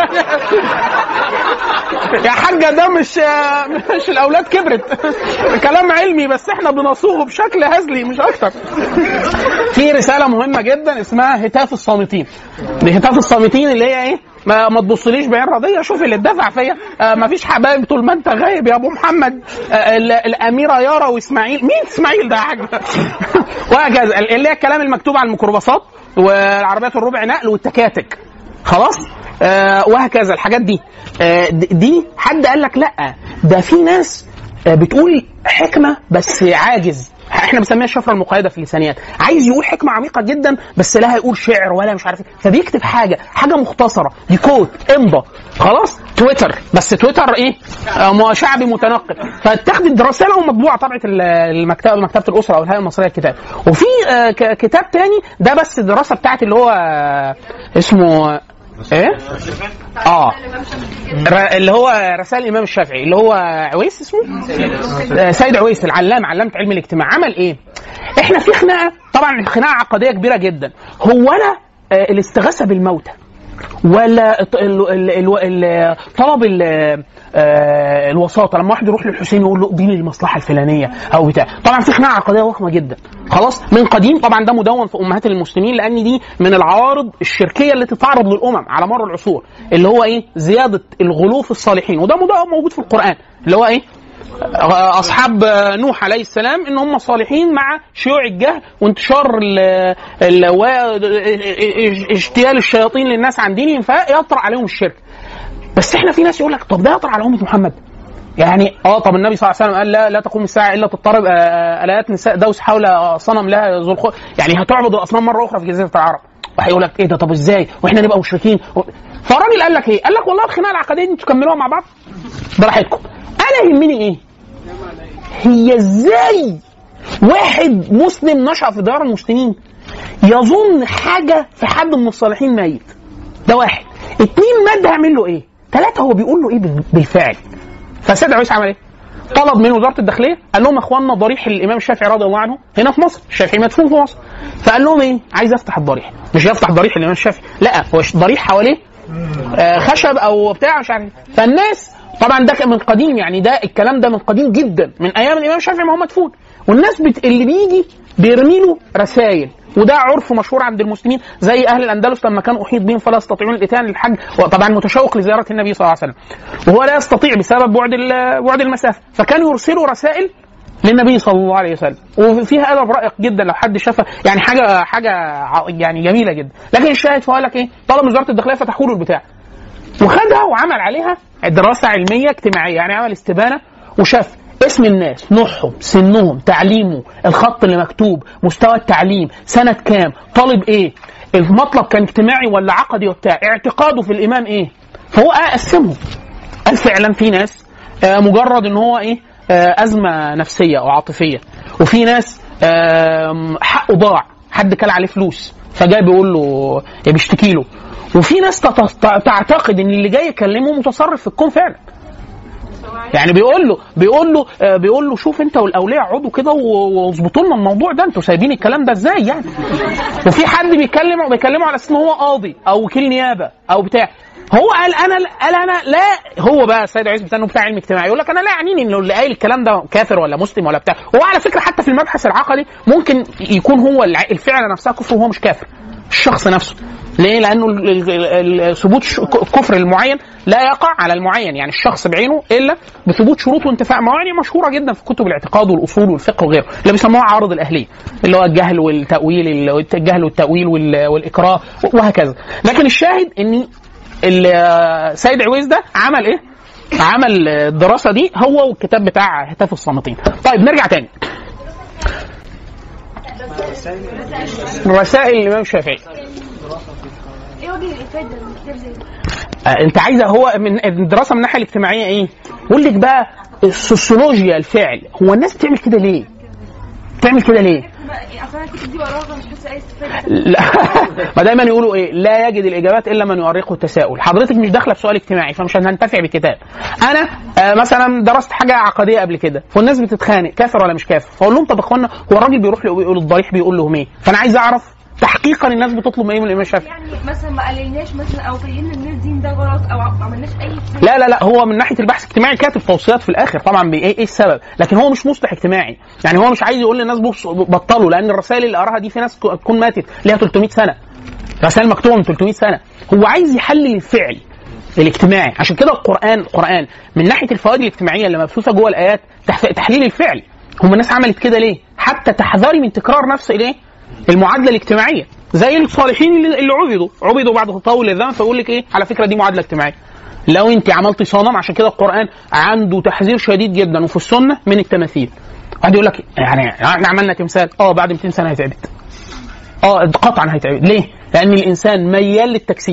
يا حاجه ده مش الاولاد كبرت، كلام علمي بس احنا بنصوغه بشكل هزلي مش اكتر. في رساله مهمه جدا اسمها هتاف الصامتين. دي هتاف الصامتين اللي هي ايه؟ ما تبصليش بعين رضيه، شوف اللي اتدفع فيا، مفيش حبايب طول ما انت غايب يا ابو محمد. الاميره يارا واسماعيل، مين اسماعيل ده يا حاج؟ وهكذا اللي هي الكلام المكتوب على الميكروباصات والعربيات الربع نقل والتكاتك، خلاص. وهكذا الحاجات دي. دي حد قال لك لا ده في ناس بتقول حكمه بس عاجز، احنا بنسميها الشفره المقيده في اللسانيات، عايز يقول حكمه عميقه جدا بس لا هيقول شعر ولا مش عارف ايه، فبيكتب حاجه مختصره، دي كوت امضى، خلاص تويتر، بس تويتر ايه شعبي متنقل، فاتخذت رساله ومطبوعه طبعه مكتبه الاسره او الهيئه المصريه للكتاب. وفي كتاب تاني ده بس الدراسه بتاعت اللي هو اسمه ايه اللي هو رسائل الامام الشافعي، اللي هو عويس اسمه سيد عويس علامه علم الاجتماع. عمل ايه؟ احنا في خناقه، طبعا خناقه عقديه كبيره جدا، هو انا الاستغاثه بالموتى ولا طلب الوساطه، لما واحد يروح للحسين يقول له اديني المصلحه الفلانيه او بتاع. طبعا في خناقه عقديه ضخمه جدا، خلاص، من قديم. طبعا ده مدون في امهات المسلمين، لان دي من العوارض الشركيه التي تعرض للامم على مر العصور، اللي هو ايه زياده الغلو في الصالحين، وده موجود في القران، اللي هو ايه اصحاب نوح عليه السلام ان هم صالحين مع شيوع الجهل وانتشار اجتيال الشياطين للناس عن دينهم، فيطرأ عليهم الشرك. بس احنا في ناس يقول لك طب ده يطرأ على امه محمد، يعني طب النبي صلى الله عليه وسلم قال لا تقوم الساعه الا تضطرب الايات نساء دوس حول صنم لها ذو الخوف، يعني هتعبد الاصنام مره اخرى في جزيره العرب. وهيقول لك ايه ده، طب ازاي واحنا نبقى مشركين؟ فالراجل قال لك ايه؟ قال لك والله الخناقه العقديه دي تكملوها مع بعض براحتكم، انا يهمني ايه؟ هي ازاي واحد مسلم نشأ في ديار المسلمين يظن حاجه في حد من الصالحين ميت؟ ده واحد. اتنين مات، هيعمل له ايه؟ ثلاثه هو بيقول له ايه بالفعل؟ فسيد عويس عمل ايه؟ طلب من وزاره الداخليه، قال لهم اخواننا ضريح الامام الشافعي رضي الله عنه هنا في مصر، الشافعي مدفون في مصر، فقال لهم ايه؟ عايز افتح الضريح، مش يفتح ضريح الامام الشافعي، لا هو ضريح حواليه خشب او بتاع مش عارف. فالناس طبعا ده من قديم، يعني ده الكلام ده من قديم جدا، من ايام الامام الشافعي ما هو مدفون، والناس اللي بيجي بيرمي له رسائل، وده عرف مشهور عند المسلمين، زي اهل الاندلس لما كان احيط بهم فلا يستطيعون الاتيان للحج، وطبعا متشوق لزياره النبي صلى الله عليه وسلم وهو لا يستطيع بسبب بعد المسافه، فكانوا يرسلوا رسائل للنبي صلى الله عليه وسلم، وفيها ادب رائق جدا لو حد شافها، يعني حاجه يعني جميله جدا. لكن الشاهد فقال لك ايه؟ طلب وزاره الداخليه فتحوا له البتاع وخدها وعمل عليها دراسه علميه اجتماعيه، يعني عمل استبانه وشاف اسم الناس، نوعهم، سنهم، تعليمه، الخط اللي مكتوب، مستوى التعليم، سنه كام، طالب ايه، المطلب كان اجتماعي ولا عقدي وبتاع، اعتقاده في الامام ايه. فهو قسمهم، قال فعلا في ناس مجرد ان هو ايه ازمه نفسيه او عاطفيه، وفي ناس حقه ضاع، حد كل عليه فلوس فجاي بيقول له بيشتكي له، وفي ناس تعتقد ان اللي جاي يكلمه متصرف في الكون فعلا. يعني بيقول له شوف انت والاولياء اقعدوا كده واظبطوا لنا الموضوع ده، انتوا سايبين الكلام ده ازاي يعني؟ وفي حد بيكلمه على اساس ان هو قاضي او وكيل نيابه او بتاع، هو قال انا لا، هو بقى السيد عيسى بتاعه بتاع علم اجتماعي يقول لك انا لا يعنيني ان اللي قايل الكلام ده كافر ولا مسلم ولا بتاع. هو على فكره حتى في المبحث العقدي ممكن يكون هو الفعل نفسها كفر وهو مش كافر، الشخص نفسه. ليه؟ لانه ثبوت الكفر المعين لا يقع على المعين، يعني الشخص بعينه الا بثبوت شروط وانتفاء موانع مشهوره جدا في كتب الاعتقاد والاصول والفقه وغيره، اللي بيسموها عارض الاهليه، اللي هو الجهل والتاويل والاكراه وهكذا. لكن الشاهد ان السيد عويس ده عمل ايه؟ عمل الدراسه دي هو والكتاب بتاع هتاف الصامتين. طيب نرجع تاني. رسائل الامام الشافعي. ايه وجه الافاده من كتاب زي ده؟ انت عايزه هو من الدراسه من الناحيه الاجتماعيه ايه؟ يقول لك بقى السوسيولوجيا الفعل، هو الناس بتعمل كده ليه؟ بتعمل كده ليه؟ اصلا الكتب دي وراها مش حاسه اي استفاده. لا ما دايما يقولوا ايه؟ لا يجد الاجابات الا من يؤرقه التساؤل. حضرتك مش داخله في سؤال اجتماعي فمش هننتفع بالكتاب. انا مثلا درست حاجه عقديه قبل كده والناس بتتخانق كافر ولا مش كافر، فاقول لهم طب اخوانا هو الراجل بيروح يقول الضريح بيقول لهم ايه؟ فانا عايز اعرف تحقيقا الناس بتطلب ايه من الامام الشافعي. يعني مثلا ما قللناش مثلا او بينا ان الدين ده غلط او ما عملناش اي لا هو من ناحيه البحث الاجتماعي كاتب توصيات في الاخر طبعا بايه السبب، لكن هو مش مصلح اجتماعي. يعني هو مش عايز يقول للناس بطلوا، لان الرسائل اللي قراها دي في ناس تكون ماتت ليها 300 سنه، رسائل مكتوبه من 300 سنه. هو عايز يحلل الفعل الاجتماعي. عشان كده القرآن من ناحيه الفوائد الاجتماعيه اللي مبثوثه جوه الايات تحليل الفعل. هم الناس عملت كده ليه؟ حتى تحذري من تكرار نفس الايه؟ المعادله الاجتماعيه، زي الصالحين اللي عبدوا بعد تطول الزمن، فيقول لك ايه؟ على فكره دي معادله اجتماعيه. لو انت عملتي صنم، عشان كده القرآن عنده تحذير شديد جدا وفي السنه من التماثيل. واحد يقول لك يعني احنا عملنا تمثال بعد 200 سنه هيتعبد. قطعا هيتعبد. ليه؟ لان الانسان ميال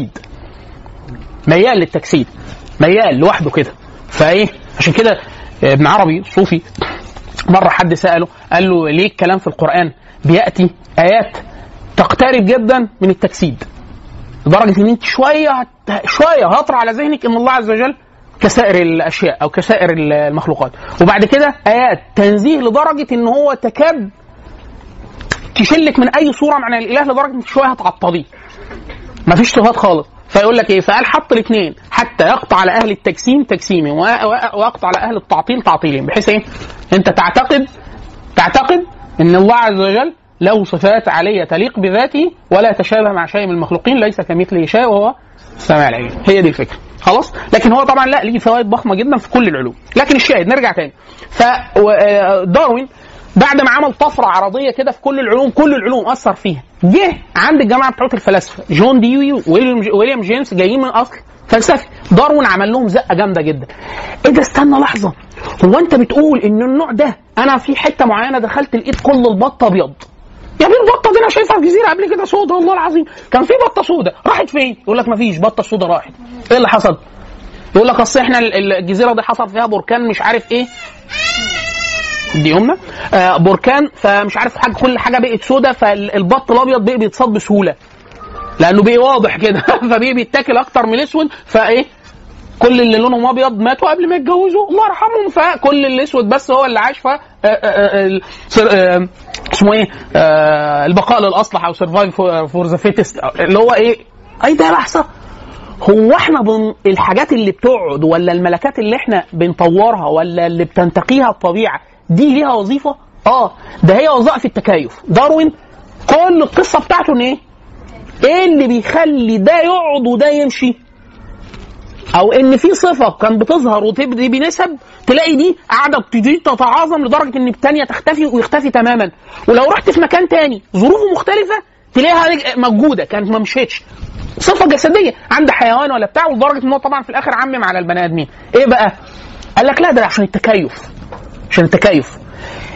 للتجسيد، ميال لوحده كده. فايه؟ عشان كده ابن عربي الصوفي مره حد ساله قال له ليه الكلام في القرآن بياتي ايات تقترب جدا من التجسيد لدرجه ان انت شويه هطرع على ذهنك ان الله عز وجل كسائر الاشياء او كسائر المخلوقات، وبعد كده ايات تنزيه لدرجه ان هو تكاد تشلك من اي صوره معنى الاله لدرجه ان شويه هتعطليه، مفيش صفات خالص. فيقول لك ايه؟ فقال حط الاثنين حتى يقطع على اهل التجسيم تجسيمهم ويقطع على اهل التعطيل تعطيلهم، بحيث ايه؟ انت تعتقد ان الله عز وجل له صفات عاليه تليق بذاته ولا تشابه مع شيء من المخلوقين، ليس كمثله شيء وهو السميع العليم. هي دي الفكره. خلاص. لكن هو طبعا لا، ليه فوائد ضخمه جدا في كل العلوم. لكن الشاهد نرجع تاني، فداروين بعد ما عمل طفره عرضيه كده في كل العلوم اثر فيها، جه عند الجماعه بتوع الفلاسفه جون ديوي وويليام جيمس جايين من اصل فلسفي. داروين عمل لهم زقه جامده جدا. ايه ده؟ استنى لحظه، هو انت بتقول ان النوع ده انا في حته معينه دخلت لقيت كل البطه ابيض؟ يا ابني البطه دي انا شايفها في جزيره قبل كده سودا، والله العظيم كان في بطه سودا، راحت فين؟ يقول لك مفيش، بطه سودا راحت. ايه اللي حصل؟ يقول لك اصل احنا الجزيره دي حصل فيها بركان مش عارف ايه دي يومنا بركان، فمش عارف حاجه كل حاجه بقت سودا، فالبط الابيض بقى بيتصاد بسهوله لانه بقى واضح كده فبقى بيتاكل اكتر من الاسود، فايه كل اللي لونهم ابيض ماتوا قبل ما يتجوزوا الله يرحمهم، فكل الاسود بس هو اللي عاش. ف اسمه ايه البقاء للاصلح او سرفايف فور ذا فيتست، اللي هو ايه؟ اي ده لحظه، هو احنا الحاجات اللي بتقعد ولا الملكات اللي احنا بنطورها ولا اللي بتنتقيها الطبيعه دي ليها وظيفه؟ ده هي وظائف التكيف. داروين كل القصه بتاعته ان ايه اللي بيخلي ده يقعد وده يمشي، او ان في صفه كان بتظهر وتبدي بنسب تلاقي دي قاعده بتزيد تتعاظم لدرجه ان الثانيه تختفي ويختفي تماما، ولو رحت في مكان تاني ظروفه مختلفه تلاقيها موجوده كانت ما مشيتش. صفه جسديه عند حيوان ولا بتاع، ولدرجه ان هو طبعا في الاخر عمم على البني ادمين. ايه بقى؟ قال لك لا ده عشان التكيف.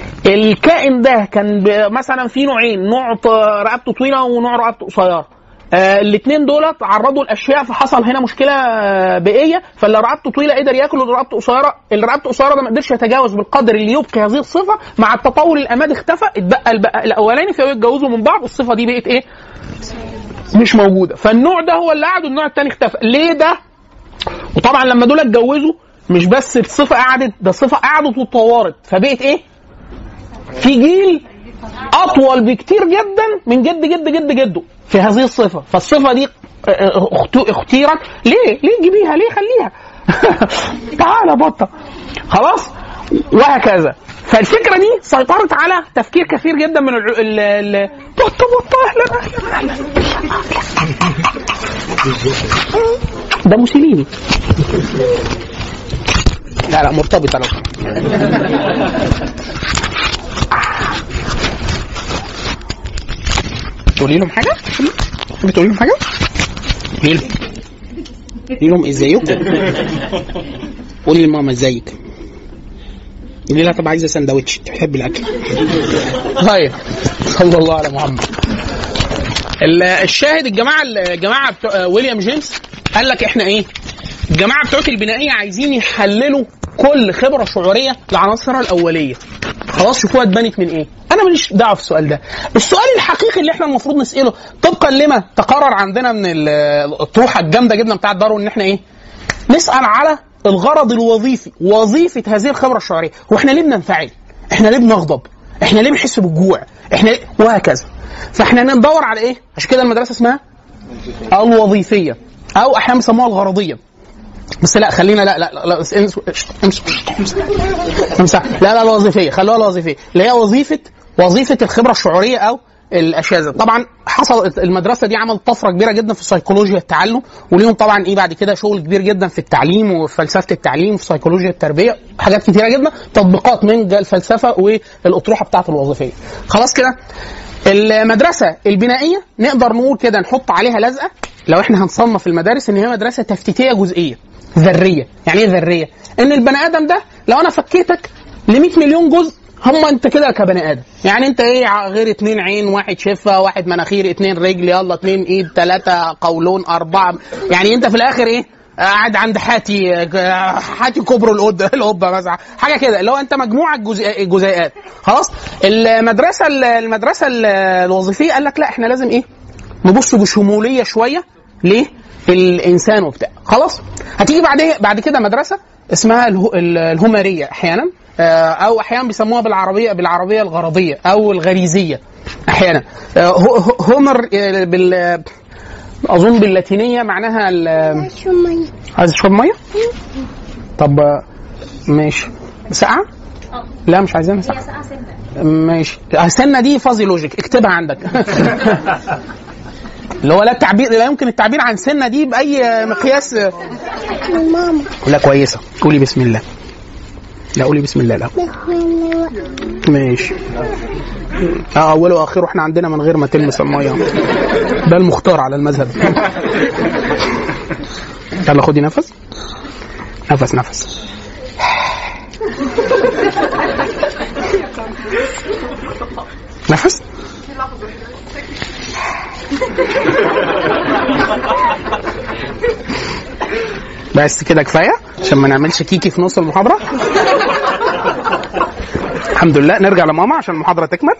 الكائن ده كان مثلا في نوعين، نوع رقبته طويله ونوع رقبته قصيره. الاثنين دول تعرضوا لاشياء فحصل هنا مشكله بيئيه، فاللي رقبته طويله قدر ياكل، واللي رقبته قصيره ده ما قدرش يتجاوز بالقدر اللي يبقي هذه الصفه. مع التطور الاماد اختفى، اتبقى الاولاني، فيتجوزوا من بعض، الصفه دي بقت ايه؟ مش موجوده. فالنوع ده هو اللي قعد والنوع الثاني اختفى. ليه ده؟ وطبعا لما دول اتجوزوا مش بس الصفه قعدت، ده الصفه قعدت واتطورت، فبقت ايه؟ في جيل اطول بكتير جدا من جد جد جد جده في هذه الصفه. فالصفه دي اختيرت. ليه تجيبيها؟ ليه خليها؟ تعالى بطه خلاص، وهكذا. فالفكره دي سيطرت على تفكير كثير جدا من بطه اهلا ده موسوليني. لا مرتبطه لو تقولي لهم حاجه؟ بتقولي لهم حاجه؟ قولي لهم ازيكم؟ قولي لماما ازيك؟ قولي لها طب عايزه سندوتش، تحب الاكل. طيب صلى الله على محمد. الشاهد الجماعه بتوع ويليام جيمس قال لك احنا ايه؟ الجماعه بتوع البنائيه عايزين يحللوا كل خبره شعوريه لعناصرها الاوليه. خلاص شوفوها اتبنت من ايه. انا ماليش دعوه في السؤال ده. السؤال الحقيقي اللي احنا المفروض نساله طبقا لما تقرر عندنا من الطروحه الجامده جدا بتاعه داروين ان احنا ايه؟ نسال على الغرض الوظيفي، وظيفه هذه الخبره الشعوريه. هو احنا ليه بننفعل؟ احنا ليه بنغضب؟ احنا ليه بنحس بالجوع؟ احنا ليه؟ وهكذا. فاحنا ندور على ايه؟ عشان كده المدرسه اسمها الوظيفيه، او احيانا بيسموها الغرضيه. بس لا خلينا لا لا الوظيفيه، خلوها الوظيفيه اللي هي وظيفه الخبره الشعوريه او الاشياء. طبعا حصل المدرسه دي عملت طفره كبيره جدا في سيكولوجيا التعلم، وليهم طبعا ايه بعد كده شغل كبير جدا في التعليم وفي فلسفه التعليم وفي سيكولوجيا التربيه، حاجات كتيره جدا، تطبيقات من الفلسفه والاطروحه بتاعه الوظيفيه. خلاص كده المدرسه البنائيه نقدر نقول كده نحط عليها لزقه لو احنا هنصنف المدارس ان هي مدرسه تفتيتيه جزئيه ذريه. يعني ايه ذريه؟ ان البني ادم ده لو انا فكيتك ل 100 مليون جزء هم انت كده كبني ادم. يعني انت ايه غير 2 عين، 1 شفه، 1 مناخير، 2 رجل، يلا 2 ايد، 3 قولون، 4. يعني انت في الاخر ايه؟ قاعد عند حاتي كبر القبه مثلا، حاجه كده اللي هو انت مجموعه جزيئات. خلاص المدرسه الوظيفيه قال لك لا احنا لازم ايه؟ نبص بشموليه شويه ليه؟ الانسان وبتاع. خلاص هتيجي بعد كده مدرسه اسمها الهومريه احيانا، او احيانا بيسموها بالعربيه الغرضيه او الغريزيه احيانا. هومر اظن باللاتينيه معناها عايز اشرب ميه. طب ماشي ساقعه؟ لا مش عايزينها ساقعه. ماشي سنه دي فازي لوجيك، اكتبها عندك. اللي هو لا يمكن التعبير عن سنه دي باي مقياس. لا كويسه، قولي بسم الله. لا قولي بسم الله. لا ماشي. اوله واخره احنا عندنا من غير ما تلمس الميه، ده المختار على المذهب. يلا خدي نفس نفس. بس كده كفايه عشان ما نعملش كيكي في نص المحاضره. الحمد لله. نرجع لماما عشان المحاضره تكمل.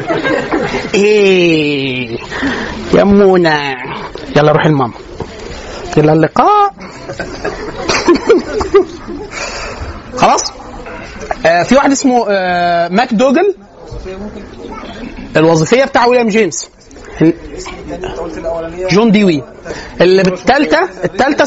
ايه يا منى، يلا روحي لماما. الى اللقاء. خلاص. في واحد اسمه ماك دوجل، الوظيفيه بتاع ويليام جيمس، جون ديوي. اللي الثالثه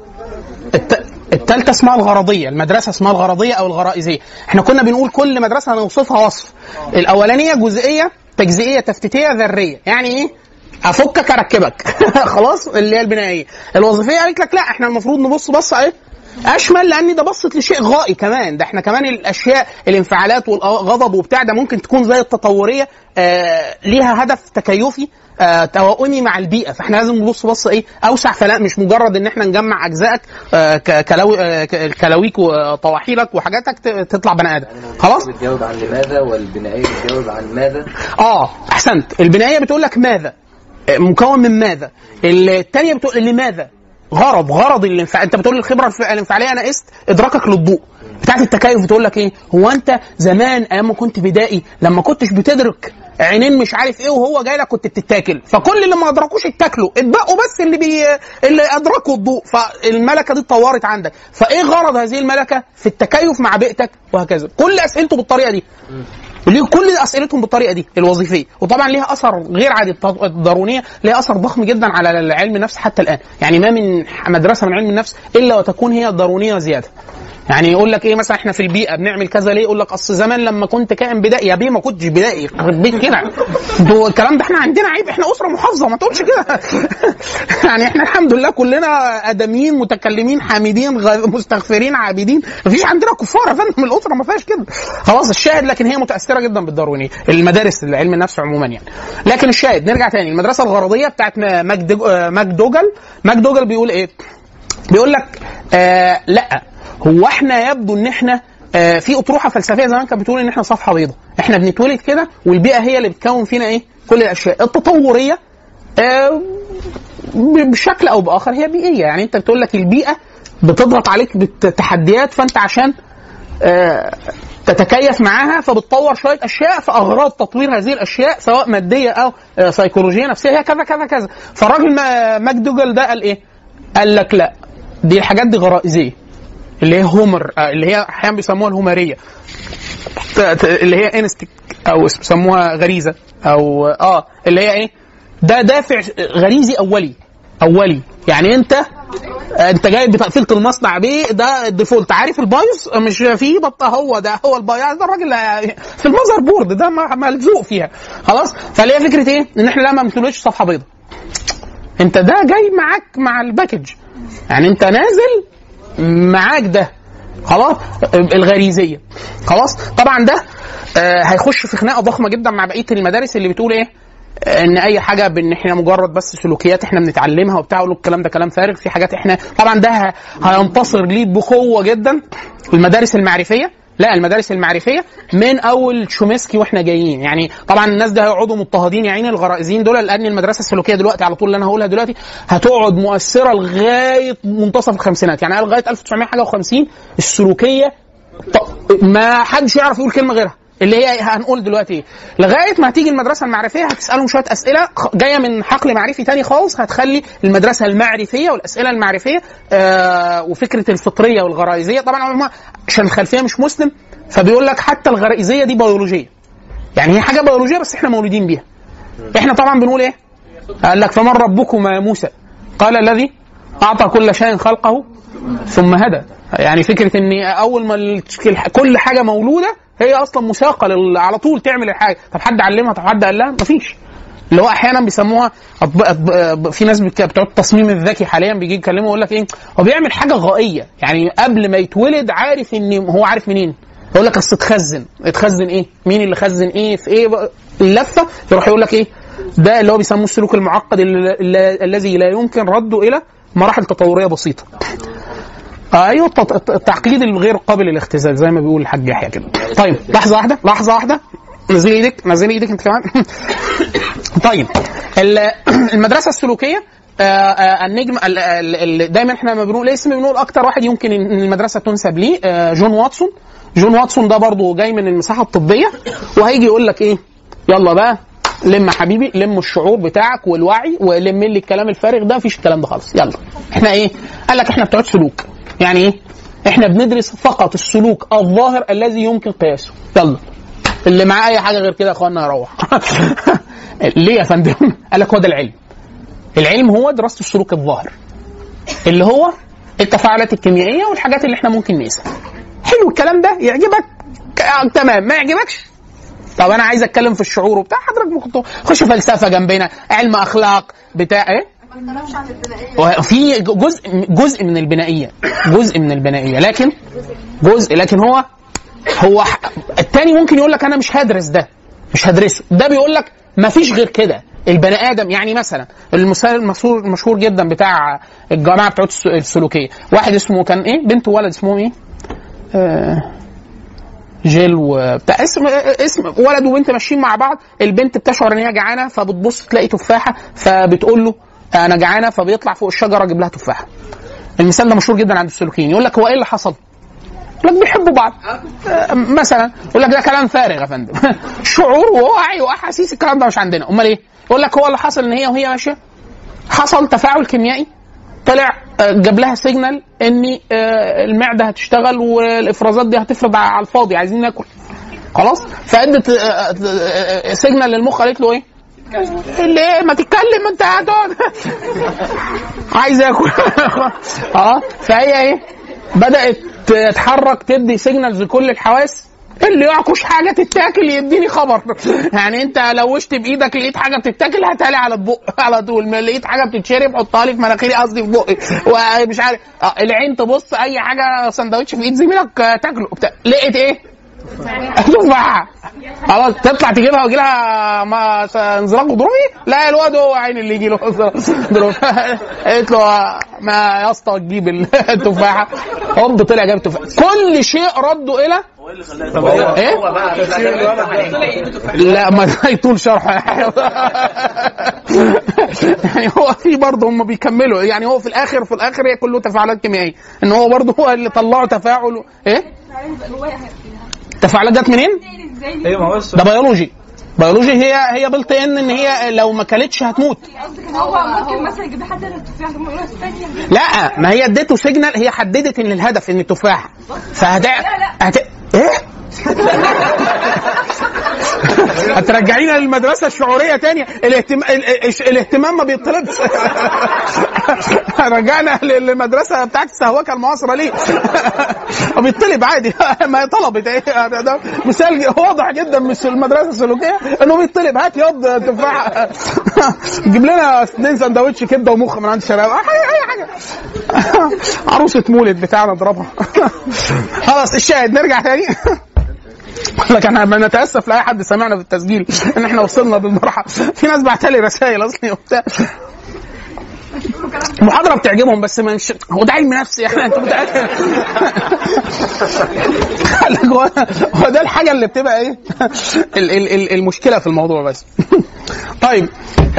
اسمها الغرضيه. المدرسه اسمها الغرضيه او الغرائزيه. احنا كنا بنقول كل مدرسه هنوصفها وصف. الاولانيه جزئيه تجزئيه تفتيتيه ذريه. يعني ايه؟ افكك اركبك. خلاص اللي هي البنائيه. الوظيفيه قالت لك لا احنا المفروض نبص بصه ايه اشمل، لان ده بصت لشيء غائي كمان. ده احنا كمان الاشياء الانفعالات والغضب وبتاع ده ممكن تكون زي التطوريه ليها هدف تكيفي توائمي مع البيئه. فاحنا لازم نبص بصه ايه اوسع. فلا مش مجرد ان احنا نجمع اجزائك كلاويك وطواحيلك وحاجاتك تطلع بني ادم. خلاص بتجاوب عن لماذا، والبنائيه بتجاوب عن ماذا. احسنت. البنائيه بتقول لك ماذا، مكون من ماذا؟ الثانيه بتقول لماذا؟ غرض الانفعال. انت بتقول الخبره الانفعاليه انا ادراكك للضوء. بتاعت التكيف بتقول لك ايه؟ هو انت زمان ايام ما كنت بدائي لما كنتش بتدرك عينين مش عارف ايه وهو جاي لك كنت بتتاكل، فكل اللي ما ادركوش اتاكلوا، اتبقوا بس اللي ادركوا الضوء، فالملكه دي اتطورت عندك. فايه غرض هذه الملكه في التكيف مع بيئتك وهكذا. كل اسئلته بالطريقه دي، وليه كل اسئلتهم بالطريقه دي الوظيفيه. وطبعا ليها اثر غير عادي. الدارونيه ليها اثر ضخم جدا على علم النفس حتى الان. يعني ما من مدرسه من علم النفس الا وتكون هي الدارونيه زياده. يعني يقول لك ايه مثلا احنا في البيئه بنعمل كذا ليه؟ يقول لك اصل زمان لما كنت كائن بدائي. يا بيه ما كنتش بدائي، يخرب بيت كده. الكلام ده احنا عندنا عيب، احنا اسره محافظه، ما تقولش كده. يعني احنا الحمد لله كلنا ادميين متكلمين حامدين مستغفرين عابدين، مفيش عندنا كفار يا فندم. الاسره ما فيهاش كده خلاص. الشاهد لكن هي متاثره جدا بالداروينيه، المدارس علم النفس عموما يعني. لكن الشاهد نرجع تاني المدرسه الغرضيه بتاعت ماكدوجل بيقول ايه؟ بيقول لك لا، هو احنا يبدو ان احنا في اطروحه فلسفيه زمان كانت بتقول ان احنا صفحه بيضاء، احنا بنتولد كده والبيئه هي اللي بتكون فينا ايه؟ كل الاشياء. التطوريه بشكل او باخر هي بيئيه. يعني انت بتقول لك البيئه بتضغط عليك بالتحديات، فانت عشان تتكيف معاها فبتطور شويه اشياء في اغراض تطوير هذه الاشياء سواء ماديه او سيكولوجيه نفسيه، هي كذا كذا كذا. فالراجل ماكدوجل ده قال ايه؟ قال لك لا، دي الحاجات دي غرائزيه، اللي هي هومر، اللي هي احيانا بيسموها الهومريه، اللي هي انستيك او بيسموها غريزه او اللي هي ايه؟ ده دافع غريزي اولي. يعني انت جاي بتقفيله المصنع بيه، ده الديفولت. عارف البايوس مش فيه بطه، هو البايوس ده الراجل في المذر بورد ده ملزوق فيها خلاص. فاللي هي فكره ايه؟ ان احنا لما بنتولدش صفحه بيضاء، انت ده جاي معاك مع الباكج، يعني انت نازل معاك ده خلاص. الغريزيه خلاص. طبعا ده هيخش في خناقه ضخمه جدا مع بقيه المدارس اللي بتقول ايه؟ ان اي حاجه بان احنا مجرد بس سلوكيات احنا بنتعلمها وبتاع. الكلام ده كلام فارغ. في حاجات احنا طبعا ده هينتصر ليه بقوه جدا المدارس المعرفيه. لا، المدارس المعرفيه من اول شومسكي واحنا جايين. يعني طبعا الناس ده هيقعدوا مضطهدين يا عيني الغرائزيين دول، لان المدرسه السلوكيه دلوقتي على طول اللي انا هقولها دلوقتي هتقعد مؤثره لغايه منتصف الخمسينات. يعني لغايه 1950 السلوكيه ما حدش يعرف يقول كلمه غيرها، اللي هي هنقول دلوقتي ايه. لغايه ما هتيجي المدرسه المعرفيه هتسالهم شويه اسئله جايه من حقل معرفي تاني خالص، هتخلي المدرسه المعرفيه والاسئله المعرفيه وفكره الفطريه والغرائزيه. طبعا عشان الخلفيه مش مسلم فبيقول لك حتى الغرائزيه دي بيولوجيه، يعني هي حاجه بيولوجيه بس احنا مولودين بيها. احنا طبعا بنقول ايه؟ قال لك فمن ربكما يا موسى؟ قال الذي اعطى كل شيء خلقه ثم هدى. يعني فكره ان اول ما كل حاجه مولوده هي اصلا مساقه على طول تعمل الحاجه. طب حد علمها؟ طب حد قال لها؟ مفيش. اللي هو احيانا بيسموها في ناس بتوع التصميم الذكي حاليا بيجي يكلموا يقول لك ايه؟ هو بيعمل حاجه غائيه، يعني قبل ما يتولد عارف ان هو عارف منين. يقول لك اصل اتخزن ايه؟ مين اللي خزن ايه في ايه؟ اللفه يروح يقول لك ايه؟ ده اللي هو بيسموه السلوك المعقد الذي لا يمكن رده الى مراحل تطوريه بسيطه. ايوه، التعقيد الغير قابل للاختزال زي ما بيقول الحاج يحيى كده. طيب لحظه واحده نزل ايدك انت كمان. طيب المدرسه السلوكيه النجم دايما احنا ما بنقول اسم، بنقول اكتر واحد يمكن ان المدرسه تنسب ليه جون واتسون ده برضو جاي من المساحه الطبيه، وهيجي يقول لك ايه؟ يلا بقى لم يا حبيبي، لم الشعور بتاعك والوعي ولم لي الكلام الفارغ ده، مفيش الكلام ده خالص. يلا احنا ايه؟ قال لك احنا بتوع سلوك. يعني ايه؟ احنا بندرس فقط السلوك الظاهر الذي يمكن قياسه. يلا اللي معاه اي حاجه غير كده يا اخوانا يروح. ليه يا فندم؟ قال لك هو ده العلم هو دراسه السلوك الظاهر اللي هو التفاعلات الكيميائيه والحاجات اللي احنا ممكن نقيسها. حلو الكلام ده؟ يعجبك تمام، ما يعجبكش طب انا عايز اتكلم في الشعور وبتاع، حضرتك ممكن تخش فلسفه جنبنا، علم اخلاق بتاع ايه. في جزء من البنائيه لكن هو التاني ممكن يقول لك انا مش هدرسه. ده بيقول لك ما فيش غير كده. البني ادم يعني مثلا المثال المشهور جدا بتاع الجماعه بتوع السلوكيه، واحد اسمه كان ايه؟ بنت وولد اسمه ايه؟ جيل وبتاع، اسم ولد وبنت ماشيين مع بعض، البنت بتشعر ان هي جعانه فبتبص تلاقي تفاحه فبتقول له انا جعانه، فبيطلع فوق الشجره يجيب لها تفاحه. المثال ده مشهور جدا عند السلوكيين. يقول لك هو ايه اللي حصل؟ يقول لك بيحبوا بعض مثلا، يقول لك ده كلام فارغ يا فندم شعور ووعي واحاسيس الكلام ده مش عندنا. امال ايه؟ يقول لك هو اللي حصل ان هي وهي ماشيه حصل تفاعل كيميائي، طلع جاب لها سيجنال ان المعده هتشتغل والافرازات دي هتفرض على الفاضي، عايزين ناكل خلاص. فادت سيجنال للمخ قالت له ايه؟ اللي ما تتكلم انت هتقعد عايز اكل فهي ايه؟ بدات تتحرك تدي سيجنالز لكل الحواس، اللي يعكش حاجه تتاكل يديني خبر. يعني انت لوشت بايدك لقيت حاجه بتتاكل هاتها لي على البق على طول، ما لقيت حاجه بتتشرب حطها لي في مناخيري، قصدي في بقي، ومش عارف العين تبص اي حاجه سندوتش في ايد زميلك تاكله لقيت ايه؟ تفاحه خلاص، تطلع تجيبها ويجي لها انزلاق غضروفي، لا الواد هو عين اللي يجي له غضروفي. قالت له ما يا اسطى تجيب التفاحه، هوب طلع جاب التفاحه. كل شيء ردوا الى ايه؟ لا ما يطول شرح يعني هو في برضه هم بيكملوا، يعني هو في الاخر هي كله تفاعلات كيميائيه، ان هو برضه هو اللي طلعوا تفاعل ايه؟ تفاعلات جت منين؟ ده بيولوجي هي بلت ان هي لو ما كلتش هتموت. هو ممكن مثلا يجيب حد التفاح لا ما هي اديته سيجنال، هي حددت ان الهدف ان التفاح ايه؟ هترجعينا للمدرسه الشعوريه تاني، الاهتمام ما بيطلبش رجعنا للمدرسه بتاعت السهوكه المعاصره ليه؟ بيطلب عادي ما طلبت ايه؟ ده مثال واضح جدا من المدرسه السلوكيه انه بيطلب هات ياض تفاحه جيب لنا 2 سندوتش كبده ومخ من عند الشباب، اي حاجه عروسه مولد بتاعنا نضربها. خلاص الشاهد نرجع تاني. لكن احنا بنتاسف لاي حد سمعنا في التسجيل ان احنا وصلنا بالمرحله. في ناس بعتلي رسائل اصلي وبتاع المحاضره بتعجبهم بس مش هو ده علم نفسي احنا انتوا هو ده الحاجه اللي بتبقى ايه المشكله في الموضوع بس. طيب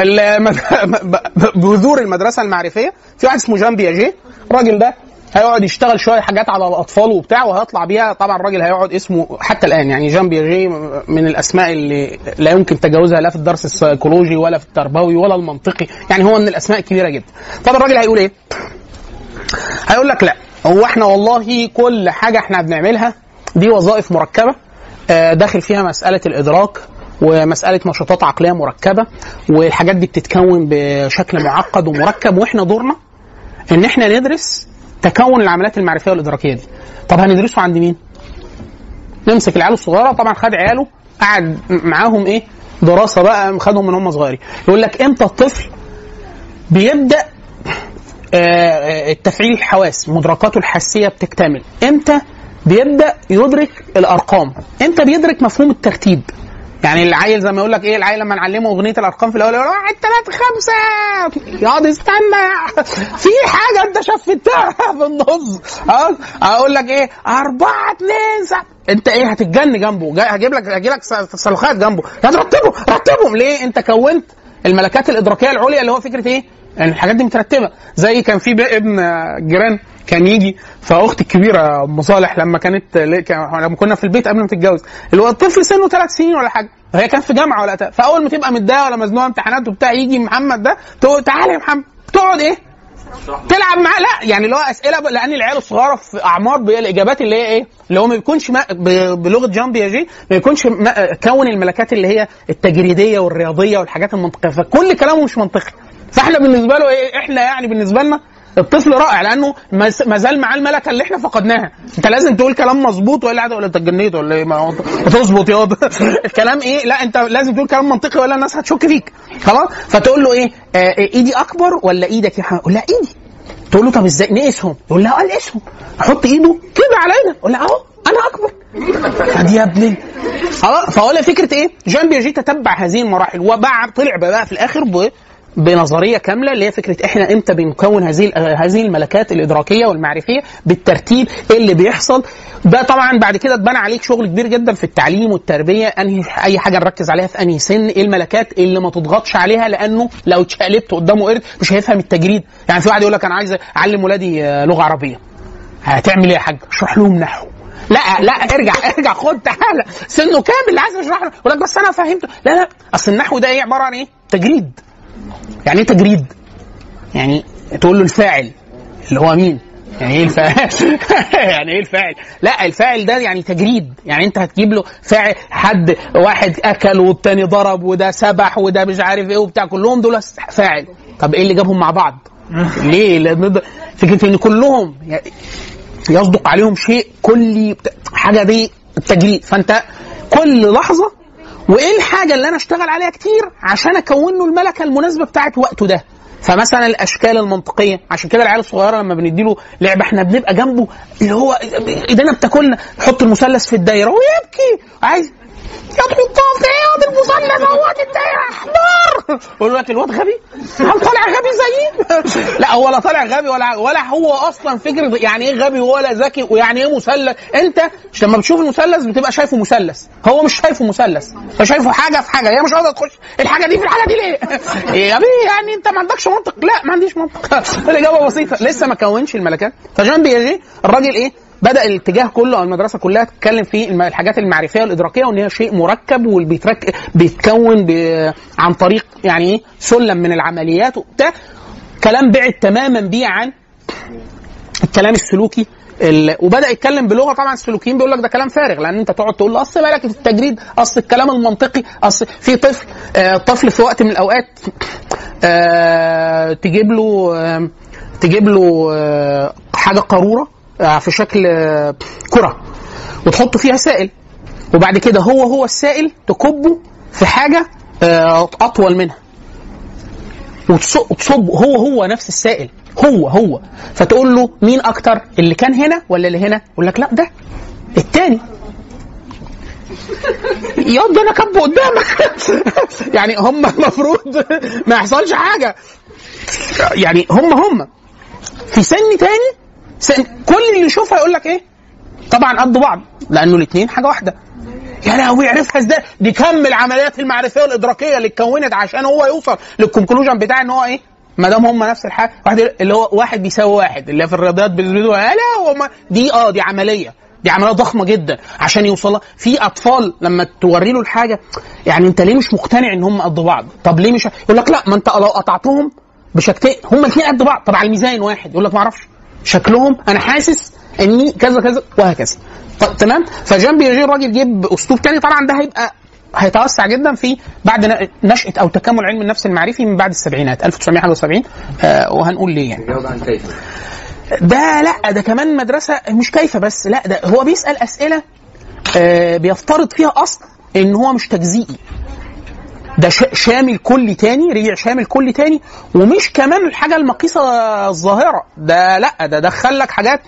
بذور المدرسه المعرفيه في واحد اسمه جان بياجيه، الراجل ده هيقعد يشتغل شويه حاجات على الاطفال وبتاع وهيطلع بيها. طبعا الراجل هيقعد اسمه حتى الان يعني جان بياجيه من الاسماء اللي لا يمكن تجاوزها لا في الدرس السيكولوجي ولا في التربوي ولا المنطقي، يعني هو من الاسماء الكبيره جدا. طب الراجل هيقول ايه؟ هيقول لك لا هو احنا والله كل حاجه احنا بنعملها دي وظائف مركبه داخل فيها مساله الادراك ومساله نشاطات عقليه مركبه، والحاجات دي بتتكون بشكل معقد ومركب، واحنا دورنا ان احنا ندرس تكون العمليات المعرفيه والادراكيه دي. طب هندرسه عند مين؟ نمسك العيال الصغيره، طبعا خد عياله قعد معاهم ايه؟ دراسه بقى خدهم من هم صغيرين. يقول لك امتى الطفل بيبدا التفعيل الحواس مدركاته الحاسيه بتكتمل؟ امتى بيبدا يدرك الارقام؟ امتى بيدرك مفهوم الترتيب؟ يعني العيل زي ما يقول لك ايه، العيل لما نعلمه اغنيه الارقام في الاول يقول 1 2 5 يقعد يستنى في حاجه انت شفتها في النص. اقول لك ايه 4 2 7 انت ايه هتتجن جنبه، هجيب لك سلوخات جنبه، رتبهم ليه؟ انت كونت الملكات الادراكيه العليا اللي هو فكره ايه؟ يعني الحاجات دي مترتبه. زي كان في ابن جيران كان يجي، فاختي الكبيره ام صالح لما كنا في البيت قبل ما تتجوز، اللي هو الطفل سنه 3 سنين ولا حاجه، هي كان في جامعه ولا فاول ما تبقى متضايقه ولا مزنوقه امتحانات وبتاع يجي محمد ده تقول تعالى يا محمد، تقعد ايه تلعب معاه. لا يعني اللي هو اسئله لان العيال الصغيره في اعمار الاجابات اللي هي ايه اللي هو ما بيكونش بلغه جان بياجيه ما يكونش كون الملكات اللي هي التجريديه والرياضيه والحاجات المنطقيه، فكل كلامه مش منطقي. فاحنا بالنسبه له ايه؟ احنا يعني بالنسبه لنا الطفل رائع لانه ما زال معاه الملكه اللي احنا فقدناها. انت لازم تقول كلام مظبوط ولا قاعد ولا انت اتجنيت ولا ايه؟ ما تظبط يا الكلام ايه؟ لا انت لازم تقول كلام منطقي ولا الناس هتشك فيك. خلاص فتقول له ايه ايدي اكبر ولا ايدك يا حبيبي؟ لا ايدي. تقول له طب ازاي نقيسهم؟ يقول لها قيسهم، احط ايده كده على ايدك، اقول لها اهو انا اكبر. دي يا ابني خلاص. فهو فكره ايه؟ جان بياجيه تتبع هذه المراحل وبعد طلع بقى في الاخر بنظريه كامله اللي هي فكره احنا امتى بنكون هذه الملكات الادراكيه والمعرفيه بالترتيب اللي بيحصل. ده طبعا بعد كده اتبنى عليك شغل كبير جدا في التعليم والتربيه، انهي اي حاجه نركز عليها في انهي سن، ايه الملكات اللي ما تضغطش عليها، لانه لو اتشقلبت قدامه قرد مش هيفهم التجريد. يعني في واحد يقول لك انا عايز اعلم ولادي لغه عربيه، هتعمل ايه يا حاج؟ اشرح لهم نحو. لا ارجع خد تعالى سنه كامل عايز اشرح له، يقول لك بس انا فهمته. لا اصل النحو ده ايه؟ عباره عن ايه؟ تجريد. يعني ايه تجريد؟ يعني تقول له الفاعل اللي هو مين؟ يعني ايه الفاعل؟ يعني ايه الفاعل؟ لا الفاعل ده يعني تجريد، يعني انت هتجيب له فاعل، حد واحد اكل والتاني ضرب وده سبح وده مش عارف ايه وبتاع، كلهم دول فاعل. طب ايه اللي جابهم مع بعض؟ ليه؟ لان فكره ان كلهم يصدق عليهم شيء كلي، حاجه دي التجريد. فانت كل لحظه وايه الحاجه اللي انا اشتغل عليها كتير عشان اكون له الملكه المناسبه بتاعت وقته ده. فمثلا الاشكال المنطقيه، عشان كده العيال الصغيره لما بنديله لعبه احنا بنبقى جنبه اللي هو ايدينا بتاكلنا، يحط المثلث في الدايره ويبكي، عايز يحطها في ايه المثلث اهوت الدايره احمر، يقول لك الواد غبي، هل طالع غبي زيي؟ لا هو لا طالع غبي ولا هو اصلا فكره يعني ايه غبي ولا ذكي ويعني ايه مثلث. انت لما بتشوف المثلث بتبقى شايفه مثلث، هو مش شايفه مثلث، فشايفه حاجه في حاجه، هي مش قادره تخش الحاجه دي في الحاجه دي ليه؟ يا بيه يعني انت ما عندكش منطق. لا ما عنديش منطق. الاجابه بسيطه، لسه ما كونش الملكات. فجان بياجي الراجل ايه؟ بدأ الاتجاه كله او المدرسه كلها تتكلم في الحاجات المعرفيه والادراكيه، وان هي شيء مركب بيتكون عن طريق يعني ايه سلم من العمليات وبتاع. كلام بعد تماما بيه عن الكلام السلوكي وبدأ يتكلم بلغه طبعا السلوكيين بيقول لك ده كلام فارغ، لان انت تقعد تقول له اصل ملكه التجريد، اصل الكلام المنطقي، اصل في طفل في وقت من الاوقات تجيب له حاجه قاروره في شكل كرة وتحط فيها سائل، وبعد كده هو السائل تكبه في حاجة أطول منها وتصب هو نفس السائل هو فتقول له مين أكتر، اللي كان هنا ولا اللي هنا؟ يقول لك لا ده التاني. يقعد انا كبه قدامك. يعني هم المفروض ما يحصلش حاجة، يعني هم في سن تاني كل اللي يشوفها يقول لك ايه؟ طبعا قد بعض، لانه الاثنين حاجه واحده. يا لهوي يعرفها ازاي؟ دي كم العمليات المعرفيه والادراكيه اللي اتكونت عشان هو يوصل للكونكلوجن بتاع ان هو ايه؟ ما دام هم نفس الحاجه، واحد اللي هو واحد بيساوي واحد اللي في الرياضيات بالنسبه دي دي عمليه، دي عمليه ضخمه جدا عشان يوصلها. في اطفال لما توري له الحاجه يعني انت ليه مش مقتنع ان هم قد بعض؟ طب ليه مش يقول لك لا ما انت لو قطعتهم بشكلين هم الاثنين قد بعض، طب على الميزان واحد، يقول لك ما اعرفش شكلهم انا حاسس اني كذا كذا وهكذا. تمام. فجان بياجي الراجل جيب اسلوب تاني، طبعا ده هيتوسع جدا في بعد نشأة او تكامل علم النفس المعرفي من بعد السبعينات 1970. وهنقول ليه يعني. جاوب عن كيف ده لا ده كمان مدرسة مش كيف بس، لا ده هو بيسأل أسئلة بيفترض فيها أصل ان هو مش تجزئي، ده شامل كل تاني، رجع شامل كل تاني، ومش كمان الحاجة المقيسة الظاهرة، ده لا ده دخل لك حاجات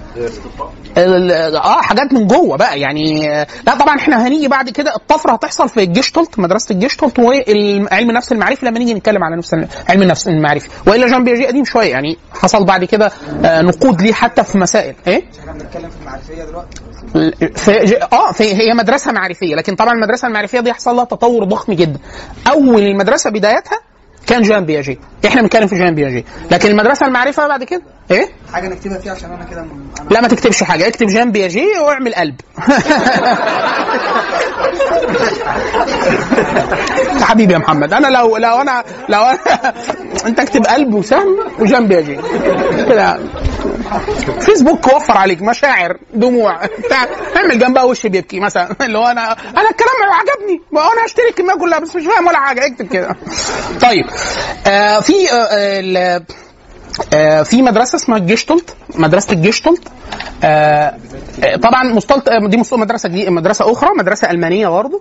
حاجات من جوه بقى يعني. لا طبعا احنا هنيجي بعد كده الطفره هتحصل في الجيشتالت، مدرسه الجيشتالت وعلم النفس المعرفي لما نيجي نتكلم على علم النفس المعرفي. والا جان بياجي قديم شويه يعني، حصل بعد كده نقود ليه حتى في مسائل ايه. احنا بنتكلم في المعرفيه دلوقتي هي مدرسه معرفيه، لكن طبعا المدرسه المعرفيه دي حصل لها تطور ضخم جدا. اول المدرسه بدايتها كان جان بياجي، احنا بنتكلم في جان بياجي، لكن المدرسه المعرفه بعد كده ايه حاجه نكتبها فيها عشان انا كده لا ما تكتبش حاجه، اكتب جان بياجي واعمل قلب. يا حبيبي يا محمد، انا لو انا انت اكتب قلب وسهم وجان بياجي كده، فيسبوك وفر عليك مشاعر دموع اعمل جنبها وش بيبكي مثلا، اللي هو انا الكلام عجبني وانا هشتري الكميه كلها بس مش فاهم ولا حاجه، اكتب كده. طيب في مدرسه اسمها الجيشتالت، مدرسه الجيشتالت. طبعا دي مدرسه جديده، مدرسه اخرى، مدرسه المانيه برضه.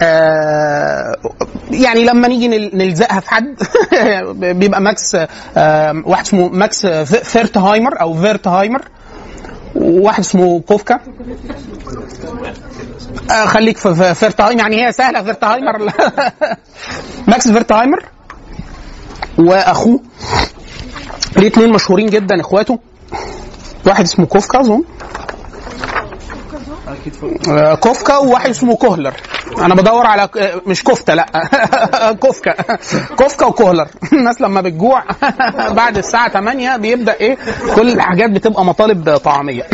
يعني لما نيجي نلزقها في حد بيبقى ماكس، واحد اسمه ماكس فيرتهايمر او فيرتهايمر، وواحد اسمه كوفكا. خليك في فيرتهايمر، يعني هي سهله فيرتهايمر. ماكس فيرتهايمر واخوه، ليه 2 مشهورين جدا اخواته، واحد اسمه كوفكا اظن، كوفكا، وواحد اسمه كوهلر. انا بدور على مش كفته، لا كوفكا وكوهلر. الناس لما بتجوع بعد الساعه 8 بيبدا ايه، كل الحاجات بتبقى مطالب طعاميه.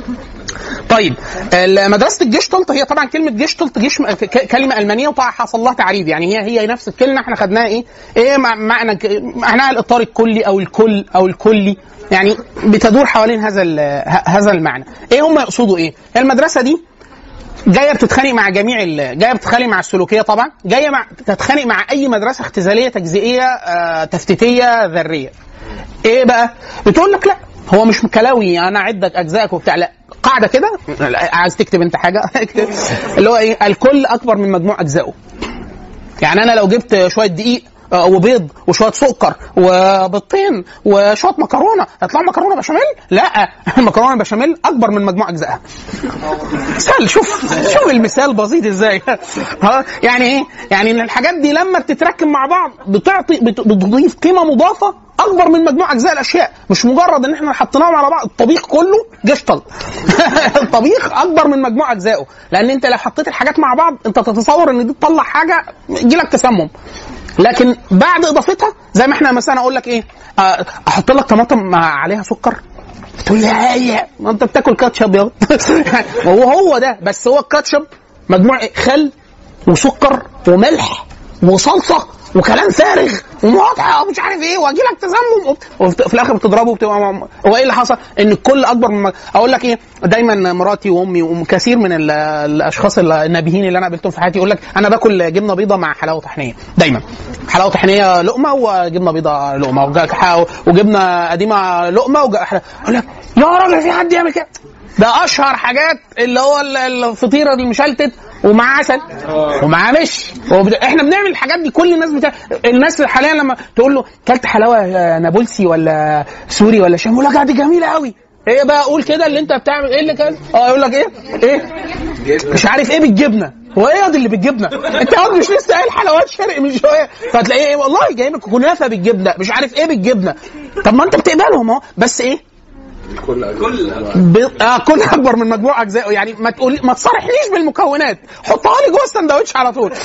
طيب مدرسه الجيشتولت، هي طبعا كلمه جيشتولت كلمه المانيه وطبعا حصل لها تعريب، يعني هي نفس الكلمه احنا خدناها ايه معناها الاطار الكلي او الكل او الكلي، يعني بتدور حوالين هذا المعنى. ايه هم يقصدوا ايه؟ المدرسه دي جايه بتتخانق مع جايه بتتخانق مع السلوكيه طبعا، جايه تتخانق مع اي مدرسه اختزاليه تجزئيه تفتيتيه ذريه. ايه بقى؟ بتقول لك لا هو مش كلاوي انا اعدك اجزائك وبتاع، لا قاعده كده، عايز تكتب انت حاجه اكتب اللي هو ايه، الكل اكبر من مجموع اجزائه. يعني انا لو جبت شويه دقيق وبيض وشويه سكر وبيضتين وشويه مكرونه هيطلعوا مكرونه بشاميل؟ لا، المكرونه البشاميل اكبر من مجموع اجزائها. مثال، شوف المثال بسيط ازاي. يعني ايه؟ يعني ان الحاجات دي لما بتتركب مع بعض بتضيف قيمه مضافه اكبر من مجموع اجزاء الاشياء، مش مجرد ان احنا حطيناهم على بعض. الطبيخ كله جشطل. الطبيخ اكبر من مجموع اجزائه، لان انت لو حطيت الحاجات مع بعض انت تتصور ان دي تطلع حاجه يجيلك تسمم، لكن بعد اضافتها زي ما احنا مثلا اقول لك ايه، احط لك طماطم عليها سكر، تقول لي هي ما انت بتاكل كاتشب يا هو ده، بس هو الكاتشب مجموع خل وسكر وملح وصلصه وكلام فارغ ومقاطعه ومش عارف ايه، واجي لك تسمم وفي الاخر بتضربه وبتبقى هو ايه اللي حصل؟ ان الكل اكبر من اقول لك ايه، دايما مراتي وامي وكثير من الاشخاص النابهين اللي انا قابلتهم في حياتي يقول لك انا باكل جبنه بيضه مع حلاوه طحينيه، دايما حلاوه طحينيه لقمه وجبنه بيضه لقمه وجبنه قديمه لقمه اقول لك يا راجل في حد يعمل كده؟ ده اشهر حاجات اللي هو الفطيره المشلتت ومع عسل ومع مش. احنا بنعمل الحاجات دي، كل الناس الناس حاليا لما تقول له كلت حلاوه نابلسي ولا سوري ولا شام، يقول لك دي جميله قوي. ايه بقى اقول كده اللي انت بتعمل ايه اللي كان يقول لك ايه مش عارف ايه بالجبنه. هو ايه اللي بالجبنه؟ انت مش لسه قايل حلويات شرقي من شويه، فتلاقيه ايه والله جاي لك كنافه بالجبنه مش عارف ايه بالجبنه. طب ما انت بتقبلهم اهو، بس ايه كل اكبر من مجموع اجزائه. يعني ما تصارحنيش بالمكونات، حطها لي جوه الساندوتش على طول.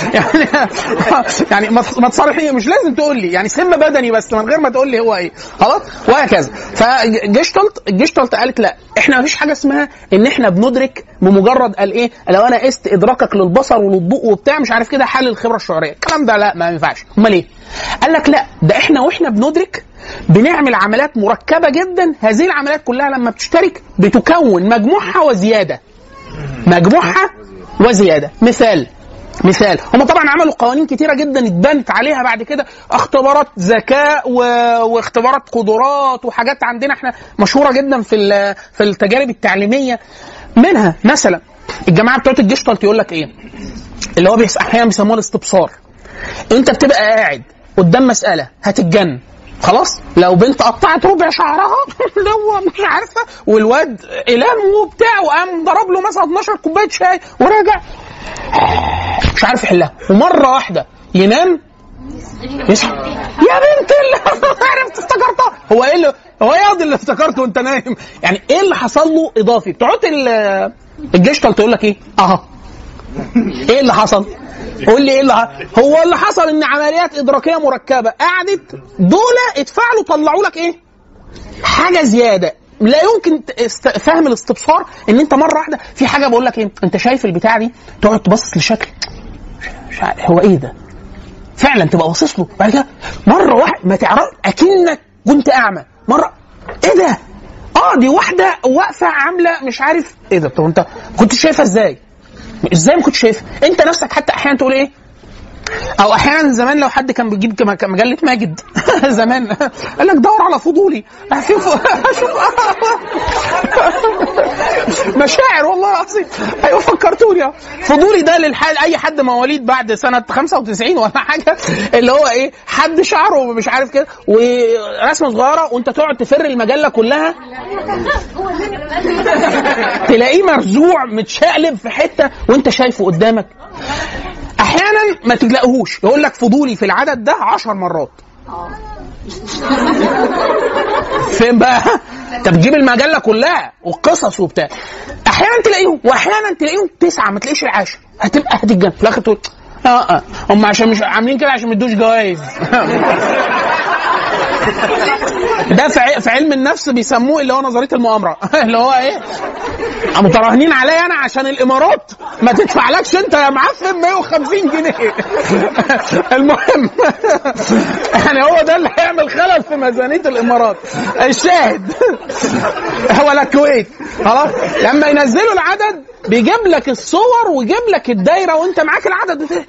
يعني ما تصارحني، مش لازم تقول لي، يعني سم بدني بس من غير ما تقول لي هو ايه، خلاص وهكذا. فجيشتولت قالت لا، احنا ما فيش حاجه اسمها ان احنا بندرك بمجرد قال ايه، لو انا قست ادراكك للبصر وللضوء وبتاع مش عارف كده حل الخبره الشعوريه، الكلام ده لا ما ينفعش. امال ايه؟ قال لك لا، ده احنا واحنا بندرك بنعمل عمليات مركبه جدا، هذه العمليات كلها لما بتشترك بتكون مجموعها وزياده، مجموعها وزياده. مثال هم طبعا عملوا قوانين كتيره جدا اتبنت عليها بعد كده، اختبارات ذكاء واختبارات قدرات وحاجات عندنا احنا مشهوره جدا في التجارب التعليميه. منها مثلا الجماعه بتوع الجيشتالت يقول لك ايه اللي هو احيانا بيسموه الاستبصار. انت بتبقى قاعد قدام مساله هتتجن خلاص، لو بنت قطعت ربع شعرها لو مش عارفه والواد إلام وبتاع وقام ضرب له مثلا 12 كوبايه شاي وراجع مش عارف يحلها، ومره واحده ينام يصحى يا بنت اللي عرفت افتكرتها. هو ايه اللي افتكرته وانت نايم؟ يعني ايه اللي حصل له اضافي؟ بتوع الجيشتالت تقول لك ايه ايه اللي حصل؟ قول لي ايه هو اللي حصل ان عمليات ادراكيه مركبه قعدت دول اتفاعلوا طلعوا لك ايه حاجه زياده. لا يمكن فهم الاستبصار ان انت مره واحده في حاجه بقول لك ايه، انت شايف البتاع دي تقعد تبص لشكل مش عارف هو ايه ده، فعلا تبقى باصص له بعد كده مره واحده ما تعرف اكنك كنت اعمى مره ايه ده، دي واحده واقفه عامله مش عارف ايه ده. طب انت كنت شايفها ازاي ما كنت شايفها انت نفسك؟ حتى احيانا تقول ايه، او احيانا زمان لو حد كان بيجيب مجله ماجد زمان قال لك دور على فضولي مشاعر والله العظيم. ايوه فكرتوني، فضولي ده للحال اي حد مواليد بعد سنه 95 ولا حاجه، اللي هو ايه حد شعره مش عارف كده ورسمه صغيره وانت تقعد تفر المجله كلها تلاقيه مرزوع متشقلب في حته وانت شايفه قدامك. احيانا ما تلاقيهوش، يقول لك فضولي في العدد ده 10 مرات، فين بقى؟ انت بتجيب المجله كلها والقصص وبتاع، احيانا تلاقيهم واحيانا تلاقيهم 9 ما تلاقيش ال10، هتبقى هتتجنن في الاخر تقول هم عشان مش عاملين كده عشان ما يدوش جوائز. ده في علم النفس بيسموه اللي هو نظريه المؤامره، اللي هو ايه؟ متراهنين عليا انا عشان الامارات ما تدفعلكش انت يا معفن 150 جنيه. المهم يعني هو ده اللي هيعمل خلل في ميزانيه الامارات. الشاهد ولا الكويت خلاص لما ينزلوا العدد بيجيب لك الصور ويجيب لك الدايره وانت معاك العدد ده.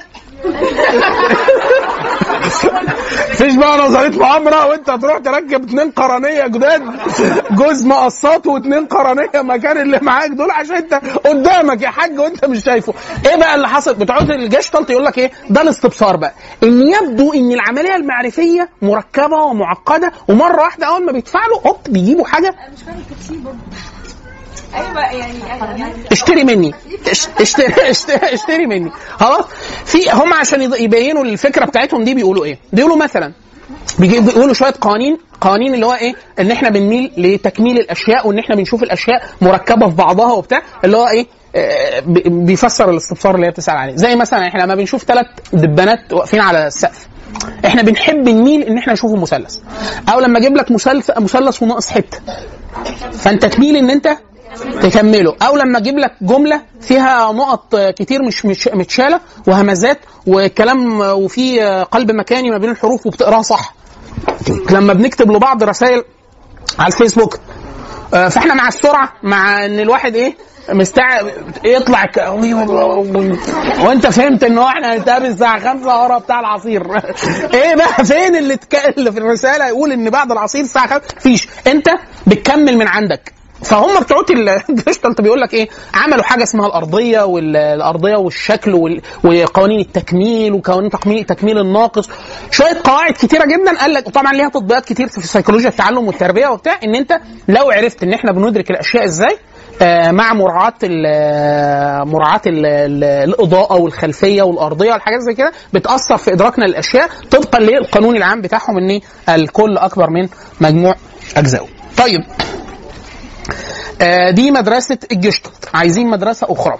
فيش بقى نظريه مؤامره وانت تروح تركب 2 قرنيه جداد، جوز مقصات و2 قرنيه مكان اللي معاك دول عشان انت قدامك يا حاج وانت مش شايفه. ايه بقى اللي حصل؟ بتوع الجشتلت يقول لك ايه ده؟ الاستبصار بقى، ان يبدو ان العمليه المعرفيه مركبه ومعقده، ومره واحده اول ما بيدفعوا هوب بيجيبوا حاجه. مش فاهم التفسير برضه. ايوه يعني اشتري مني، اشتري مني خلاص. في هم عشان يبينوا الفكره بتاعتهم دي بيقولوا ايه؟ بيقولوا مثلا بيقولوا شويه قوانين اللي هو ايه؟ ان احنا بنميل لتكميل الاشياء وان احنا بنشوف الاشياء مركبه في بعضها وبتاع، اللي هو ايه؟ بيفسر الاستبصار اللي هي بتسال عليه. زي مثلا احنا لما بنشوف 3 دبانات واقفين على السقف، احنا بنحب نميل ان احنا نشوفه مثلث، او لما اجيب لك مثلث وناقص حته فانت تميل ان انت تكمله، او لما اجيب لك جمله فيها نقط كتير مش متشاله وهمزات وكلام وفي قلب مكاني ما بين الحروف وبتقراها صح. لما بنكتب لبعض رسائل على الفيسبوك فاحنا مع السرعه، مع ان الواحد ايه مستعد يطلع وانت فهمت ان احنا هنتقابل الساعه 5 ورا بتاع العصير. ايه بقى فين اللي في الرساله يقول ان بعد العصير الساعه 5؟ فيش، انت بتكمل من عندك. فهم بتوع الجشتلت بيقول لك ايه؟ عملوا حاجه اسمها الارضيه والشكل وقوانين التكميل وقوانين تكميل الناقص، شويه قواعد كتيره جدا. قال لك وطبعا ليها تطبيقات كتير في سيكولوجيا التعلم والتربيه وبتاع، ان انت لو عرفت ان احنا بندرك الاشياء ازاي مع مراعاه الاضاءه والخلفيه والارضيه والحاجات زي كده، بتاثر في ادراكنا للاشياء طبقا للقانون العام بتاعهم ان الكل اكبر من مجموع اجزائه. طيب دي مدرسة الجشتلت. عايزين مدرسة أخرى.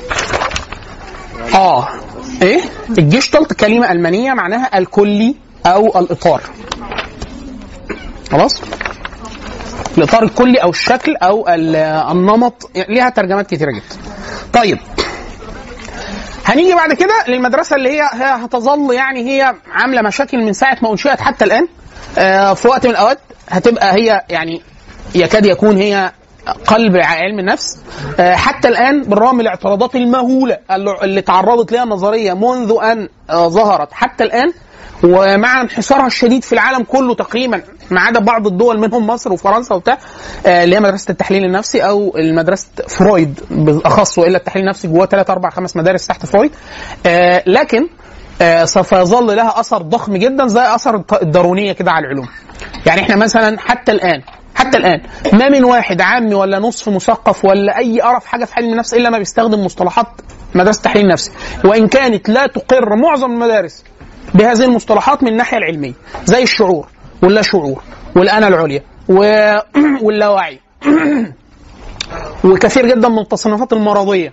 إيه؟ الجشتلت كلمة ألمانية معناها الكلي أو الإطار. خلاص؟ الإطار الكلي أو الشكل أو النمط، ليها ترجمات كتيرة جدا. طيب هنيجي بعد كده للمدرسة اللي هي هتظل يعني هي عاملة مشاكل من ساعة ما أنشئت حتى الآن. في وقت من الأوقات هتبقى هي يعني يكاد يكون هي قلب علم النفس حتى الآن، بالرغم من الاعتراضات المهولة اللي تعرضت لها النظرية منذ أن ظهرت حتى الآن، ومع انحسارها الشديد في العالم كله تقريبا ما عدا بعض الدول منهم مصر وفرنسا وبتاع، اللي هي مدرسة التحليل النفسي أو مدرسة فرويد بالأخص، وإلا التحليل النفسي جواه 3 4 5 مدارس تحت فرويد، لكن سوف يظل لها أثر ضخم جدا زي أثر الدارونية كده على العلوم. يعني احنا مثلا حتى الآن ما من واحد عامي ولا نصف مثقف ولا أي قرف حاجة في علم النفس إلا ما بيستخدم مصطلحات مدرسة التحليل النفسي، وإن كانت لا تقر معظم المدارس بهذه المصطلحات من الناحية العلمية، زي الشعور واللا شعور والأنا العليا واللاوعي وكثير جدا من التصنيفات المرضية،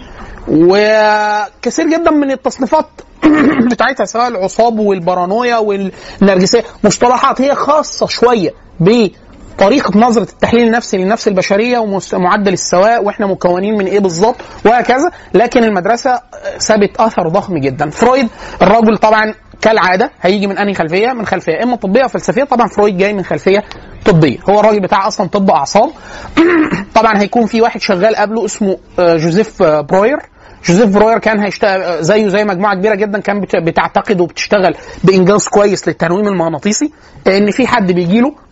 وكثير جدا من التصنيفات بتاعتها سواء العصاب والبارانويا والنرجسية، مصطلحات هي خاصة شوية بطريقة نظرة التحليل النفسي للنفس البشرية ومعدل السواء واحنا مكونين من ايه بالظبط وهكذا. لكن المدرسة سابت اثر ضخم جدا. فرويد الرجل طبعا كالعادة هيجي من انهي خلفية؟ من خلفية اما طبية وفلسفية. طبعا فرويد جاي من خلفية طبية، هو الراجل بتاع اصلا طب اعصاب. طبعا هيكون في واحد شغال قبله اسمه جوزيف بروير. جوزيف بروير كان هيشتغل زي مجموعه كبيره جدا كان بتعتقد وبتشتغل بانجاز كويس للتنويم المغناطيسي، ان في حد بيجي له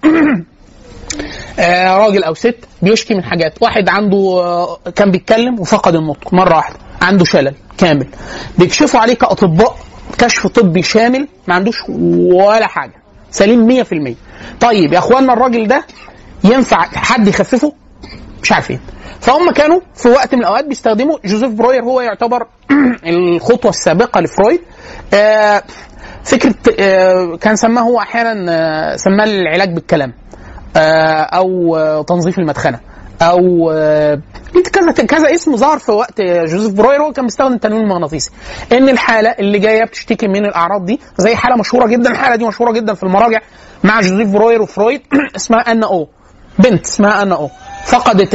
راجل او ست بيشكي من حاجات. واحد عنده كان بيتكلم وفقد النطق مره واحده، عنده شلل كامل، بيكشفوا عليه كاطباء كشف طبي شامل، ما عندوش ولا حاجه، سليم 100%. طيب يا اخوانا الراجل ده ينفع حد يخففه؟ مش عارفين. فهم كانوا في وقت من الأوقات بيستخدموا جوزيف بروير، هو يعتبر الخطوة السابقة لفرويد. فكره كان سماه هو احيانا سماه العلاج بالكلام او تنظيف المدخنه او كذا اسم ظهر في وقت جوزيف بروير. هو كان بيستخدم التنويم المغناطيسي ان الحاله اللي جايه بتشتكي من الاعراض دي زي حاله مشهوره جدا، الحاله دي مشهوره جدا في المراجع مع جوزيف بروير وفرويد اسمها ان او، بنت اسمها ان او فقدت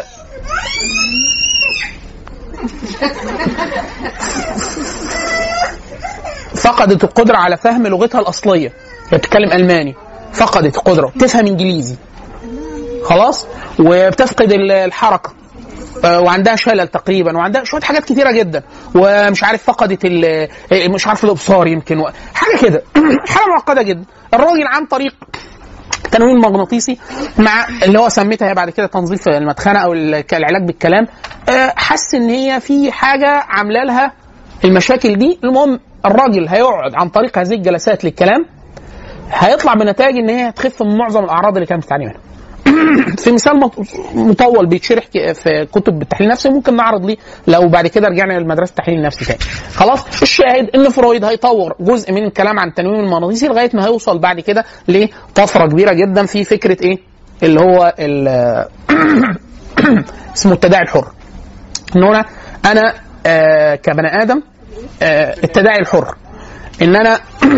فقدت القدره على فهم لغتها الاصليه، هي بتتكلم الماني، فقدت القدره تفهم انجليزي خلاص، وبتفقد الحركه وعندها شلل تقريبا، وعندها شويه حاجات كتيره جدا، ومش عارف فقدت مش عارف الابصار يمكن حاجه كده حاله معقده جدا. الراجل عن طريق التنويم المغناطيسي مع اللي هو سميتها بعد كده تنظيف المدخنه او العلاج بالكلام، حس ان هي في حاجه عامله لها المشاكل دي. المهم الراجل هيقعد عن طريق هذه الجلسات للكلام هيطلع بنتائج ان هي هتخف من معظم الاعراض اللي كانت بتعاني منها. في مثال مطول بيتشرح في كتب التحليل النفسي ممكن نعرض ليه لو بعد كده رجعنا للمدرسه التحليل النفسي تاني. خلاص الشاهد ان فرويد هيطور جزء من الكلام عن التنويم المغناطيسي لغايه ما هيوصل بعد كده لطفره كبيره جدا في فكره ايه اللي هو اسمه التداعي الحر. ان انا كبني ادم التداعي الحر ان انا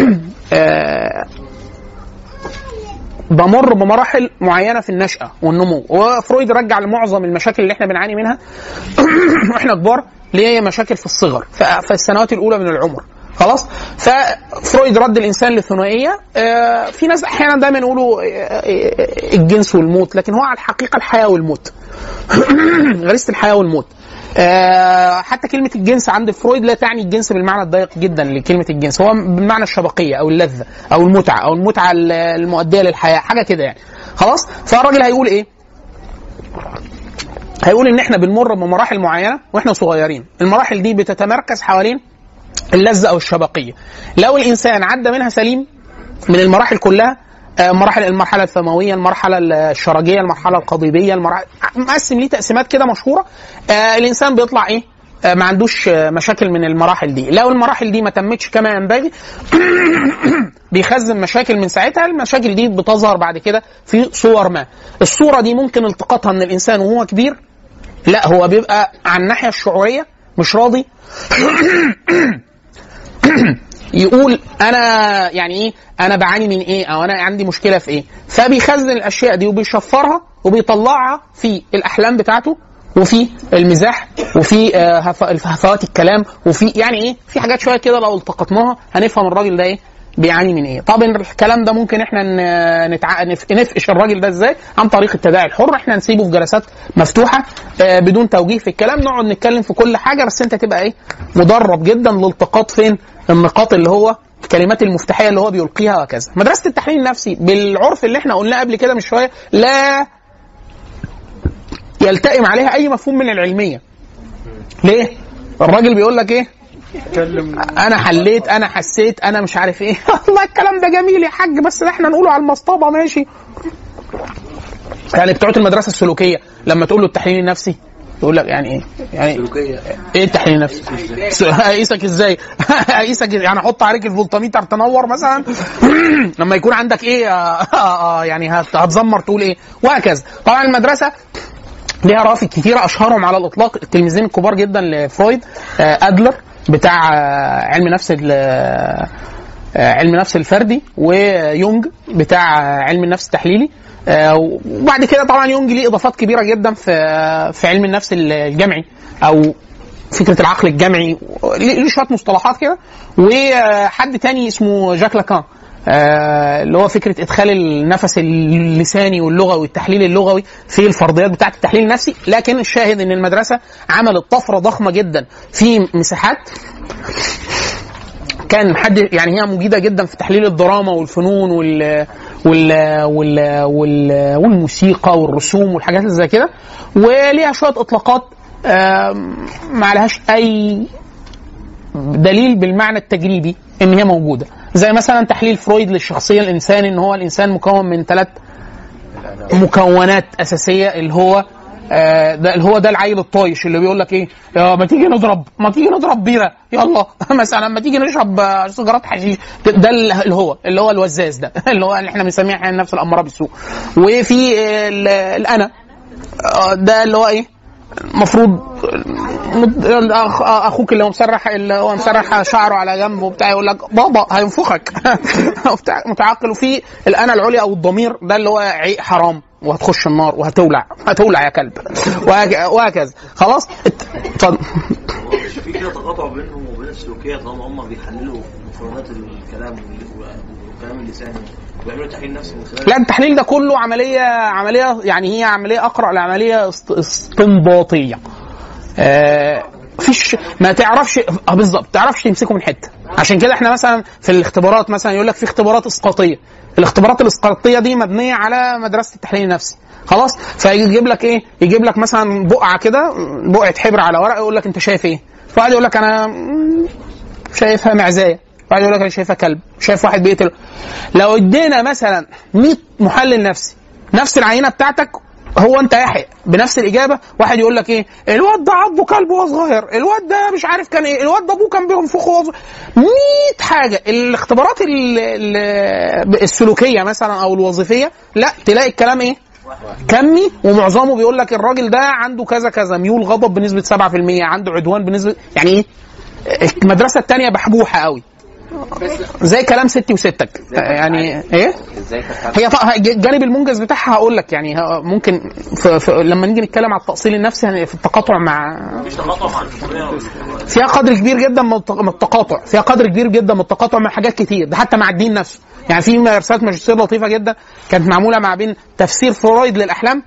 بمر بمراحل معينه في النشأة والنمو، وفرويد رجع لمعظم المشاكل اللي احنا بنعاني منها واحنا كبار ليه مشاكل في الصغر في السنوات الاولى من العمر. خلاص ففرويد رد الانسان للثنائيه. في ناس احيانا دايما يقولوا الجنس والموت، لكن هو على الحقيقه الحياه والموت غريزه الحياه والموت. حتى كلمة الجنس عند فرويد لا تعني الجنس بالمعنى الضيق جدا لكلمة الجنس، هو بالمعنى الشبقية أو اللذة أو المتعة أو المتعة المؤدية للحياة، حاجة كده يعني. خلاص فالراجل هيقول إيه؟ هيقول إن إحنا بنمر بمراحل معينة وإحنا صغيرين، المراحل دي بتتمركز حوالين اللذة أو الشبقية. لو الإنسان عدى منها سليم من المراحل كلها، المرحلة الفموية، المرحلة الشرجية، المرحلة القضيبية، مقسم ليه تقسيمات كده مشهورة. الإنسان بيطلع إيه؟ ما عندوش مشاكل من المراحل دي. لو المراحل دي ما تمتش كما ينبغي بيخزن مشاكل من ساعتها. المشاكل دي بتظهر بعد كده في صور ما. الصورة دي ممكن التقاطها من الإنسان وهو كبير، لا هو بيبقى عن الناحية الشعورية مش راضي يقول انا يعني ايه، انا بعاني من ايه، او انا عندي مشكله في ايه، فبيخزن الاشياء دي وبيشفرها وبيطلعها في الاحلام بتاعته وفي المزاح وفي هفوات الكلام وفي يعني ايه، في حاجات شويه كده لو التقطناها هنفهم الراجل ده ايه بيعاني من ايه. طبعا الكلام ده ممكن احنا نفقش الراجل ده ازاي عن طريق التداعي الحر. احنا نسيبه في جلسات مفتوحه بدون توجيه في الكلام، نقعد نتكلم في كل حاجه، بس انت تبقى ايه مدرب جدا لالتقاط فين النقاط اللي هو الكلمات المفتاحيه اللي هو بيلقيها وكذا. مدرسه التحليل النفسي بالعرف اللي احنا قلناه قبل كده من شويه لا يلتئم عليها اي مفهوم من العلميه. ليه؟ الراجل بيقول لك ايه؟ انا حليت، انا حسيت، انا مش عارف ايه والله الكلام ده جميل يا حاج، بس احنا نقوله على المصطبه ماشي. يعني بتوع المدرسه السلوكيه لما تقول له التحليل النفسي يقول لك يعني ايه؟ يعني ايه التحليل النفسي؟ اقيسك ازاي؟ اقيسك يعني احط عليك الفولتميتر تنور مثلا لما يكون عندك ايه يعني هتزمر تقول ايه وهكذا. طبعا المدرسه ليها رافد كثيره، اشهرهم على الاطلاق التلميذين الكبار جدا لفرويد، ادلر بتاع علم نفس الفردي، ويونج بتاع علم النفس التحليلي. وبعد كده طبعا يونج ليه اضافات كبيره جدا في علم النفس الجمعي او فكره العقل الجمعي، ليه شويه مصطلحات كده. وحد تاني اسمه جاك لاكان اللي هو فكره ادخال النفس اللساني واللغوي والتحليل اللغوي في الفرضيات بتاعه التحليل النفسي. لكن الشاهد ان المدرسه عملت طفره ضخمه جدا في مساحات كان حد يعني هي مجيده جدا في تحليل الدراما والفنون والموسيقى والرسوم والحاجات اللي زي كده، وليها شويه اطلاقات ما لهاش اي دليل بالمعنى التجريبي ان هي موجوده، زي مثلا تحليل فرويد للشخصيه الانساني ان هو الانسان مكون من 3 مكونات اساسيه اللي هو ده اللي هو ده العيل الطايش اللي بيقول لك ايه ما تيجي نضرب بيره يلا مثلا ما تيجي نشرب سيجارات حشيش. ده اللي هو الوزاز ده اللي هو اللي احنا بنسميه احنا النفس الاماره بالسوء. وفي الانا ده اللي هو ايه المفروض اخوك اللي هو مسرح شعره على جنب وبتاع يقول لك بابا هينفخك متعقل. وفي الانا العليا او الضمير ده اللي هو عيق حرام وهتخش النار هتولع يا كلب وهكذا. خلاص اتفضل. في كده تقاطع بينهم وبين السلوكيات طالما هم بيحللوا مفردات الكلام والكلام اللساني ويعملوا تحليل نفسي من خلال. لا التحليل ده كله عمليه يعني هي عمليه اقرا لعمليه استنباطيه. فيش ما تعرفش بالظبط تعرفش تمسكه من حته. عشان كده احنا مثلا في الاختبارات مثلا يقول لك في اختبارات اسقاطيه. الاختبارات الاسقاطيه دي مبنيه على مدرسه التحليل النفسي. خلاص فيجيب لك ايه يجيب لك مثلا بقعه كده بقعه حبر على ورق يقول لك انت شايف ايه. فواحد يقول لك انا شايفها معزايه. واحد يقول لك انا شايفها كلب. شايف واحد بيقتل. لو ادينا مثلا 100 محلل نفسي نفس العينه بتاعتك هو انت يحيى بنفس الاجابه. واحد يقول لك ايه الواد ده عضه كلب وهو صغير. الواد ده مش عارف كان ايه. الواد ده ابوه كان بينفخه وهو 100 حاجه. الاختبارات السلوكيه مثلا او الوظيفيه لا تلاقي الكلام ايه كمي ومعظمه بيقول لك الراجل ده عنده كذا كذا ميول غضب بنسبه 7%. عنده عدوان بنسبه يعني ايه. المدرسه الثانيه بحبوحه قوي زي كلام ستي وستك يعني ايه. هي الجانب المنجز بتاعها هقول لك يعني ممكن لما نيجي نتكلم على التأصيل النفسي في التقاطع مع فيها قدر كبير جدا من التقاطع. فيها قدر كبير جدا من التقاطع مع حاجات كتير. ده حتى مع الدين نفسه. يعني في رسالة ماجستير لطيفة جدا كانت معمولة مع بين تفسير فرويد للأحلام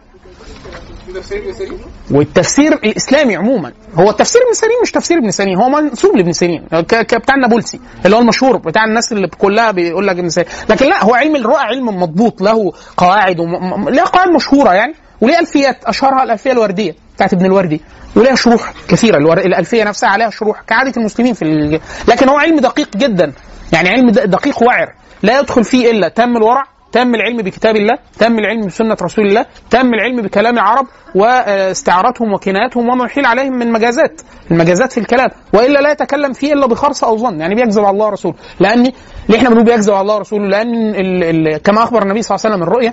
والتفسير الاسلامي عموما. هو التفسير ابن سيرين مش تفسير ابن سيرين هو منسوب لابن سيرين بتاع النابلسي اللي هو المشهور بتاع الناس اللي كلها بيقول لك ابن سيرين. لكن لا هو علم الرؤى علم مضبوط له قواعد له قواعد مشهوره يعني وليه الفيات اشهرها الالفيه الورديه بتاعت ابن الوردي وليها شروح كثيره. الالفيه نفسها عليها شروح كعاده المسلمين لكن هو علم دقيق جدا يعني علم دقيق وعر لا يدخل فيه الا تام الورع تم العلم بكتاب الله تم العلم بسنة رسول الله تم العلم بكلام العرب واستعاراتهم وكناياتهم وما يحيل عليهم من المجازات في الكلام. وإلا لا يتكلم فيه إلا بخرص أو ظن يعني بيكذب على الله ورسوله. لأن ليه احنا بنقول بيكذب على الله ورسوله لأن كما أخبر النبي صلى الله عليه وسلم الرؤيا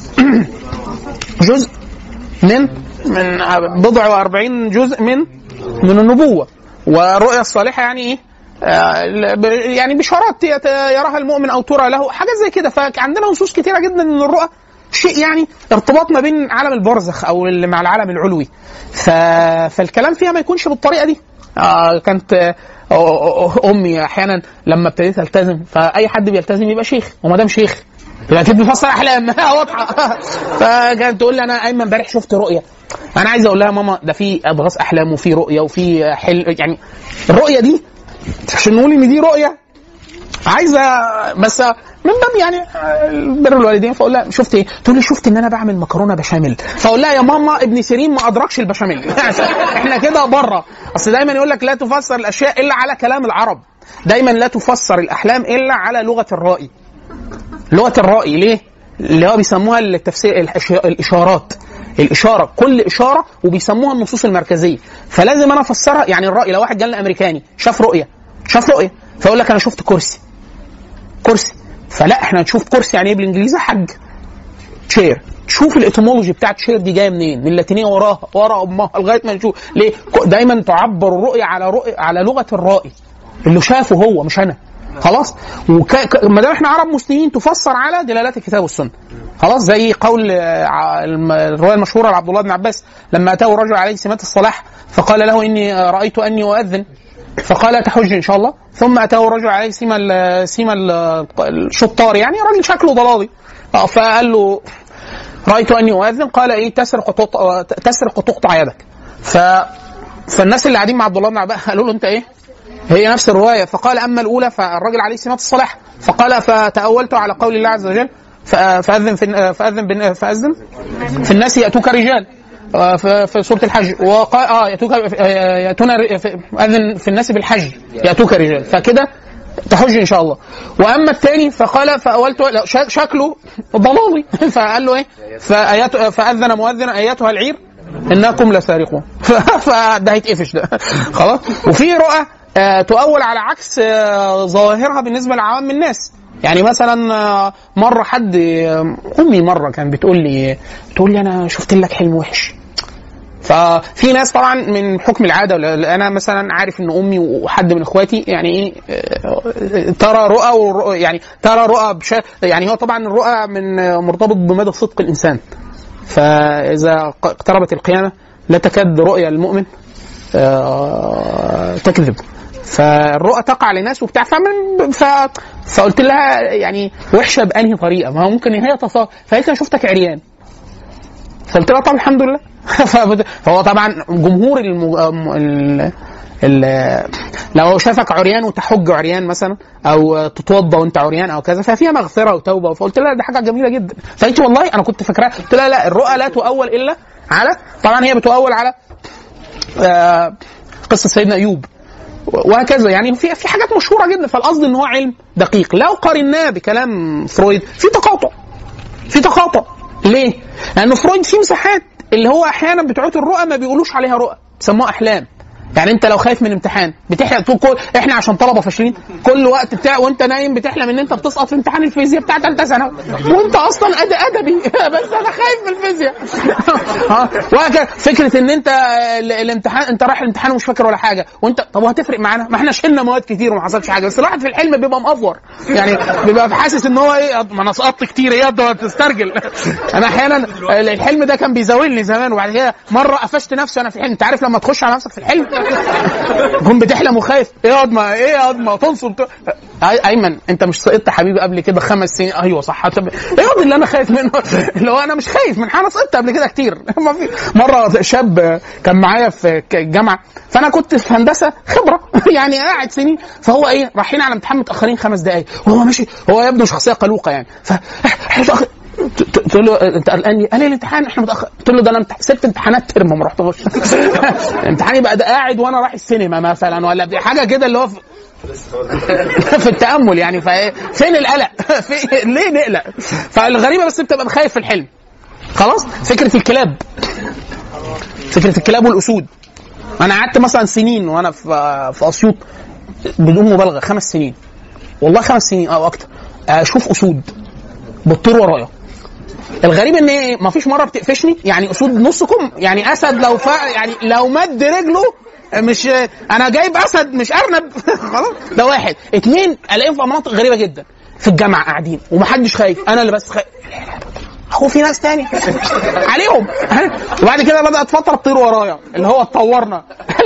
جزء من بضع و40 جزء من النبوة. والرؤيا الصالحة يعني إيه يعني بشارات يراها المؤمن او ترى له حاجات زي كده. فعندنا نصوص كتيره جدا ان الرؤى شيء يعني ارتباط ما بين عالم البرزخ او مع العالم العلوي. فالكلام فيها ما يكونش بالطريقه دي. كانت امي احيانا لما ابتديت التزم فاي حد بيلتزم يبقى شيخ وما دام شيخ يبقى اكيد بيفسر احلام واضحه. فكانت تقول لي انا ايمن امبارح شفت رؤيه. انا عايز اقول لها ماما ده في اضغاث احلام وفي رؤيه وفي يعني الرؤيه دي عشان نقول ان دي رؤيه عايزه بس من باب يعني بر الوالدين. فاقول لها شفت ايه؟ تقول لي شفت ان انا بعمل مكرونه بشاميل. فاقول لها يا ماما ابن سيرين ما ادركش البشاميل احنا كده بره. اصل دايما يقول لك لا تفسر الاشياء الا على كلام العرب. دايما لا تفسر الاحلام الا على لغه الرائي. لغه الرائي ليه؟ اللي هو بيسموها التفسير الاشارات. الاشاره كل اشاره وبيسموها النصوص المركزيه. فلازم انا افسرها يعني الراي. لو واحد جالنا امريكاني شاف رؤيه فيقول لك انا شفت كرسي فلا احنا نشوف كرسي يعني ايه بالانجليزي حج تشير. شوف الاتيمولوجي بتاعت تشير دي جايه منين من اللاتينيه ورا امها لغايه ما نشوف ليه. دايما تعبر الرؤيه على لغه الرائي اللي شافه هو مش انا. خلاص ما دام احنا عرب مسلمين تفسر على دلالات الكتاب والسنه. خلاص زي قول الروايه المشهوره لعبد الله بن عباس لما اتاه رجل عليه سمات الصلاح فقال له اني رايت اني اؤذن فقال تحج ان شاء الله. ثم اتاه رجل عليه سيما الشطار يعني راجل شكله ضلالي فقال له رايت اني اؤذن قال ايه تسرق وتقطع يدك. فالناس اللي قاعدين مع عبد الله بن عباس قالوا له انت ايه هي نفس الروايه. فقال اما الاولى فالرجل عليه سمات الصلاح فقال فتأولت على قول الله عز وجل فأذن في الناس يأتوك رجال في سورة الحج وقال يأتون أذن في الناس بالحج يأتوك رجال فكده تحج إن شاء الله. وأما الثاني فقال فأولت شكله ضلالي فقال له إيه فأذن مؤذن أيتها العير انكم لسارقون فده هيتقفش ده خلاص. وفي رؤى تؤول على عكس ظواهرها بالنسبه لعوام الناس. يعني مثلا مره حد امي مره كان بتقول لي انا شفت لك حلم وحش. ففي ناس طبعا من حكم العاده، انا مثلا عارف ان امي وحد من اخواتي يعني ايه ترى رؤى يعني ترى رؤى يعني هو طبعا الرؤى من مرتبط بمدى صدق الانسان. فاذا اقتربت القيامه لا تكاد رؤيا المؤمن تكذب. فالرؤى تقع لناس وبتاع فقلت لها يعني وحشه بانهي طريقه؟ ما هو ممكن هي تصور. فقالت لي شفتك عريان. فقلت لها طب الحمد لله. فهو طبعا جمهور لو شافك عريان وتحج عريان مثلا او تتوضا وانت عريان او كذا ففيها مغفره وتوبه. فقلت لها دي حاجه جميله جدا. فقالت والله انا كنت فاكراها. قلت لها لا، الرؤى لا تؤول الا على، طبعا هي بتؤول على قصه سيدنا ايوب وهكذا. يعني في حاجات مشهوره جدا. فالقصد ان هو علم دقيق. لو قارناه بكلام فرويد في تقاطع. ليه؟ لانه فرويد فيه مساحات اللي هو احيانا بتوع الرؤى ما بيقولوش عليها رؤى، بيسموها احلام. يعني انت لو خايف من امتحان بتحلم احنا عشان طلبه فاشلين كل وقت بتاع وانت نايم بتحلم ان انت بتسقط في امتحان الفيزياء بتاع ثالثه ثانوي وانت اصلا ادبي بس انا خايف من الفيزياء. وهكذا فكره ان انت الامتحان انت رايح الامتحان ومش فاكر ولا حاجه وانت طب وهتفرق معانا؟ ما احنا شلنا مواد كتير وما حصلش حاجه. بس الواحد في الحلم بيبقى مأفور، يعني بيبقى حاسس ان هو ايه، ما انا سقطت كتير ايه ده تسترجل. انا احيانا الحلم ده كان بيزاولني زمان وبعد كده مره قفشت نفسي انا في الحلم. انت عارف لما تخش على نفسك في الحلم كن بتحلم وخايف ايه يا اضمه تنصب ايمن انت مش سقطت حبيبي قبل كده 5 سنين؟ ايوه صح. ايه اللي انا خايف منه؟ اللي هو انا مش خايف من حاجه، سقطت قبل كده كتير. مره شاب كان معايا في الجامعه فانا كنت في هندسه خبره يعني قاعد سنين. فهو ايه رايحين على امتحان متاخرين 5 دقائق وهو ماشي، هو يبدو شخصيه قلوقه يعني. قلت له انت قلقان؟ قال لي الامتحان احنا متاخر. قلت له ده انا سبت امتحانات ترم ما رحتش. الامتحان يبقى ده قاعد وانا رايح السينما مثلا ولا حاجه كده اللي هو في التامل يعني. فين القلق؟ ليه نقلق؟ فالغريبه بس بتبقى خايف في الحلم. خلاص. فكره الكلاب والاسود. انا قعدت مثلا سنين وانا في اسيوط بدون مبالغه 5 سنين والله 5 سنين او اكتر اشوف اسود بتطير ورايا. الغريب ان ما فيش مره بتقفشني. يعني اسود نصكم يعني اسد يعني لو مد رجله مش انا جايب اسد مش ارنب. خلاص. ده 1. 2 الاقيهم في مناطق غريبه جدا في الجامعه قاعدين ومحدش خايف، انا اللي بس خايف. هو في ناس تاني عليهم. وبعد كده بدات فتره تطير ورايا اللي هو اتطورنا.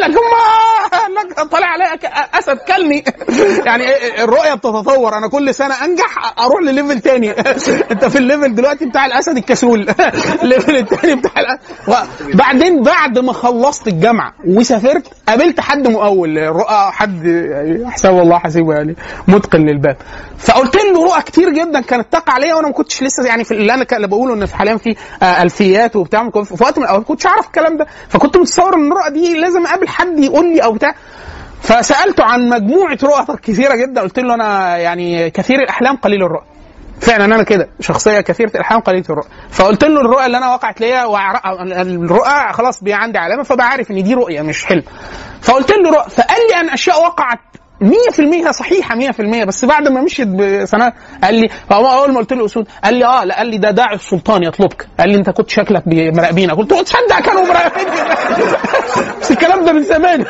لك طالع عليك اسد كلني. يعني الرؤيه بتتطور. انا كل سنه انجح اروح لليفل تاني. انت في الليفل دلوقتي بتاع الاسد الكسول، الليفل التاني بتاع الاسد. بعدين بعد ما خلصت الجامعه وسافرت قابلت حد مؤول رؤى، حد حساب الله حسيبه يعني متقن للباب. فقلت له رؤى كتير جدا كانت تقع عليا وانا ما كنتش لسه يعني في اللي انا بقوله ان في حاليا في الفيات وبتاع. في وقت من الاوقات ما كنتش اعرف الكلام ده. فكنت متصور ان الرؤى دي لازم اقابل حد يقول لي او بتاع. فسالته عن مجموعه رؤى كثيره جدا. قلت له انا يعني كثير الاحلام قليل الرؤى. فعلا انا كده شخصيه كثيره الاحلام قليله الرؤى. فقلت له الرؤى اللي انا وقعت ليا الرؤى خلاص بقى عندي علامه فبعرف ان دي رؤيه مش حلم. فقلت له رؤى. فقال لي عن اشياء وقعت 100% صحيحه 100%. بس بعد ما مشيت بسنه قال لي، اول ما قلت له اسود قال لي لا قال لي ده داعي السلطان يطلبك. قال لي انت كنت شكلك مراقبينك. قلت له تصدق كانوا مراقبين بس الكلام ده من زمان.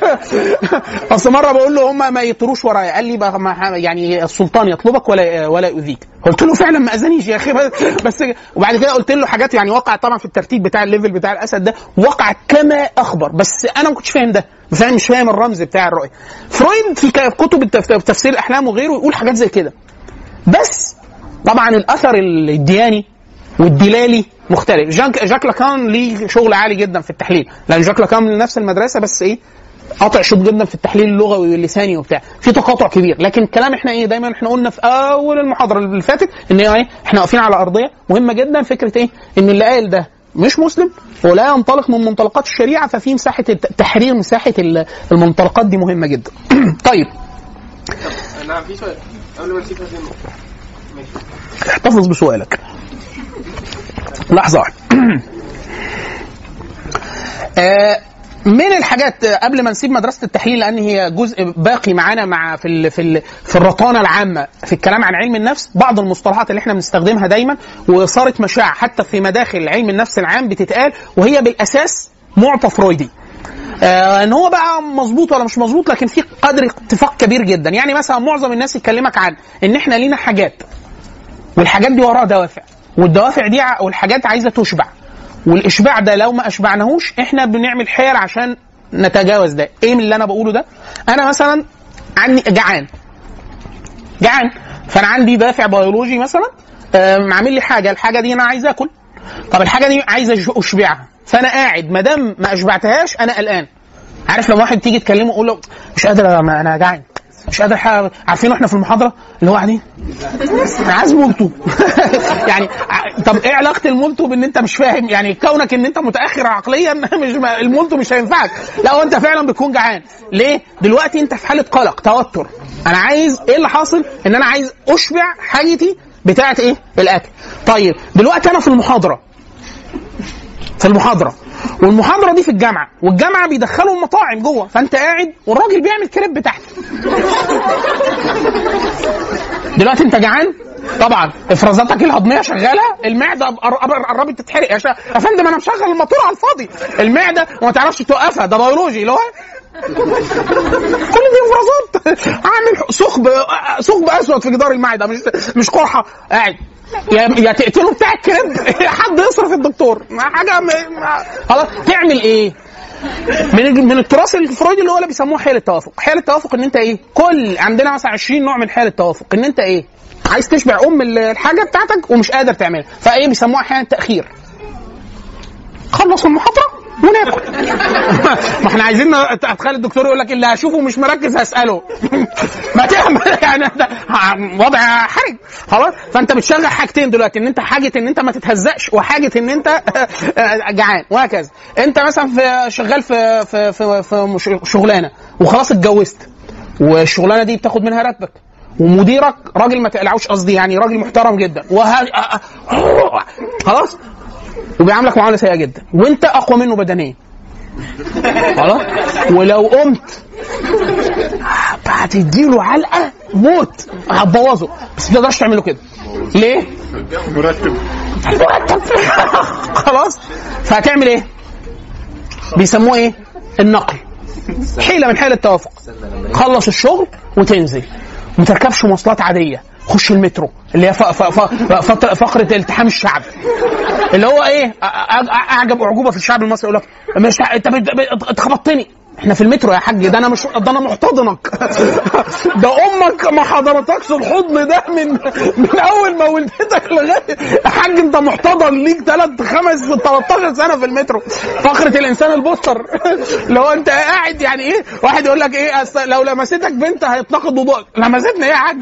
اصل مره بقول له هم ما يطروش ورايا. قال لي يعني السلطان يطلبك ولا يؤذيك. قلت له فعلا ما اذانيش يا اخي. بس وبعد كده قلت له حاجات يعني وقعت طبعا في الترتيب بتاع الليفل بتاع الاسد ده وقعت كما اخبر. بس انا ما كنتش فاهم ده، مش فاهم الرمز بتاع الرؤيه. فرويد في كتب تفسير الاحلام وغيره يقول حاجات زي كده. بس طبعا الاثر الدياني والدلالي مختلف. جاك لاكان ليه شغل عالي جدا في التحليل، لان جاك لاكان من نفس المدرسه بس ايه قاطع شوط جدا في التحليل اللغوي واللساني وبتاع. في تقاطع كبير. لكن الكلام احنا ايه دايما احنا قلنا في اول المحاضره اللي فاتت ان ايه احنا واقفين على ارضيه مهمه جدا. فكره ايه ان اللي قال ده مش مسلم ولا ينطلق من منطلقات الشريعه. ففي مساحه تحرير مساحه المنطلقات دي مهمه جدا. طيب انا في سؤال قبل ما نسيب هذه النقطه. ماشي احتفظ بسؤالك لحظه واحده. من الحاجات قبل ما نسيب مدرسه التحليل لان هي جزء باقي معانا مع في الرطانه العامه في الكلام عن علم النفس، بعض المصطلحات اللي احنا بنستخدمها دايما وصارت مشاع حتى في مداخل علم النفس العام بتتقال، وهي بالاساس معطى فرويدي. ان هو بقى مظبوط ولا مش مظبوط، لكن في قدر اتفاق كبير جدا. يعني مثلا معظم الناس يكلمك عن ان احنا لينا حاجات، والحاجات دي وراها دوافع، والدوافع دي والحاجات عايزه تشبع، والاشباع ده لو ما اشبعناهوش احنا بنعمل حيل عشان نتجاوز ده. ايه من اللي انا بقوله ده؟ انا مثلا عندي جعان، فانا عندي دافع بيولوجي مثلا عامل لي حاجه، الحاجه دي انا عايز اكل، طب الحاجه دي عايز اشبعها، فانا قاعد ما دام ما اشبعتهاش انا قلقان. عارف لما واحد تيجي تكلمه يقول له مش قادر انا جعان، مش قادر عارفين احنا في المحاضره اللي هو قاعدين انا عايز مولتو يعني طب ايه علاقه المولتو بان انت مش فاهم؟ يعني كونك ان انت متاخر عقليا مش المولتو مش هينفعك، لا هو انت فعلا بتكون جعان. ليه؟ دلوقتي انت في حاله قلق توتر، انا عايز ايه اللي حاصل؟ ان انا عايز اشبع حاجتي بتاعه ايه؟ الاكل. طيب دلوقتي انا في المحاضره والمحاضره دي في الجامعه، والجامعه بيدخلوا المطاعم جوه، فانت قاعد والراجل بيعمل كريب تحت. دلوقتي انت جعان طبعا، افرازاتك الهضميه شغاله، المعده قربت تتحرق. يا فندم انا مشغل الموتور على الفاضي، المعده وما تعرفش توقفها، ده بيولوجي اللي هو كل دي افرازات. عامل ثقب اسود في جدار المعده، مش قرحه. قاعد يا تقتله بتاع الكريب حد يصرف الدكتور حاجه خلاص. تعمل ايه؟ من التراث الفرويدي اللي هو اللي بيسموه حيل التوافق. حيل التوافق ان انت ايه؟ كل عندنا مثلا 20 نوع من حيل التوافق، ان انت ايه؟ عايز تشبع الحاجه بتاعتك ومش قادر تعملها، فايه بيسموها احيانا التاخير. خلص المحاضره وناكل. ما احنا عايزين اتخيل الدكتور يقول لك اللي هشوفه مش مركز هساله. ما تعمل يعني ده وضع حرج خلاص. فانت بتشغل حاجتين دلوقتي، ان انت حاجه ان انت ما تتهزقش، وحاجه ان انت جعان، وهكذا. انت مثلا شغال في شغلانه وخلاص اتجوزت، والشغلانه دي بتاخد منها راتبك، ومديرك راجل ما تقلعوش، قصدي يعني راجل محترم جدا، خلاص، وبيعاملك معامله سيئه جدا، وانت اقوى منه بدنيا خلاص. ولو قمت هتديله علقه موت، هتبوظه، بس ما تقدرش تعمله كده. ليه؟ مرتب خلاص. فهتعمل ايه؟ بيسموه ايه؟ النقل. حيله من حيل التوافق. خلص الشغل وتنزل، ما تركبش مواصلات عاديه، خش المترو اللي هي فقره التحام الشعب، اللي هو ايه؟ اعجب اعجوبه في الشعب المصري، يقول لك مش انت خبطتني. احنا في المترو يا حاج، ده انا محتضنك. ده امك ما حضرتكش الحضن ده من اول ما ولدتك لغايه يا حاج، انت محتضن ليك 13 سنه في المترو. فقره الانسان البوستر اللي هو انت قاعد يعني ايه؟ واحد يقول لك ايه؟ لو لمستك بنت هيتنقض وضوءك. لمستني ايه يا حاج؟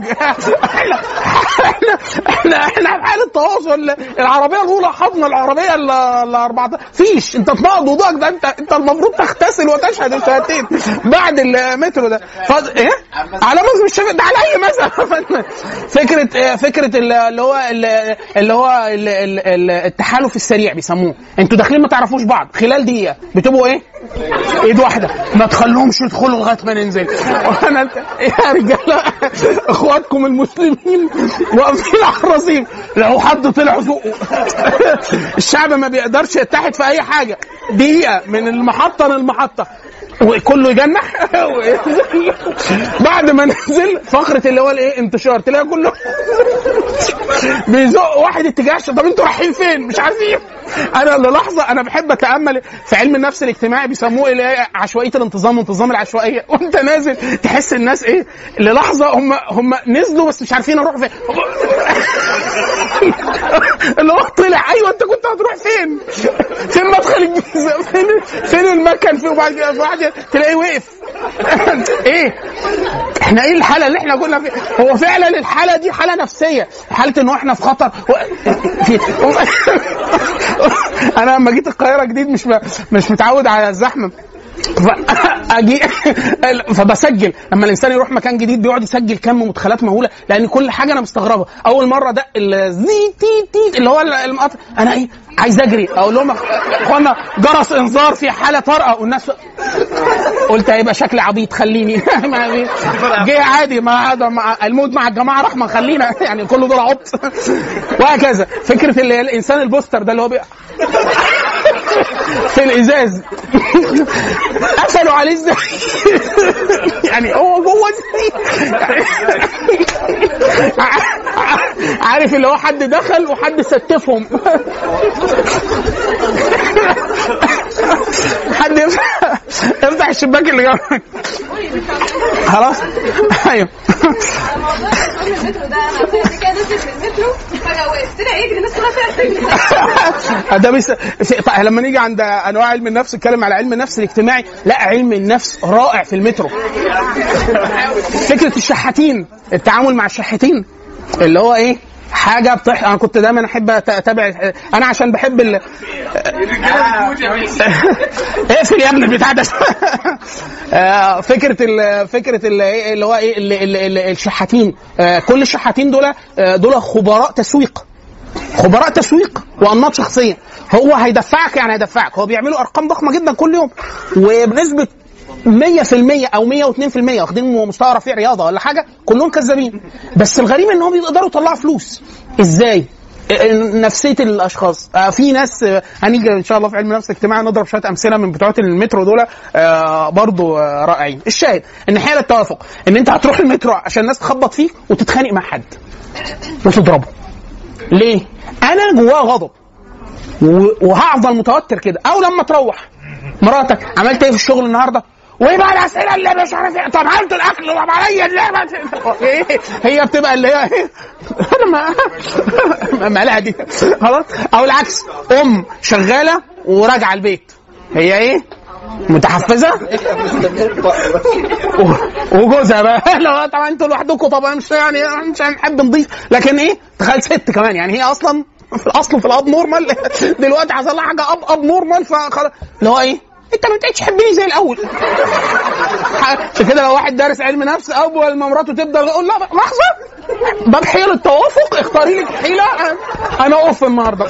احنا في حاله تواصل. العربيه الاولى حضن، العربيه ال 14 فيش، انت تنقض وضوءك. ده انت المفروض تغتسل وتشهد شهادتين بعد المترو ده. ايه؟ على مصر مش ده على اي مثلا. فكره اللي هو التحالف السريع بيسموه. انتوا داخلين ما تعرفوش بعض، خلال دقيقه بتبقوا ايه؟ ايد واحده، ما تخلوهمش يدخلوا لغايه ما ننزل. وانا يا رجاله اخواتكم المسلمين واقفين على الرصيف، لو حد طلع فوقه الشعب ما بيقدرش يتحد في اي حاجه. دقيقه من المحطه للمحطه وكله يجنح. بعد ما نزل فقره اللي هو الايه؟ انتشار، تلاقي كله بيزق واحد اتجاه. طب انتوا رايحين فين؟ مش عارفين. انا للحظه انا بحب اتامل في علم النفس الاجتماعي، بيسموه ايه؟ عشوائيه الانتظام وانتظام العشوائيه. وانت نازل تحس الناس ايه؟ للحظه هم نزلوا بس مش عارفين اروح فين. اللي هو طلع، ايوه انت كنت هتروح فين؟ فين مدخل الجيزه؟ فين المكان؟ فين؟ وبعد كده تلاقيه وقف. ايه احنا ايه الحاله اللي احنا قلنا فيها؟ هو فعلا الحاله دي حاله نفسيه، حاله انه احنا في خطر. انا لما جيت القاهره جديد مش متعود على الزحمه، اجي فبسجل. لما الانسان يروح مكان جديد بيقعد يسجل كم مدخلات مهوله، لان كل حاجه انا مستغربها. اول مره دق الزي تي تي اللي هو المقطع، انا ايه عايز اجري اقول لهم اخوانا جرس انذار في حاله طارئه، والناس قلت هيبقى شكلي عبيط خليني جه عادي مع الموت مع الجماعه رحمه خلينا يعني كل دول عبط وهكذا. فكره اللي الانسان البوستر ده اللي هو في الازاز قفلوا عليه ازاي يعني هو جوه عارف اللي هو حد دخل وحد ستفهم حد يفتح الشباك اللي جنبك خلاص. ايوه ده بس لما نيجي عند انواع علم النفس نتكلم على علم النفس الاجتماعي. لا علم النفس رائع في المترو. فكره الشحاتين، التعامل مع الشحاتين اللي هو ايه حاجه انا كنت دايما احب اتابع انا عشان بحب اقفل يا ابني البتاع ده فكره اللي هو ايه الشحاتين. كل الشحاتين دول خبراء تسويق وانماط شخصيه. هو هيدفعك يعني هيدفعك. هو بيعملوا ارقام ضخمه جدا كل يوم، وبنسبه 100% او 102% واخدين مستوى رفيع رياضه ولا حاجه، كلهم كذابين. بس الغريب انهم بيقدروا يطلعوا فلوس. ازاي؟ نفسيه الاشخاص. في ناس هنيجي ان شاء الله في علم النفس الاجتماعي نضرب شويه امثله من بتوع المترو دول برضو رائعين. الشاهد ان حاله التوافق ان انت هتروح المترو عشان الناس تخبط فيك وتتخانق مع حد وتضربه. ليه؟ انا جواه غضب وهفضل متوتر كده. او لما تروح مراتك عملت ايه في الشغل النهارده؟ وايه بقى الاسئله اللي مش عارف ايه؟ طب عملت الاكل طب عليا اللعبه ايه؟ هي بتبقى اللي هي مالها دي خلاص. او العكس، ام شغاله وراجعه البيت هي ايه متحفزه وجوزها بقى لا طبعا انتوا لوحدكم طبعا مش يعني مش هنحب نضيف، لكن ايه تخيل ست كمان يعني هي اصلا في الاصل في الاب نورمال دلوقتي حصل لها حاجه اب نورمال فخلاص اللي هو ايه انت ما بقتش تحبني زي الاول. عشان كده لو واحد دارس علم نفس اول ما مراته تبدا يقول لا لحظه باب حيل التوافق اختاري لك حيله انا اوف النهارده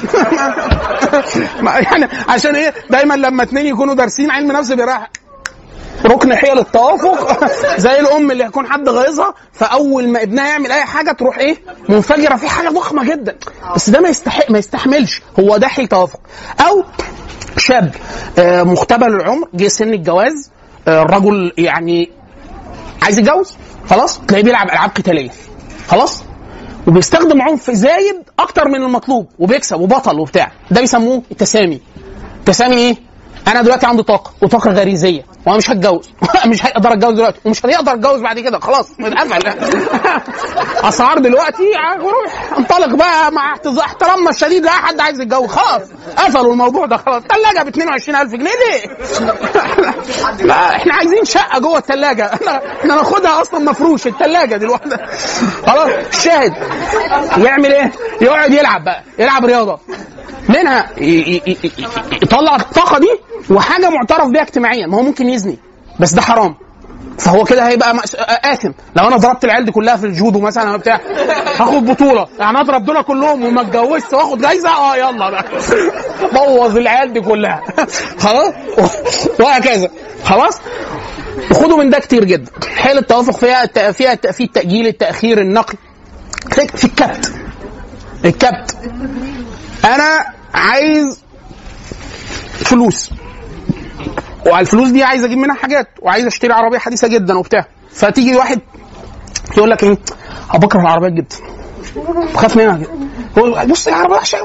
يعني عشان ايه دايما لما اتنين يكونوا دارسين علم نفس بيراح ركن حيل التوافق زي الام اللي يكون حد غيظها فاول ما ابنها يعمل اي حاجه تروح ايه منفجره في حاجه ضخمه جدا. بس ده ما يستحملش. هو ده حيل توافق. او شاب مختبر العمر جه سن الجواز، الرجل يعني عايز يتجوز خلاص تلاقيه بيلعب العاب قتاليه خلاص وبيستخدم عنف زايد اكتر من المطلوب وبيكسب وبطل وبتاع. ده بيسموه التسامي. التسامي ايه؟ انا دلوقتي عندي طاقه وطاقه غريزيه وانا مش هتجوز مش هقدر اتجوز دلوقتي ومش هيقدر اتجوز بعد كده خلاص اتقفل اسعار دلوقتي روح انطلق بقى مع احترامنا الشديد لا حد عايز يتجوز خلاص قفلوا الموضوع ده خلاص. الثلاجه ب 22,000 جنيه ليه؟ لا احنا عايزين شقه جوه الثلاجه احنا ناخدها اصلا مفروش الثلاجه دلوقتي خلاص. الشاهد يعمل ايه؟ يقعد يلعب بقى يلعب رياضه منها يطلع الطاقه دي وحاجه معترف بيها اجتماعيا. ما هو ممكن يزني بس ده حرام فهو كده هيبقى آثم. لو انا ضربت العيال دي كلها في الجودو مثلا او بتاع هاخد بطوله يعني اضرب دول كلهم وما اتجوزت واخد جايزه يلا بقى بوظ العيال دي كلها خلاص وهكذا خلاص. وخدوا من ده كتير جدا. حيل التوافق فيها في التأجيل التأخير النقل في الكبت. انا عايز فلوس وعلى الفلوس دي عايز اجيب منها حاجات وعايز اشتري عربيه حديثه جدا وبتاع. فتيجي واحد يقول لك ايه بكره العربيات جدا بخاف منها جدا. هو بص العربيه وحشه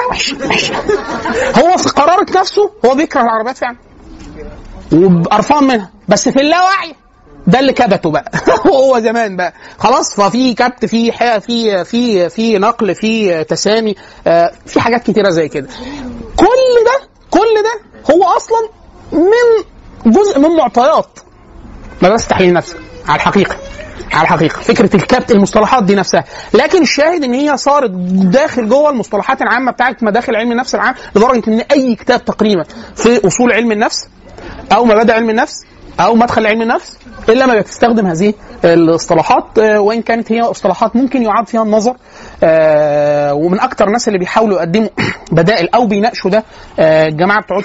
هو في قرارة نفسه هو بيكره العربيات فعلا وقرفان منها بس في اللاوعي ده اللي كبته بقى هو زمان بقى خلاص. ففي كبت في نقل في تسامي في حاجات كتيره زي كده. كل ده هو اصلا من جزء من معطيات مدرسه تحليل النفس على الحقيقه فكره الكبت المصطلحات دي نفسها. لكن الشاهد ان هي صارت داخل جوه المصطلحات العامه بتاعت مداخل علم النفس العام لدرجه ان اي كتاب تقريبا في اصول علم النفس او مبادئ علم النفس او مدخل علم النفس الا ما بتستخدم هذه الاصطلاحات، وان كانت هي اصطلاحات ممكن يعاد فيها النظر. ومن اكتر الناس اللي بيحاولوا يقدموا بدائل او بيناقشوا ده الجماعه بتوع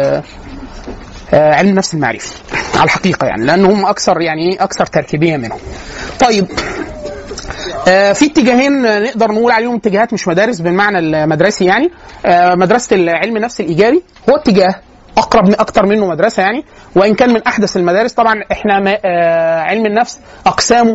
علم النفس المعرفي على الحقيقه، يعني لان هم اكثر يعني ايه اكثر تركيبيه منهم. طيب في اتجاهين نقدر نقول عليهم اتجاهات مش مدارس بالمعنى المدرسي، يعني مدرسه علم النفس الايجابي هو اتجاه اقرب من اكتر منه مدرسه يعني، وان كان من احدث المدارس. طبعا احنا علم النفس اقسامه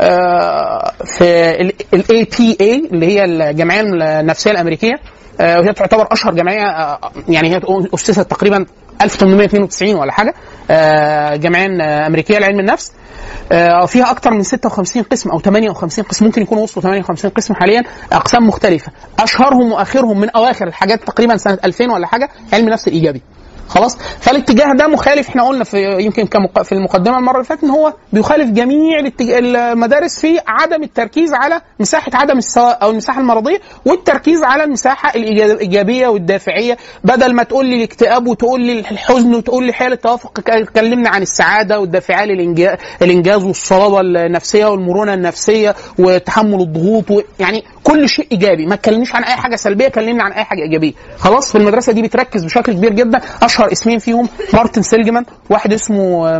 في الاي بي اي اللي هي الجمعيه النفسيه الامريكيه، وهي تعتبر اشهر جمعيه، يعني هي اسست تقريبا 1892 ولا حاجه، جمعيه امريكيه لعلم النفس. فيها اكثر من 56 قسم او 58 قسم، ممكن يكونوا وصلوا 58 قسم حاليا، اقسام مختلفه. اشهرهم واخرهم من اواخر الحاجات تقريبا سنه 2000 ولا حاجه علم النفس الايجابي. خلاص، فالاتجاه ده مخالف. احنا قلنا في يمكن في المقدمه المره اللي فاتت ان هو بيخالف جميع المدارس في عدم التركيز على مساحه عدم السواء او المساحه المرضيه، والتركيز على المساحه الايجابيه والدافعيه. بدل ما تقول لي الاكتئاب وتقول لي الحزن وتقول لي حاله التوافق، اتكلمنا عن السعاده والدافعيه للانجاز والصلابه النفسيه والمرونه النفسيه وتحمل الضغوط، يعني كل شيء ايجابي. ما اتكلمناش عن اي حاجه سلبيه، كلمنا عن اي حاجه ايجابيه. خلاص، في المدرسه دي بتركز بشكل كبير جدا. اشهر اسمين فيهم مارتن سيلجمان، واحد اسمه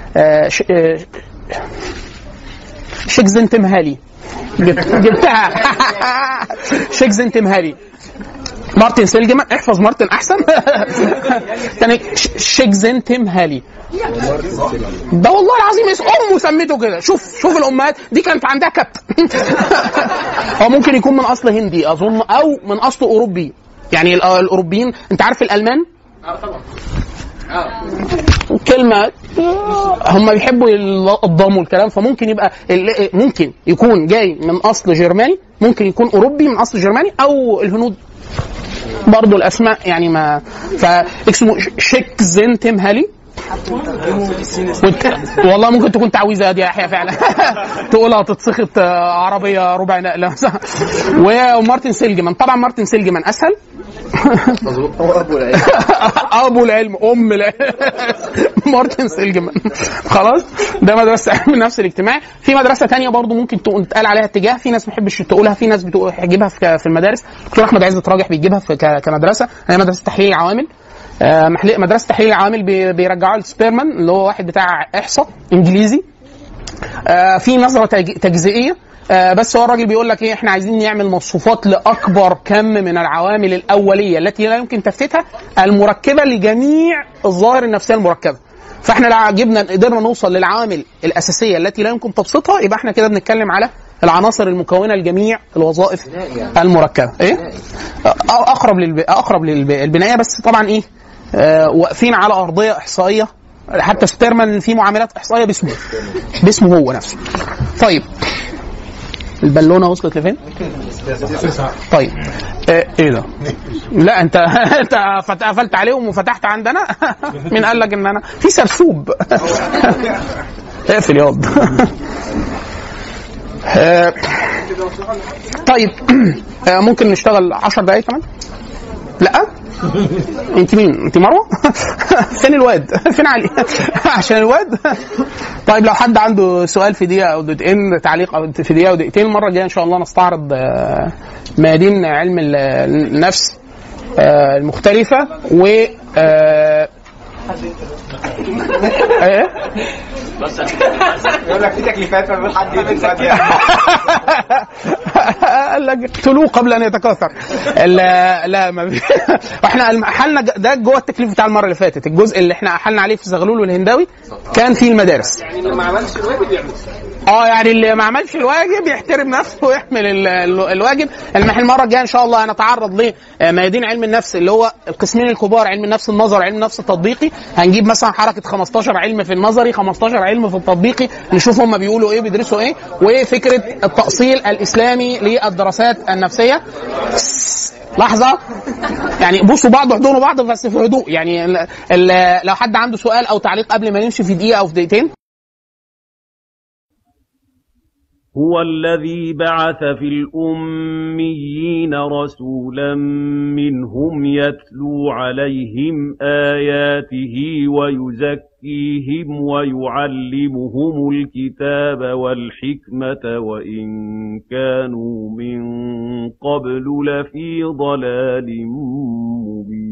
شيكزنتمهالي، جبتها شيكزنتمهالي. مارتن سيلجمان، احفظ مارتن احسن. يعني شيكزنتمهالي ده والله العظيم اسم امه سميته كده. شوف الامهات دي كانت عندها كبت. هو ممكن يكون من اصل هندي اظن او من اصل اوروبي، يعني الاوروبيين انت عارف الالمان طبعا كلمه هم بيحبوا الضم والكلام، فممكن يبقى ممكن يكون جاي من اصل جرماني، ممكن يكون اوروبي من اصل جرماني، او الهنود برضو الاسماء يعني ما فاسمه شيكزنتمهالي. والله ممكن تكون تعويذه يا يحيى فعلا. تقولها تتسخط عربيه ربع نقله. ومارتن سيلجمان، طبعا مارتن سيلجمان اسهل. ابو العلم ام العلم. مارتن سيلجمان. خلاص، ده مدرسه علم النفس الاجتماعي. في مدرسه تانية برضو ممكن تقال عليها اتجاه، في ناس ما بتحبش تقولها، في ناس بتجيبها في المدارس. دكتور احمد عزت راجح بيجيبها كمدرسه، هي مدرسه تحليل العوامل. مدرسه تحليل العوامل بيرجعوا لسبيرمان اللي هو واحد بتاع احصاء انجليزي. في نظره تجزئيه، بس هو الراجل بيقول لك ايه، احنا عايزين نعمل مصفوفات لاكبر كم من العوامل الاوليه التي لا يمكن تفتيتها، المركبه لجميع الظواهر النفسيه المركبه. فاحنا لو قدرنا نوصل للعوامل الاساسيه التي لا يمكن تبسيطها، يبقى احنا كده بنتكلم على العناصر المكونه لجميع الوظائف المركبه. ايه اقرب للبنايه، بس طبعا ايه واقفين على ارضيه احصائيه. حتى سبيرمان في معاملات احصائيه باسمه هو نفسه. طيب البالونه وصلت لفين؟ طيب ايه ده؟ لا انت قفلت عليهم وفتحت عندنا. مين قال لك ان انا في سرسوب؟ اقفل ياض. طيب ممكن نشتغل 10 دقايق كمان؟ لا انت مين؟ انت مروه؟ فين الواد؟ فين علي؟ عشان الواد. طيب لو حد عنده سؤال في دقيقه او دقيقتين، تعليق او في دقيقه ودقيقتين، المره الجايه ان شاء الله نستعرض ميادين علم النفس المختلفه و ايه يقول لك في تكليفات ما حد قال لك اقتلوه قبل ان يتكاثر. لا ما احنا حلنا ده جوه التكليف بتاع المره اللي فاتت. الجزء اللي احنا حلنا عليه في زغلول والهنداوي كان فيه المدارس. يعني اللي ما عملش الواجب يعمل. يعني اللي ما عملش الواجب يحترم نفسه ويحمل الواجب. المره الجايه ان شاء الله هنتعرض لميادين علم النفس اللي هو القسمين الكبار، علم النفس النظري علم النفس التطبيقي. هنجيب مثلا حركه 15 علم في النظري، 15 علم في التطبيقي، نشوف هم بيقولوا ايه، بيدرسوا ايه، وفكره التأصيل الاسلامي للدراسات النفسيه. لحظه، يعني بصوا بعض واحضنوا بعض بس في هدوء. يعني لو حد عنده سؤال او تعليق قبل ما نمشي في دقيقه او في دقيقتين. هو الذي بعث في الأميين رسولا منهم يتلو عليهم آياته ويزكيهم ويعلمهم الكتاب والحكمة وإن كانوا من قبل لفي ضلال مبين